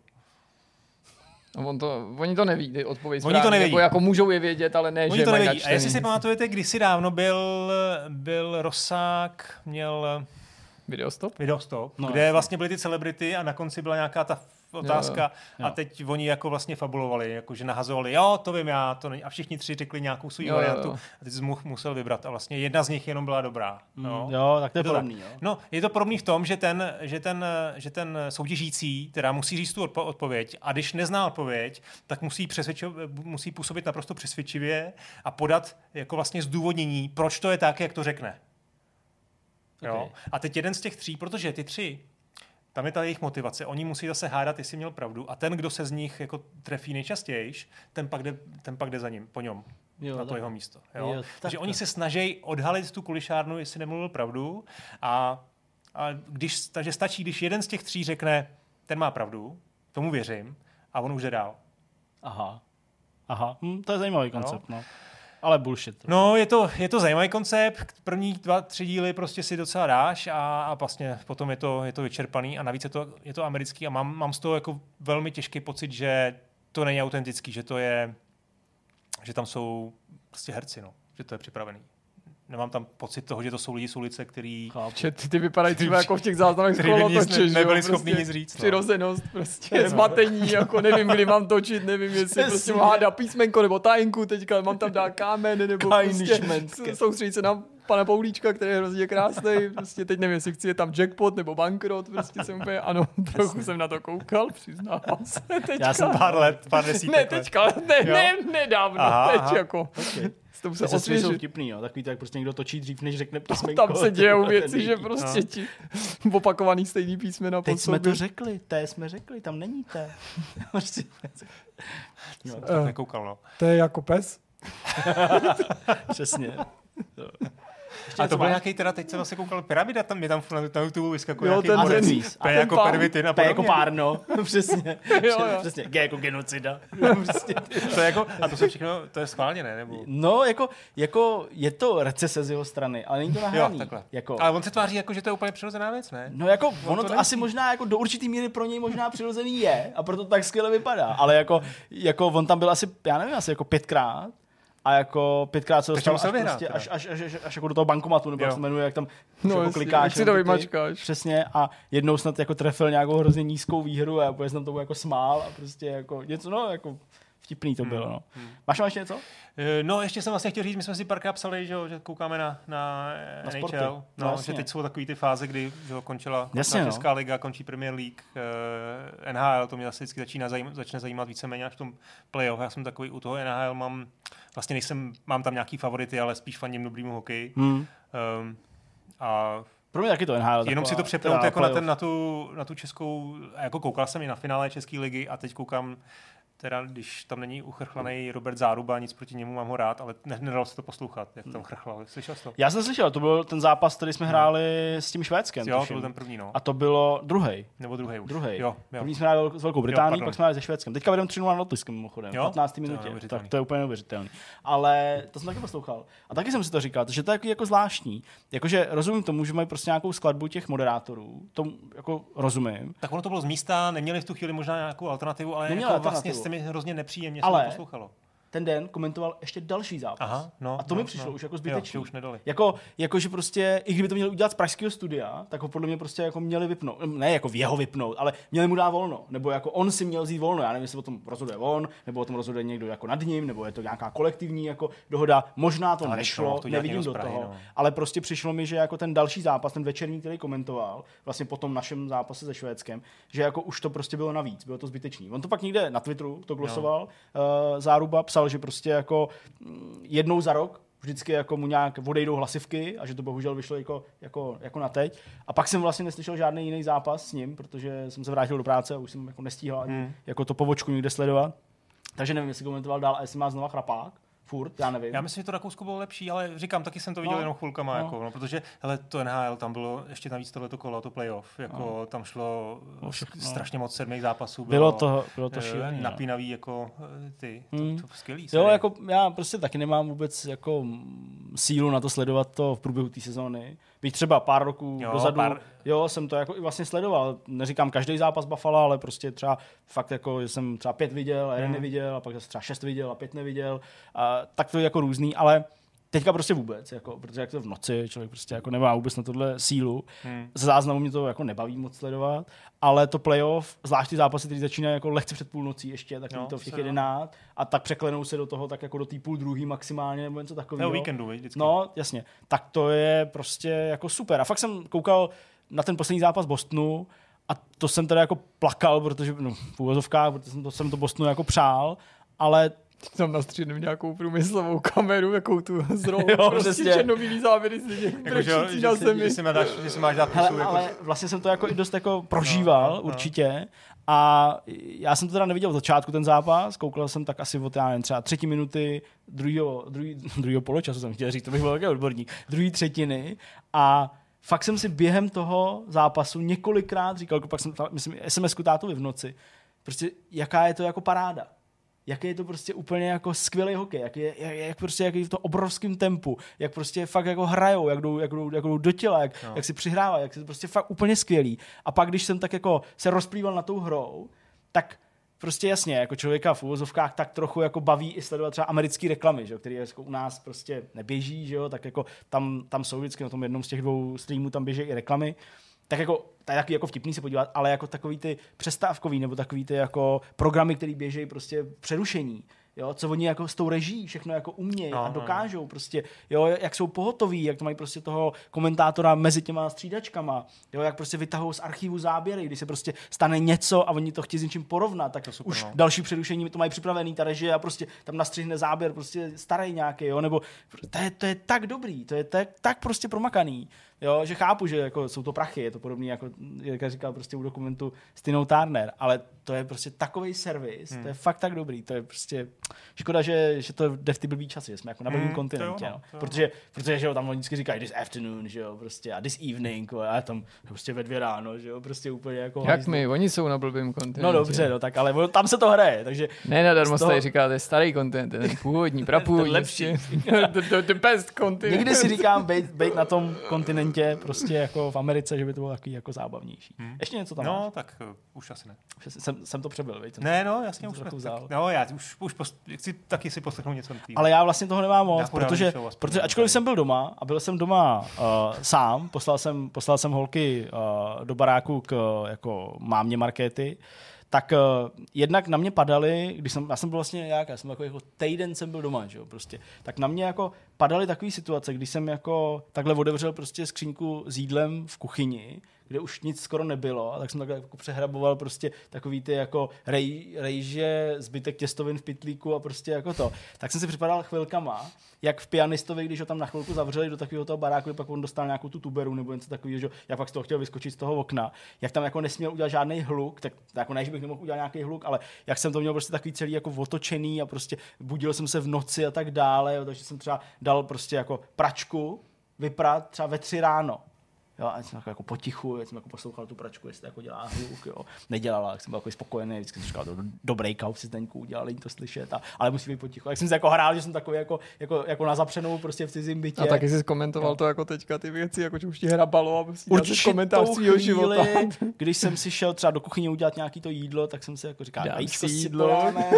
Oni to neví, ty odpověď správně, to neví. Nebo jako můžou je vědět, ale ne, oni že to mají nevědí. načtený. A jestli si pamatujete, kdysi dávno byl Rosák, měl Videostop, kde vlastně byly ty celebrity a na konci byla nějaká ta otázka a teď oni jako vlastně fabulovali, jako že nahazovali, jo, to vím já, to není. A všichni 3 řekli nějakou svou variantu a teď jsi musel vybrat a vlastně jedna z nich jenom byla dobrá. Jo, tak to je podobný. Jo. No, je to podobný v tom, že ten soutěžící teda musí říct tu odpověď a když nezná odpověď, tak musí působit naprosto přesvědčivě a podat jako vlastně zdůvodnění, proč to je tak, jak to řekne. Okay. Jo? A teď jeden z těch 3, protože ty 3, tam je ta jejich motivace, oni musí zase hádat, jestli měl pravdu a ten, kdo se z nich jako trefí nejčastěji, ten pak jde za ním, po něm, na to jeho místo. Jo? Takže oni se snaží odhalit tu kulišárnu, jestli nemluvil pravdu takže stačí, když jeden z těch 3 řekne, ten má pravdu, tomu věřím a on už jde dál. Aha. To je zajímavý koncept, no. Ale bullshit. No, je to zajímavý koncept. První 2-3 díly prostě si docela dáš a vlastně potom je to vyčerpaný a navíc je to americký a mám z toho jako velmi těžký pocit, že to není autentický, že tam jsou prostě herci, no, že to je připravený. Nemám tam pocit toho, že to jsou lidi z ulice, který... Ty vypadají třeba jako v těch záznamech z kolotoče, nebyli schopni nic říct. Přirozenost, prostě zmatení, jako nevím, kdy mám točit, nevím, jestli prostě mám hádat písmenko nebo tajinku, teďka mám tam dát kámen, nebo prostě soustředit se na pana Poulíčka, který je hrozně krásnej, prostě teď nevím, jestli chci je tam jackpot nebo bankrot, prostě jsem úplně, ano, trochu jsem na to koukal, přiznávám se teďka. Já jsem pár desítek let. Ne, teďka, nedávno, teď jako. Okay. To jsou vtipný, jo. Takový to, jak prostě někdo točí dřív, než řekne písmenko. Tam se dějou věci, že prostě ti opakovaný stejný písmena. Teď jsme to řekli, jsme řekli, tam není té. Jsem to nekoukal, no. To je jako pes? Přesně. A to byl nějaký, teda teď jsem vlastně koukal, Pyramida, tam je tam na YouTube vyskakuje nějaký modec. P jako pervitin a podobně. P jako párno, přesně. Přesně. G jako genocida. To je jako, a to se všechno, to je schválně, ne? Nebo... No, jako je to recese z jeho strany, ale není to nahraný. Jo, takhle. Ale on se tváří jako, že to je úplně přirozená věc, ne? No jako, ono to asi možná jako do určitý míry pro něj možná přirozený je a proto tak skvěle vypadá. Ale jako on tam byl asi, já nevím, asi jako 5krát. A jako 5krát se dostal až jako do toho bankomatu, nebo jak se jmenuje, jak tam jako klikáš. Jak si to vymačkáš. Přesně a jednou snad jako trefil nějakou hrozně nízkou výhru a já jsem tomu jako smál a prostě jako něco, no jako vtipný to bylo, no. Máš ještě něco? No, ještě jsem vlastně chtěl říct, my jsme si párkrát psali, že koukáme na NHL, že teď jsou takový ty fáze, kdy končila Česká liga, končí Premier League, NHL, to mě asi vždycky začne zajímat víceméně až v tom playoff. Já jsem takový u toho NHL, mám tam nějaký favority, ale spíš fandím dobrýmu hokeji. A pro mě taky to NHL. Jenom si to přepnout jako na tu českou, jako koukal jsem i na finále České ligy a teď koukám teda, když tam není uchrchlaný Robert Záruba, nic proti němu, mám ho rád, ale nedalo se to poslouchat, jak tam chrchlal. Slyšel jsi to? Já jsem slyšel, to byl ten zápas, který jsme hráli s tím Švédskem. Jo, to byl ten první, no. A to bylo druhej. Nebo druhý už. Druhej. Jo. První jsme hráli s Velkou Británií, pak jsme hráli se Švédskem. Teďka vedeme 3-0 na Lotyšskem mimochodem, v 15. minutě. Tak to je úplně neuvěřitelný. Ale to jsem taky poslouchal. A taky jsem si to říkal, že to je jako zvláštní. Jakože rozumím tomu, že mají prostě nějakou skladbu těch moderátorů. To jako rozumím. Tak ono to bylo z místa, neměli v tu chvíli možná nějakou alternativu, ale jako vlastně jste mi hrozně nepříjemně se to poslouchalo. Ten den komentoval ještě další zápas. Aha, a to mi přišlo už jako zbytečný. Jo, už nedali. Jako, že prostě, i kdyby to měli udělat z pražského studia, tak ho podle mě prostě jako měli vypnout. Ne jako v jeho vypnout, ale měli mu dát volno. Nebo jako on si měl vzít volno. Já nevím, jestli o tom rozhoduje on, nebo o tom rozhoduje někdo jako nad ním, nebo je to nějaká kolektivní jako dohoda. Možná to nešlo, nevidím do toho. No. Ale prostě přišlo mi, že jako ten další zápas, ten večerní, který komentoval, vlastně po tom našem zápase se Švédskem, že jako už to prostě bylo navíc, bylo to zbytečný. On to pak někde na Twitteru to glosoval, Záruba psal, že prostě jako jednou za rok vždycky jako mu nějak odejdou hlasivky a že to bohužel vyšlo jako na teď. A pak jsem vlastně neslyšel žádný jiný zápas s ním, protože jsem se vrátil do práce a už jsem jako nestíhal ani jako to povočku někde sledovat. Takže nevím, jestli komentoval dál a jestli má znova chrapák. Furt, já nevím. Já myslím, že to Rakousko bylo lepší, ale říkám, taky jsem to viděl jenom chvilkama, jako, protože hele, to NHL, tam bylo ještě navíc tohleto kolo, to playoff, jako tam šlo strašně moc 7 zápasů. Bylo to šílený. Napínavý, jako ty, to skvělý. Jo, jako já prostě taky nemám vůbec jako sílu na to sledovat to v průběhu té sezóny. Byť třeba pár roků dozadu, jsem to jako i vlastně sledoval. Neříkám každý zápas Buffalo, ale prostě třeba fakt jako, že jsem třeba 5 viděl, 1 neviděl, a pak zase třeba 6 viděl a 5 neviděl. A tak to je jako různý, ale teďka prostě vůbec, jako, protože jak to v noci, člověk prostě jako nemá vůbec na tohle sílu. Ze záznamu mě to jako nebaví moc sledovat, ale to playoff, zvlášť ty zápasy, které začínají jako lehce před půlnocí ještě, tak to v těch 11 a tak překlenou se do toho tak jako do té půl druhý maximálně nebo něco takového. Víkendu, vždycky. No, jasně. Tak to je prostě jako super. A fakt jsem koukal na ten poslední zápas Bostonu a to jsem teda jako plakal, protože v úvozovkách, protože jsem to Bostonu jako přál, ale tam nastřídím nějakou průmyslovou kameru, jakou tu zrou, prostě černobílý záběry si někdo brečící na zemi. Že si máš dát pusu. Ale vlastně jsem to jako i dost jako prožíval, určitě. A já jsem to teda neviděl od začátku ten zápas, koukal jsem tak asi od, já nevím, třeba 3 minuty druhého poločasu, jsem chtěl říct, to bych byl takový odborník, druhé třetiny a fakt jsem si během toho zápasu několikrát říkal, pak jsem, myslím, SMS-ku tátovi v noci, prostě jaká je to jako paráda. Jak je to prostě úplně jako skvělý hokej, jak prostě jak je v to obrovském tempu, jak prostě fakt jako hrajou, jak jdou do těla, jak si přihrávají, jak je to prostě fakt úplně skvělý. A pak, když jsem tak jako se rozplýval na tou hrou, tak prostě jasně, jako člověka v uvozovkách tak trochu jako baví i sledovat třeba americké reklamy, že, které jako u nás prostě neběží, že jo, tak jako tam jsou vždycky na tom jednom z těch 2 streamů tam běží i reklamy. Tak jako vtipný se podívat, ale jako takový ty přestávkový nebo takový ty jako programy, které běžejí prostě přerušení. Jo, co oni jako s tou režií všechno jako umějí a dokážou prostě, jo, jak jsou pohotoví, jak to mají prostě toho komentátora mezi těma střídačkama, jo, jak prostě vytahují z archivu záběry, když se prostě stane něco a oni to chtějí s něčím porovnat, tak super, už další přerušení to mají připravený, ta režie a prostě tam nastřihne záběr prostě starý nějaký, jo, nebo to je tak dobrý, to je tak prostě promakaný. Jo, že chápu, že jako jsou to prachy, je to podobný, jako jak říkal prostě u dokumentu s Tinou Turner, ale to je prostě takovej servis, to je fakt tak dobrý, to je prostě škoda, že to jde v ty blbý časy, že jsme jako na blbým kontinentě, no. Protože že jo, tam oni vždycky říkají this afternoon, že jo, prostě a this evening, a tam prostě ve 2 ráno, že jo, prostě úplně jako... Jak my, oni jsou na blbým kontinentě. No dobře, no tak, ale tam se to hraje, takže... Ne, nadarmo se tady říká, to je starý kontinent, ten původní, prapůvodní. Lepší. The best kontinent. Někdy si říkám, bejt na tom kontinentě prostě jako v Americe, že by to bylo takový jako zábavnější. Ještě něco tam máš? No, tak už asi ne. Jsem to přebyl, veď? Ne, no, jasně už no, já už chci taky si poslechnout něco na Ale já vlastně toho nemám moc, protože ačkoliv jsem byl doma a byl jsem doma sám, poslal jsem holky do baráku k jako mámě Markéty, tak jednak na mě padaly, já jsem byl vlastně já jsem jako týden jsem byl doma, že jo, prostě, tak na mě jako padaly takové situace, kdy jsem jako takhle otevřel prostě skříňku s jídlem v kuchyni, kde už nic skoro nebylo, a tak jsem takhle jako přehraboval prostě takový ty jako rejže, zbytek těstovin v pytlíku a prostě jako to. Tak jsem si připadal chvilkama, jak v Pianistovi, když ho tam na chvilku zavřeli do takového toho baráku, pak on dostal nějakou tu tuberu nebo něco takového, že jak pak z toho chtěl vyskočit z toho okna, jak tam jako nesměl udělat žádný hluk, tak jako ne, že bych nemohl udělat nějaký hluk, ale jak jsem to měl prostě takový celý jako otočený a prostě budil jsem se v noci a tak dále, jo, takže jsem třeba dal prostě jako pračku vyprat třeba ve 3 ráno. Jo, a jsem jako potichu, jsem jako poslouchal tu pračku, jestli to jako dělá hluk, jo. Nedělala, tak jsem byl jako spokojený, vždycky jsem říkal, dobrý kauf si Zdeňku udělal, není to slyšet, ale musí být potichu. Jak jsem se jako hrál, že jsem takový jako na zapřenou prostě v cizím bytě. A taky jsi komentoval to jako teďka ty věci, jako že už ti hrabalo a prostě dělal komentář svýho života. Když jsem si šel třeba do kuchyně udělat nějaký to jídlo, tak jsem si jako říkal, vajíčko si jídlo.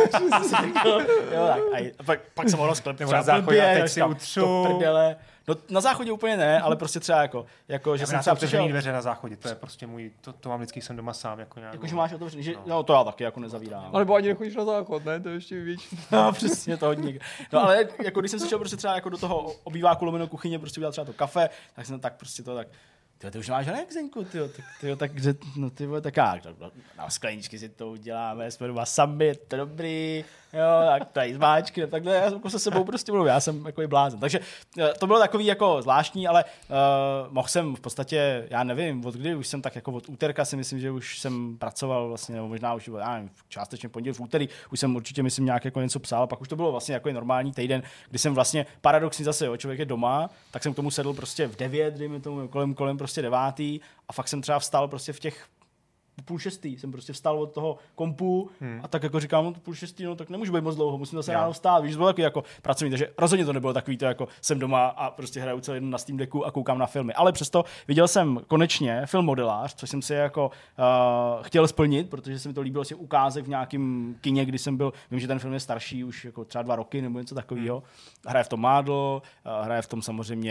Pak jsem ho rozklepl na záchodě, teď si utřu. No na záchodě úplně ne, ale prostě třeba jako že jsem třeba přišel dveře na záchodě, to je prostě můj, to mám vždycky, jsem doma sám jako nějak. Jakože máš otevřený, že no to já taky jako nezavírám. Ale ani nechodíš na záchod, ne? To je ještě víc. No přesně to hodně. No ale jako když jsem si šel prostě třeba jako do toho obýváku lomeno kuchyně, prostě udělat třeba to kafe, tak jsem tak prostě to tak ty už máš hrnek, Zeňku, tak kde, no ty vole, tak jak, na skleničky si to uděláme, jsme doma sami, to je dobrý, jo, tak tady zmáčky, takhle, já jako se sebou prostě mluvím, já jsem jako i blázen. Takže to bylo takový jako zvláštní, ale mohl jsem v podstatě, já nevím, od kdy, už jsem tak jako od úterka si myslím, že už jsem pracoval vlastně, nebo možná už, já nevím, částečně pondělí, v úterý, už jsem určitě myslím nějak jako něco psal, pak už to bylo vlastně jako normální týden, kdy jsem vlastně paradoxně zase, jo, člověk je doma, tak jsem k tomu sedl prostě v 9, dejme tomu kolem prostě 9 a fakt jsem třeba vstal prostě v těch 5:30 jsem prostě vstal od toho kompu a tak jako říkám, no to 5:30, no tak nemůžu být moc dlouho, musím zase ráno vstát, víš, to bylo takový jako pracovní, takže rozhodně to nebylo takový to jako jsem doma a prostě hraju celý den na Steam Decku a koukám na filmy, ale přesto viděl jsem konečně film Modelář, což jsem si jako chtěl splnit, protože se mi to líbilo si ukázek v nějakém kině, kdy jsem byl, vím, že ten film je starší už jako třeba 2 roky nebo něco takového. Hraje v tom Mádl, hraje v tom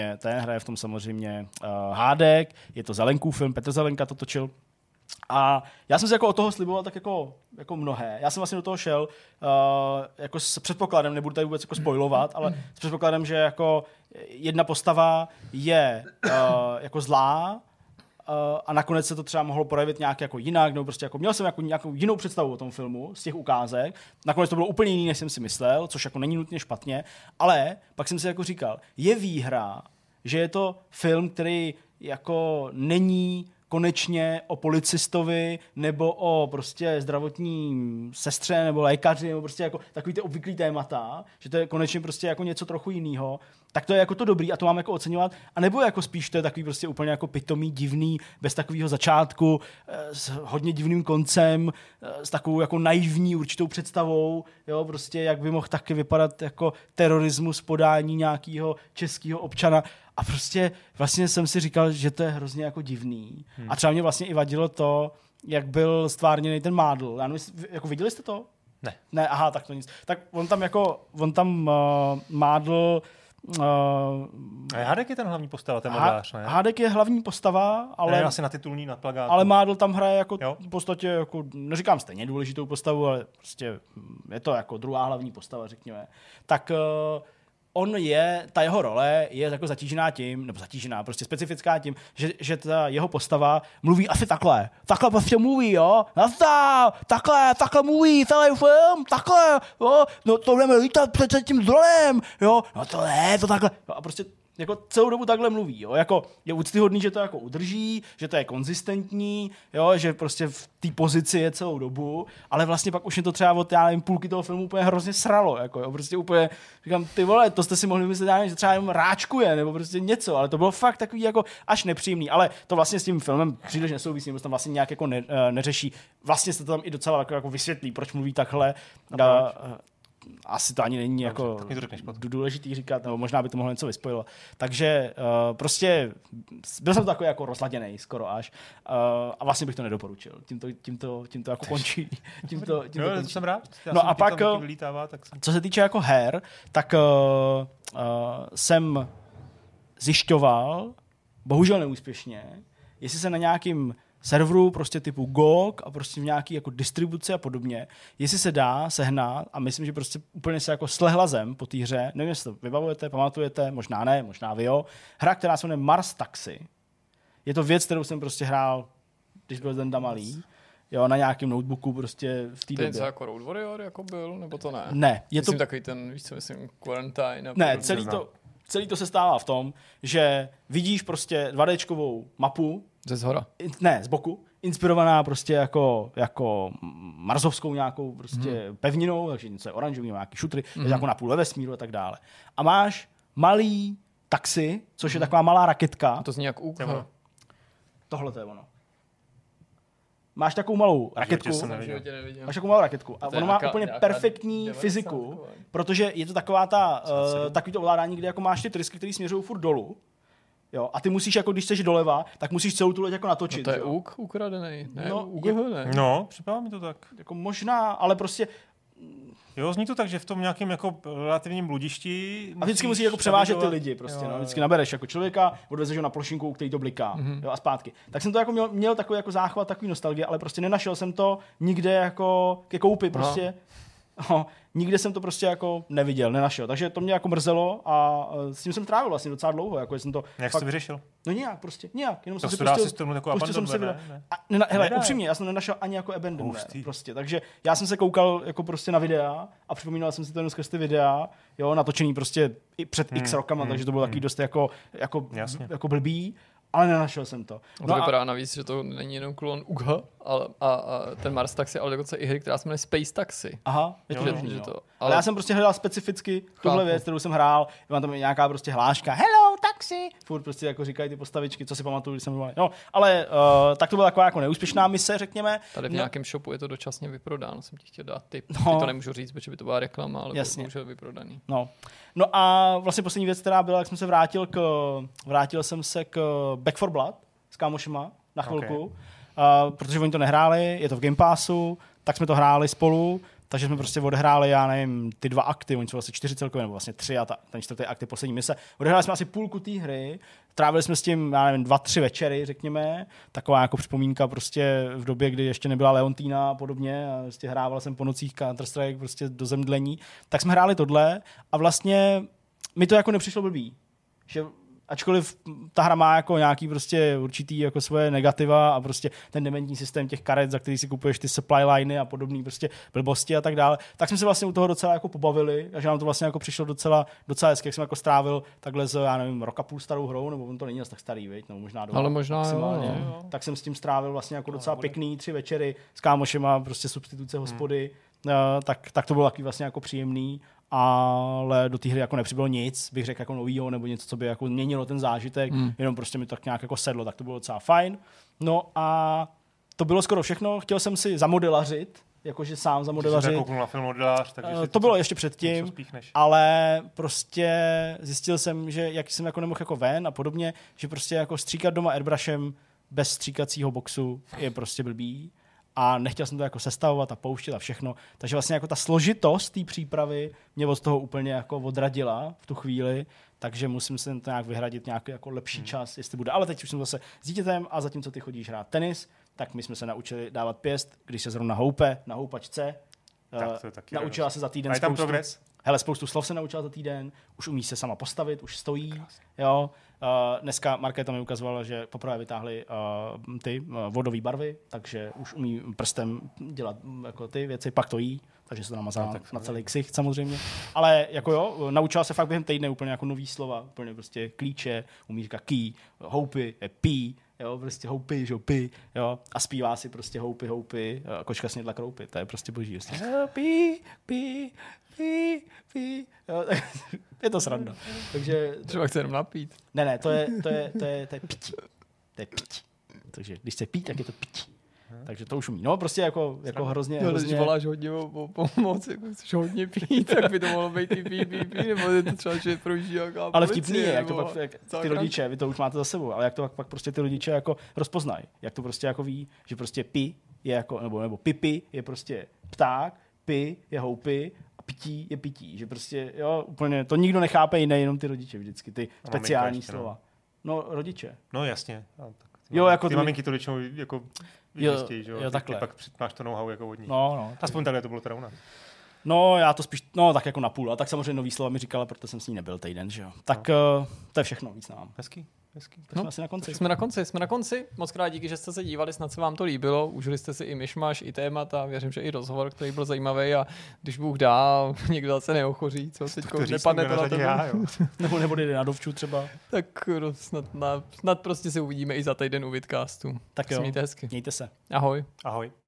samozřejmě Hádek, je to Zelenkův film, Petr Zelenka to točil. A já jsem si jako od toho sliboval tak jako mnohé. Já jsem vlastně do toho šel jako s předpokladem, nebudu tady vůbec jako spoilovat, ale s předpokladem, že jako jedna postava je jako zlá a nakonec se to třeba mohlo projevit nějak jako jinak, nebo prostě jako měl jsem jako nějakou jinou představu o tom filmu z těch ukázek. Nakonec to bylo úplně jiný, než jsem si myslel, což jako není nutně špatně, ale pak jsem si jako říkal, je výhra, že je to film, který jako není konečně o policistovi nebo o prostě zdravotní sestře nebo lékaři nebo prostě jako takový ty obvyklý témata, že to je konečně prostě jako něco trochu jiného, tak to je jako to dobrý a to mám jako oceňovat, a nebo jako spíš to je takový prostě úplně jako pitomý, divný, bez takového začátku, s hodně divným koncem, s takovou jako naivní určitou představou, jo, prostě jak by mohl taky vypadat jako terorismus podání nějakého českého občana. A prostě vlastně jsem si říkal, že to je hrozně jako divný. A třeba mě vlastně i vadilo to, jak byl stvárněný ten Mádl. Já nevím, jako viděli jste to? Ne, aha, tak to nic. Tak on tam Mádl... A Hádek je ten hlavní postava, ten modelář, ne? Hádek je hlavní postava, ale... Ne, asi na titulní, na plagátu. Ale Mádl tam hraje jako v podstatě, jako, neříkám stejně důležitou postavu, ale prostě je to jako druhá hlavní postava, řekněme. Tak... ta jeho role je jako zatížená, prostě specifická tím, že ta jeho postava mluví asi takhle prostě mluví, jo, takhle mluví celý film, takhle, jo, no to budeme lítat před tím dronem, jo, no to ne, to takhle, no a prostě jako celou dobu takhle mluví, jo, jako je úctyhodný, že to jako udrží, že to je konzistentní, jo, že prostě v té pozici je celou dobu, ale vlastně pak už je to třeba od, já nevím, půlky toho filmu úplně hrozně sralo, jako jo, prostě úplně, říkám, ty vole, to jste si mohli myslet, že třeba jenom ráčkuje, nebo prostě něco, ale to bylo fakt takový jako až nepříjemný, ale to vlastně s tím filmem příliš nesouvisí, nebo se tam vlastně nějak jako neřeší, vlastně se to tam i docela jako vysvětlí, proč mluví takhle. Asi to ani není jako důležitý říkat, nebo možná by to mohlo něco vyspojilo. Takže prostě byl jsem takový jako rozladěnej skoro až a vlastně bych to nedoporučil. Tím to jako končí. To jsem rád. No a pak, co se týče jako her, tak jsem zjišťoval, bohužel neúspěšně, jestli se na nějakým serverů prostě typu GOG a prostě v nějaký jako distribuci a podobně, jestli se dá sehnat a myslím, že prostě úplně se jako slehla zem po té hře, nevím, jestli to vybavujete, pamatujete, možná ne, možná vy jo, hra, která se jmenuje Mars Taxi. Je to věc, kterou jsem prostě hrál, když byl Zenda malý, jo, na nějakém notebooku prostě v té době. To je jako Road Warrior jako byl, nebo to ne? Ne. Myslím takový ten, víš co myslím, Quarantine. Ne, celý to se stává v tom, že vidíš prostě 2Dčkovou mapu. Ze zhora. Ne, z boku. Inspirovaná prostě jako marsovskou nějakou prostě pevninou, takže něco je oranžový, nějaký šutry, jako na půl ve vesmíru a tak dále. A máš malý taxi, což je taková malá raketka. A to zní jak UK. Tohle to je ono. Máš takovou malou raketku. Máš takovou malou raketku. A ono má úplně perfektní fyziku, protože je to taková takový to ovládání, kde jako máš ty trysky, které směřují furt dolů. Jo, a ty musíš, jako když jsi doleva, tak musíš celou tu loď jako natočit. No to je ukradený, ne? No, připadá mi to tak. Jako možná, ale prostě... Jo, zní to tak, že v tom nějakém jako relativním bludišti... A vždycky musíš jako převážet ty lidi prostě, jo, no. Vždycky nabereš jako člověka, odvezeš ho na plošinku, který to bliká, jo, a zpátky. Tak jsem to jako měl takový jako záchvat, takový nostalgie, ale prostě nenašel jsem to nikde jako ke koupi prostě. Nikde jsem to prostě jako neviděl, nenašel. Takže to mě jako mrzelo a s tím jsem trávil vlastně docela dlouho. Jako jsem to jak jsi to vyřešil? No nějak prostě, jenom tak jsem si pustil, hele, upřímně, já jsem to nenašel ani jako abandonware, prostě. Takže já jsem se koukal jako prostě na videa a připomínal jsem si to jenom skrz ty videa, jo, natočený prostě i před x rokama, takže to bylo takový dost jako blbý. Ale nenašel jsem to. No to vypadá navíc, že to není jenom klon UGH, a ten Mars Taxi, ale dokonce i hry, která se jmenuje Space Taxi. Aha, je to možný, že to. Ale já jsem prostě hledal specificky tuhle věc, kterou jsem hrál. Mám tam nějaká prostě hláška hello, taxi. Furt prostě jako říkají ty postavičky, co si pamatuju, když jsem mluvil. No, ale tak to byla taková jako neúspěšná mise, řekněme. Tady v nějakém shopu je to dočasně vyprodáno, jsem ti chtěl dát tip. To nemůžu říct, protože by to byla reklama, ale bohužel vyprodaný. No a vlastně poslední věc, která byla, jak jsem se vrátil jsem se k Back 4 Blood s kámošema na chvilku, protože oni to nehráli, je to v Game Passu, tak jsme to hráli spolu, takže jsme prostě odehráli, já nevím, ty 2 akty, oni jsou vlastně 4 celkově, nebo vlastně 3 a ten 4. akt je poslední mise. Odehráli jsme asi půlku té hry, trávili jsme s tím, já nevím, 2-3 večery, řekněme, taková jako připomínka prostě v době, kdy ještě nebyla Leontína a podobně, a prostě hrával jsem po nocích Counter-Strike prostě do zemdlení, tak jsme hráli tohle a vlastně mi to jako nepřišlo blbý, že ačkoliv ta hra má jako nějaký prostě určitý jako svoje negativa a prostě ten dementní systém těch karet, za který si kupuješ ty supply liny a podobné prostě blbosti a tak dále, tak jsme se vlastně u toho docela jako pobavili a že nám to vlastně jako přišlo docela hezky, jak jsem jako strávil takhle z, já nevím, roka půl starou hrou, nebo on to není tak starý, viď? Nebo možná 2. Ale možná jo. Tak jsem s tím strávil vlastně jako docela pěkný 3 večery s kámošema, prostě substituce hospody, tak to bylo taky vlastně jako příjemný. Ale do té hry jako nepřibylo nic, bych řekl jako novýho, nebo něco, co by jako měnilo ten zážitek, jenom prostě mi to tak nějak jako sedlo, tak to bylo docela fajn. No a to bylo skoro všechno, chtěl jsem si zamodelařit, jakože sám zamodelařit. Když jsi na film modelář, takže to bylo ještě předtím, ale prostě zjistil jsem, že jak jsem jako nemohl jako ven a podobně, že prostě jako stříkat doma airbrushem bez stříkacího boxu je prostě blbý. A nechtěl jsem to jako sestavovat a pouštět a všechno. Takže vlastně jako ta složitost té přípravy mě od toho úplně jako odradila v tu chvíli, takže musím se to nějak vyhradit nějaký jako lepší čas, jestli bude. Ale teď už jsem zase s dítětem a zatímco ty chodíš hrát tenis, tak my jsme se naučili dávat pěst, když se zrovna houpe na houpačce. Naučila se za týden spoustu slov se naučila za týden, už umí se sama postavit, už stojí. Jo. Dneska Markéta mi ukazovala, že poprvé vytáhli ty vodové barvy, takže už umí prstem dělat jako ty věci, pak to jí, takže se to namazá na celý ksicht samozřejmě. Ale jako jo, naučila se fakt během týdne úplně jako nový slova, úplně prostě klíče, umí říkat key, houpy, pí, jo, prostě houpy, že pí, jo, a zpívá si prostě houpy, kočka snědla kroupy, to je prostě boží. Pí. Jo, je to sranda. Takže třeba chce jenom napít. Ne, to je pití. To je pití. Takže když se pít, tak je to pití. Takže to už umí. No, prostě jako hrozně. Když voláš hodně o pomoc, jako chceš hodně pít, tak by to mohlo být i pí, nebo je to třeba, že projíždí jaká ale vtipný je, jak to pak ty rodiče, vy to už máte za sebou, ale jak to pak prostě ty rodiče jako rozpoznají. Jak to prostě jako ví, že prostě pi je jako, nebo pipi je prostě pták, pi je houpy, pití je pití, že prostě, jo, úplně, to nikdo nechápe jiný, jenom ty rodiče vždycky, ty speciální slova. No, rodiče. No jasně, Jo, jako ty maminky to většinou jako vyjistějí, že jo? Jo, takhle. Ty pak máš to know-how jako od ní. No. Aspoň takhle to bylo teda u nás. No, já to spíš, tak jako na půl. A tak samozřejmě nový slova mi říkala, protože jsem s ní nebyl týden, že jo. Tak to je všechno, víc nám. Hezký. Tak jsme asi na konci. Jsme na konci. Moc krát díky, že jste se dívali, snad se vám to líbilo. Užili jste si i myšmaš, i témata, věřím, že i rozhovor, který byl zajímavý a když Bůh dá, někdo zase neochoří, co teďko nepadne to na tebe. Nebo jde na dovču třeba. Tak snad prostě se uvidíme i za týden u Vidcastu. Tak jo. Mějte hezky. Mějte se. Ahoj. Ahoj.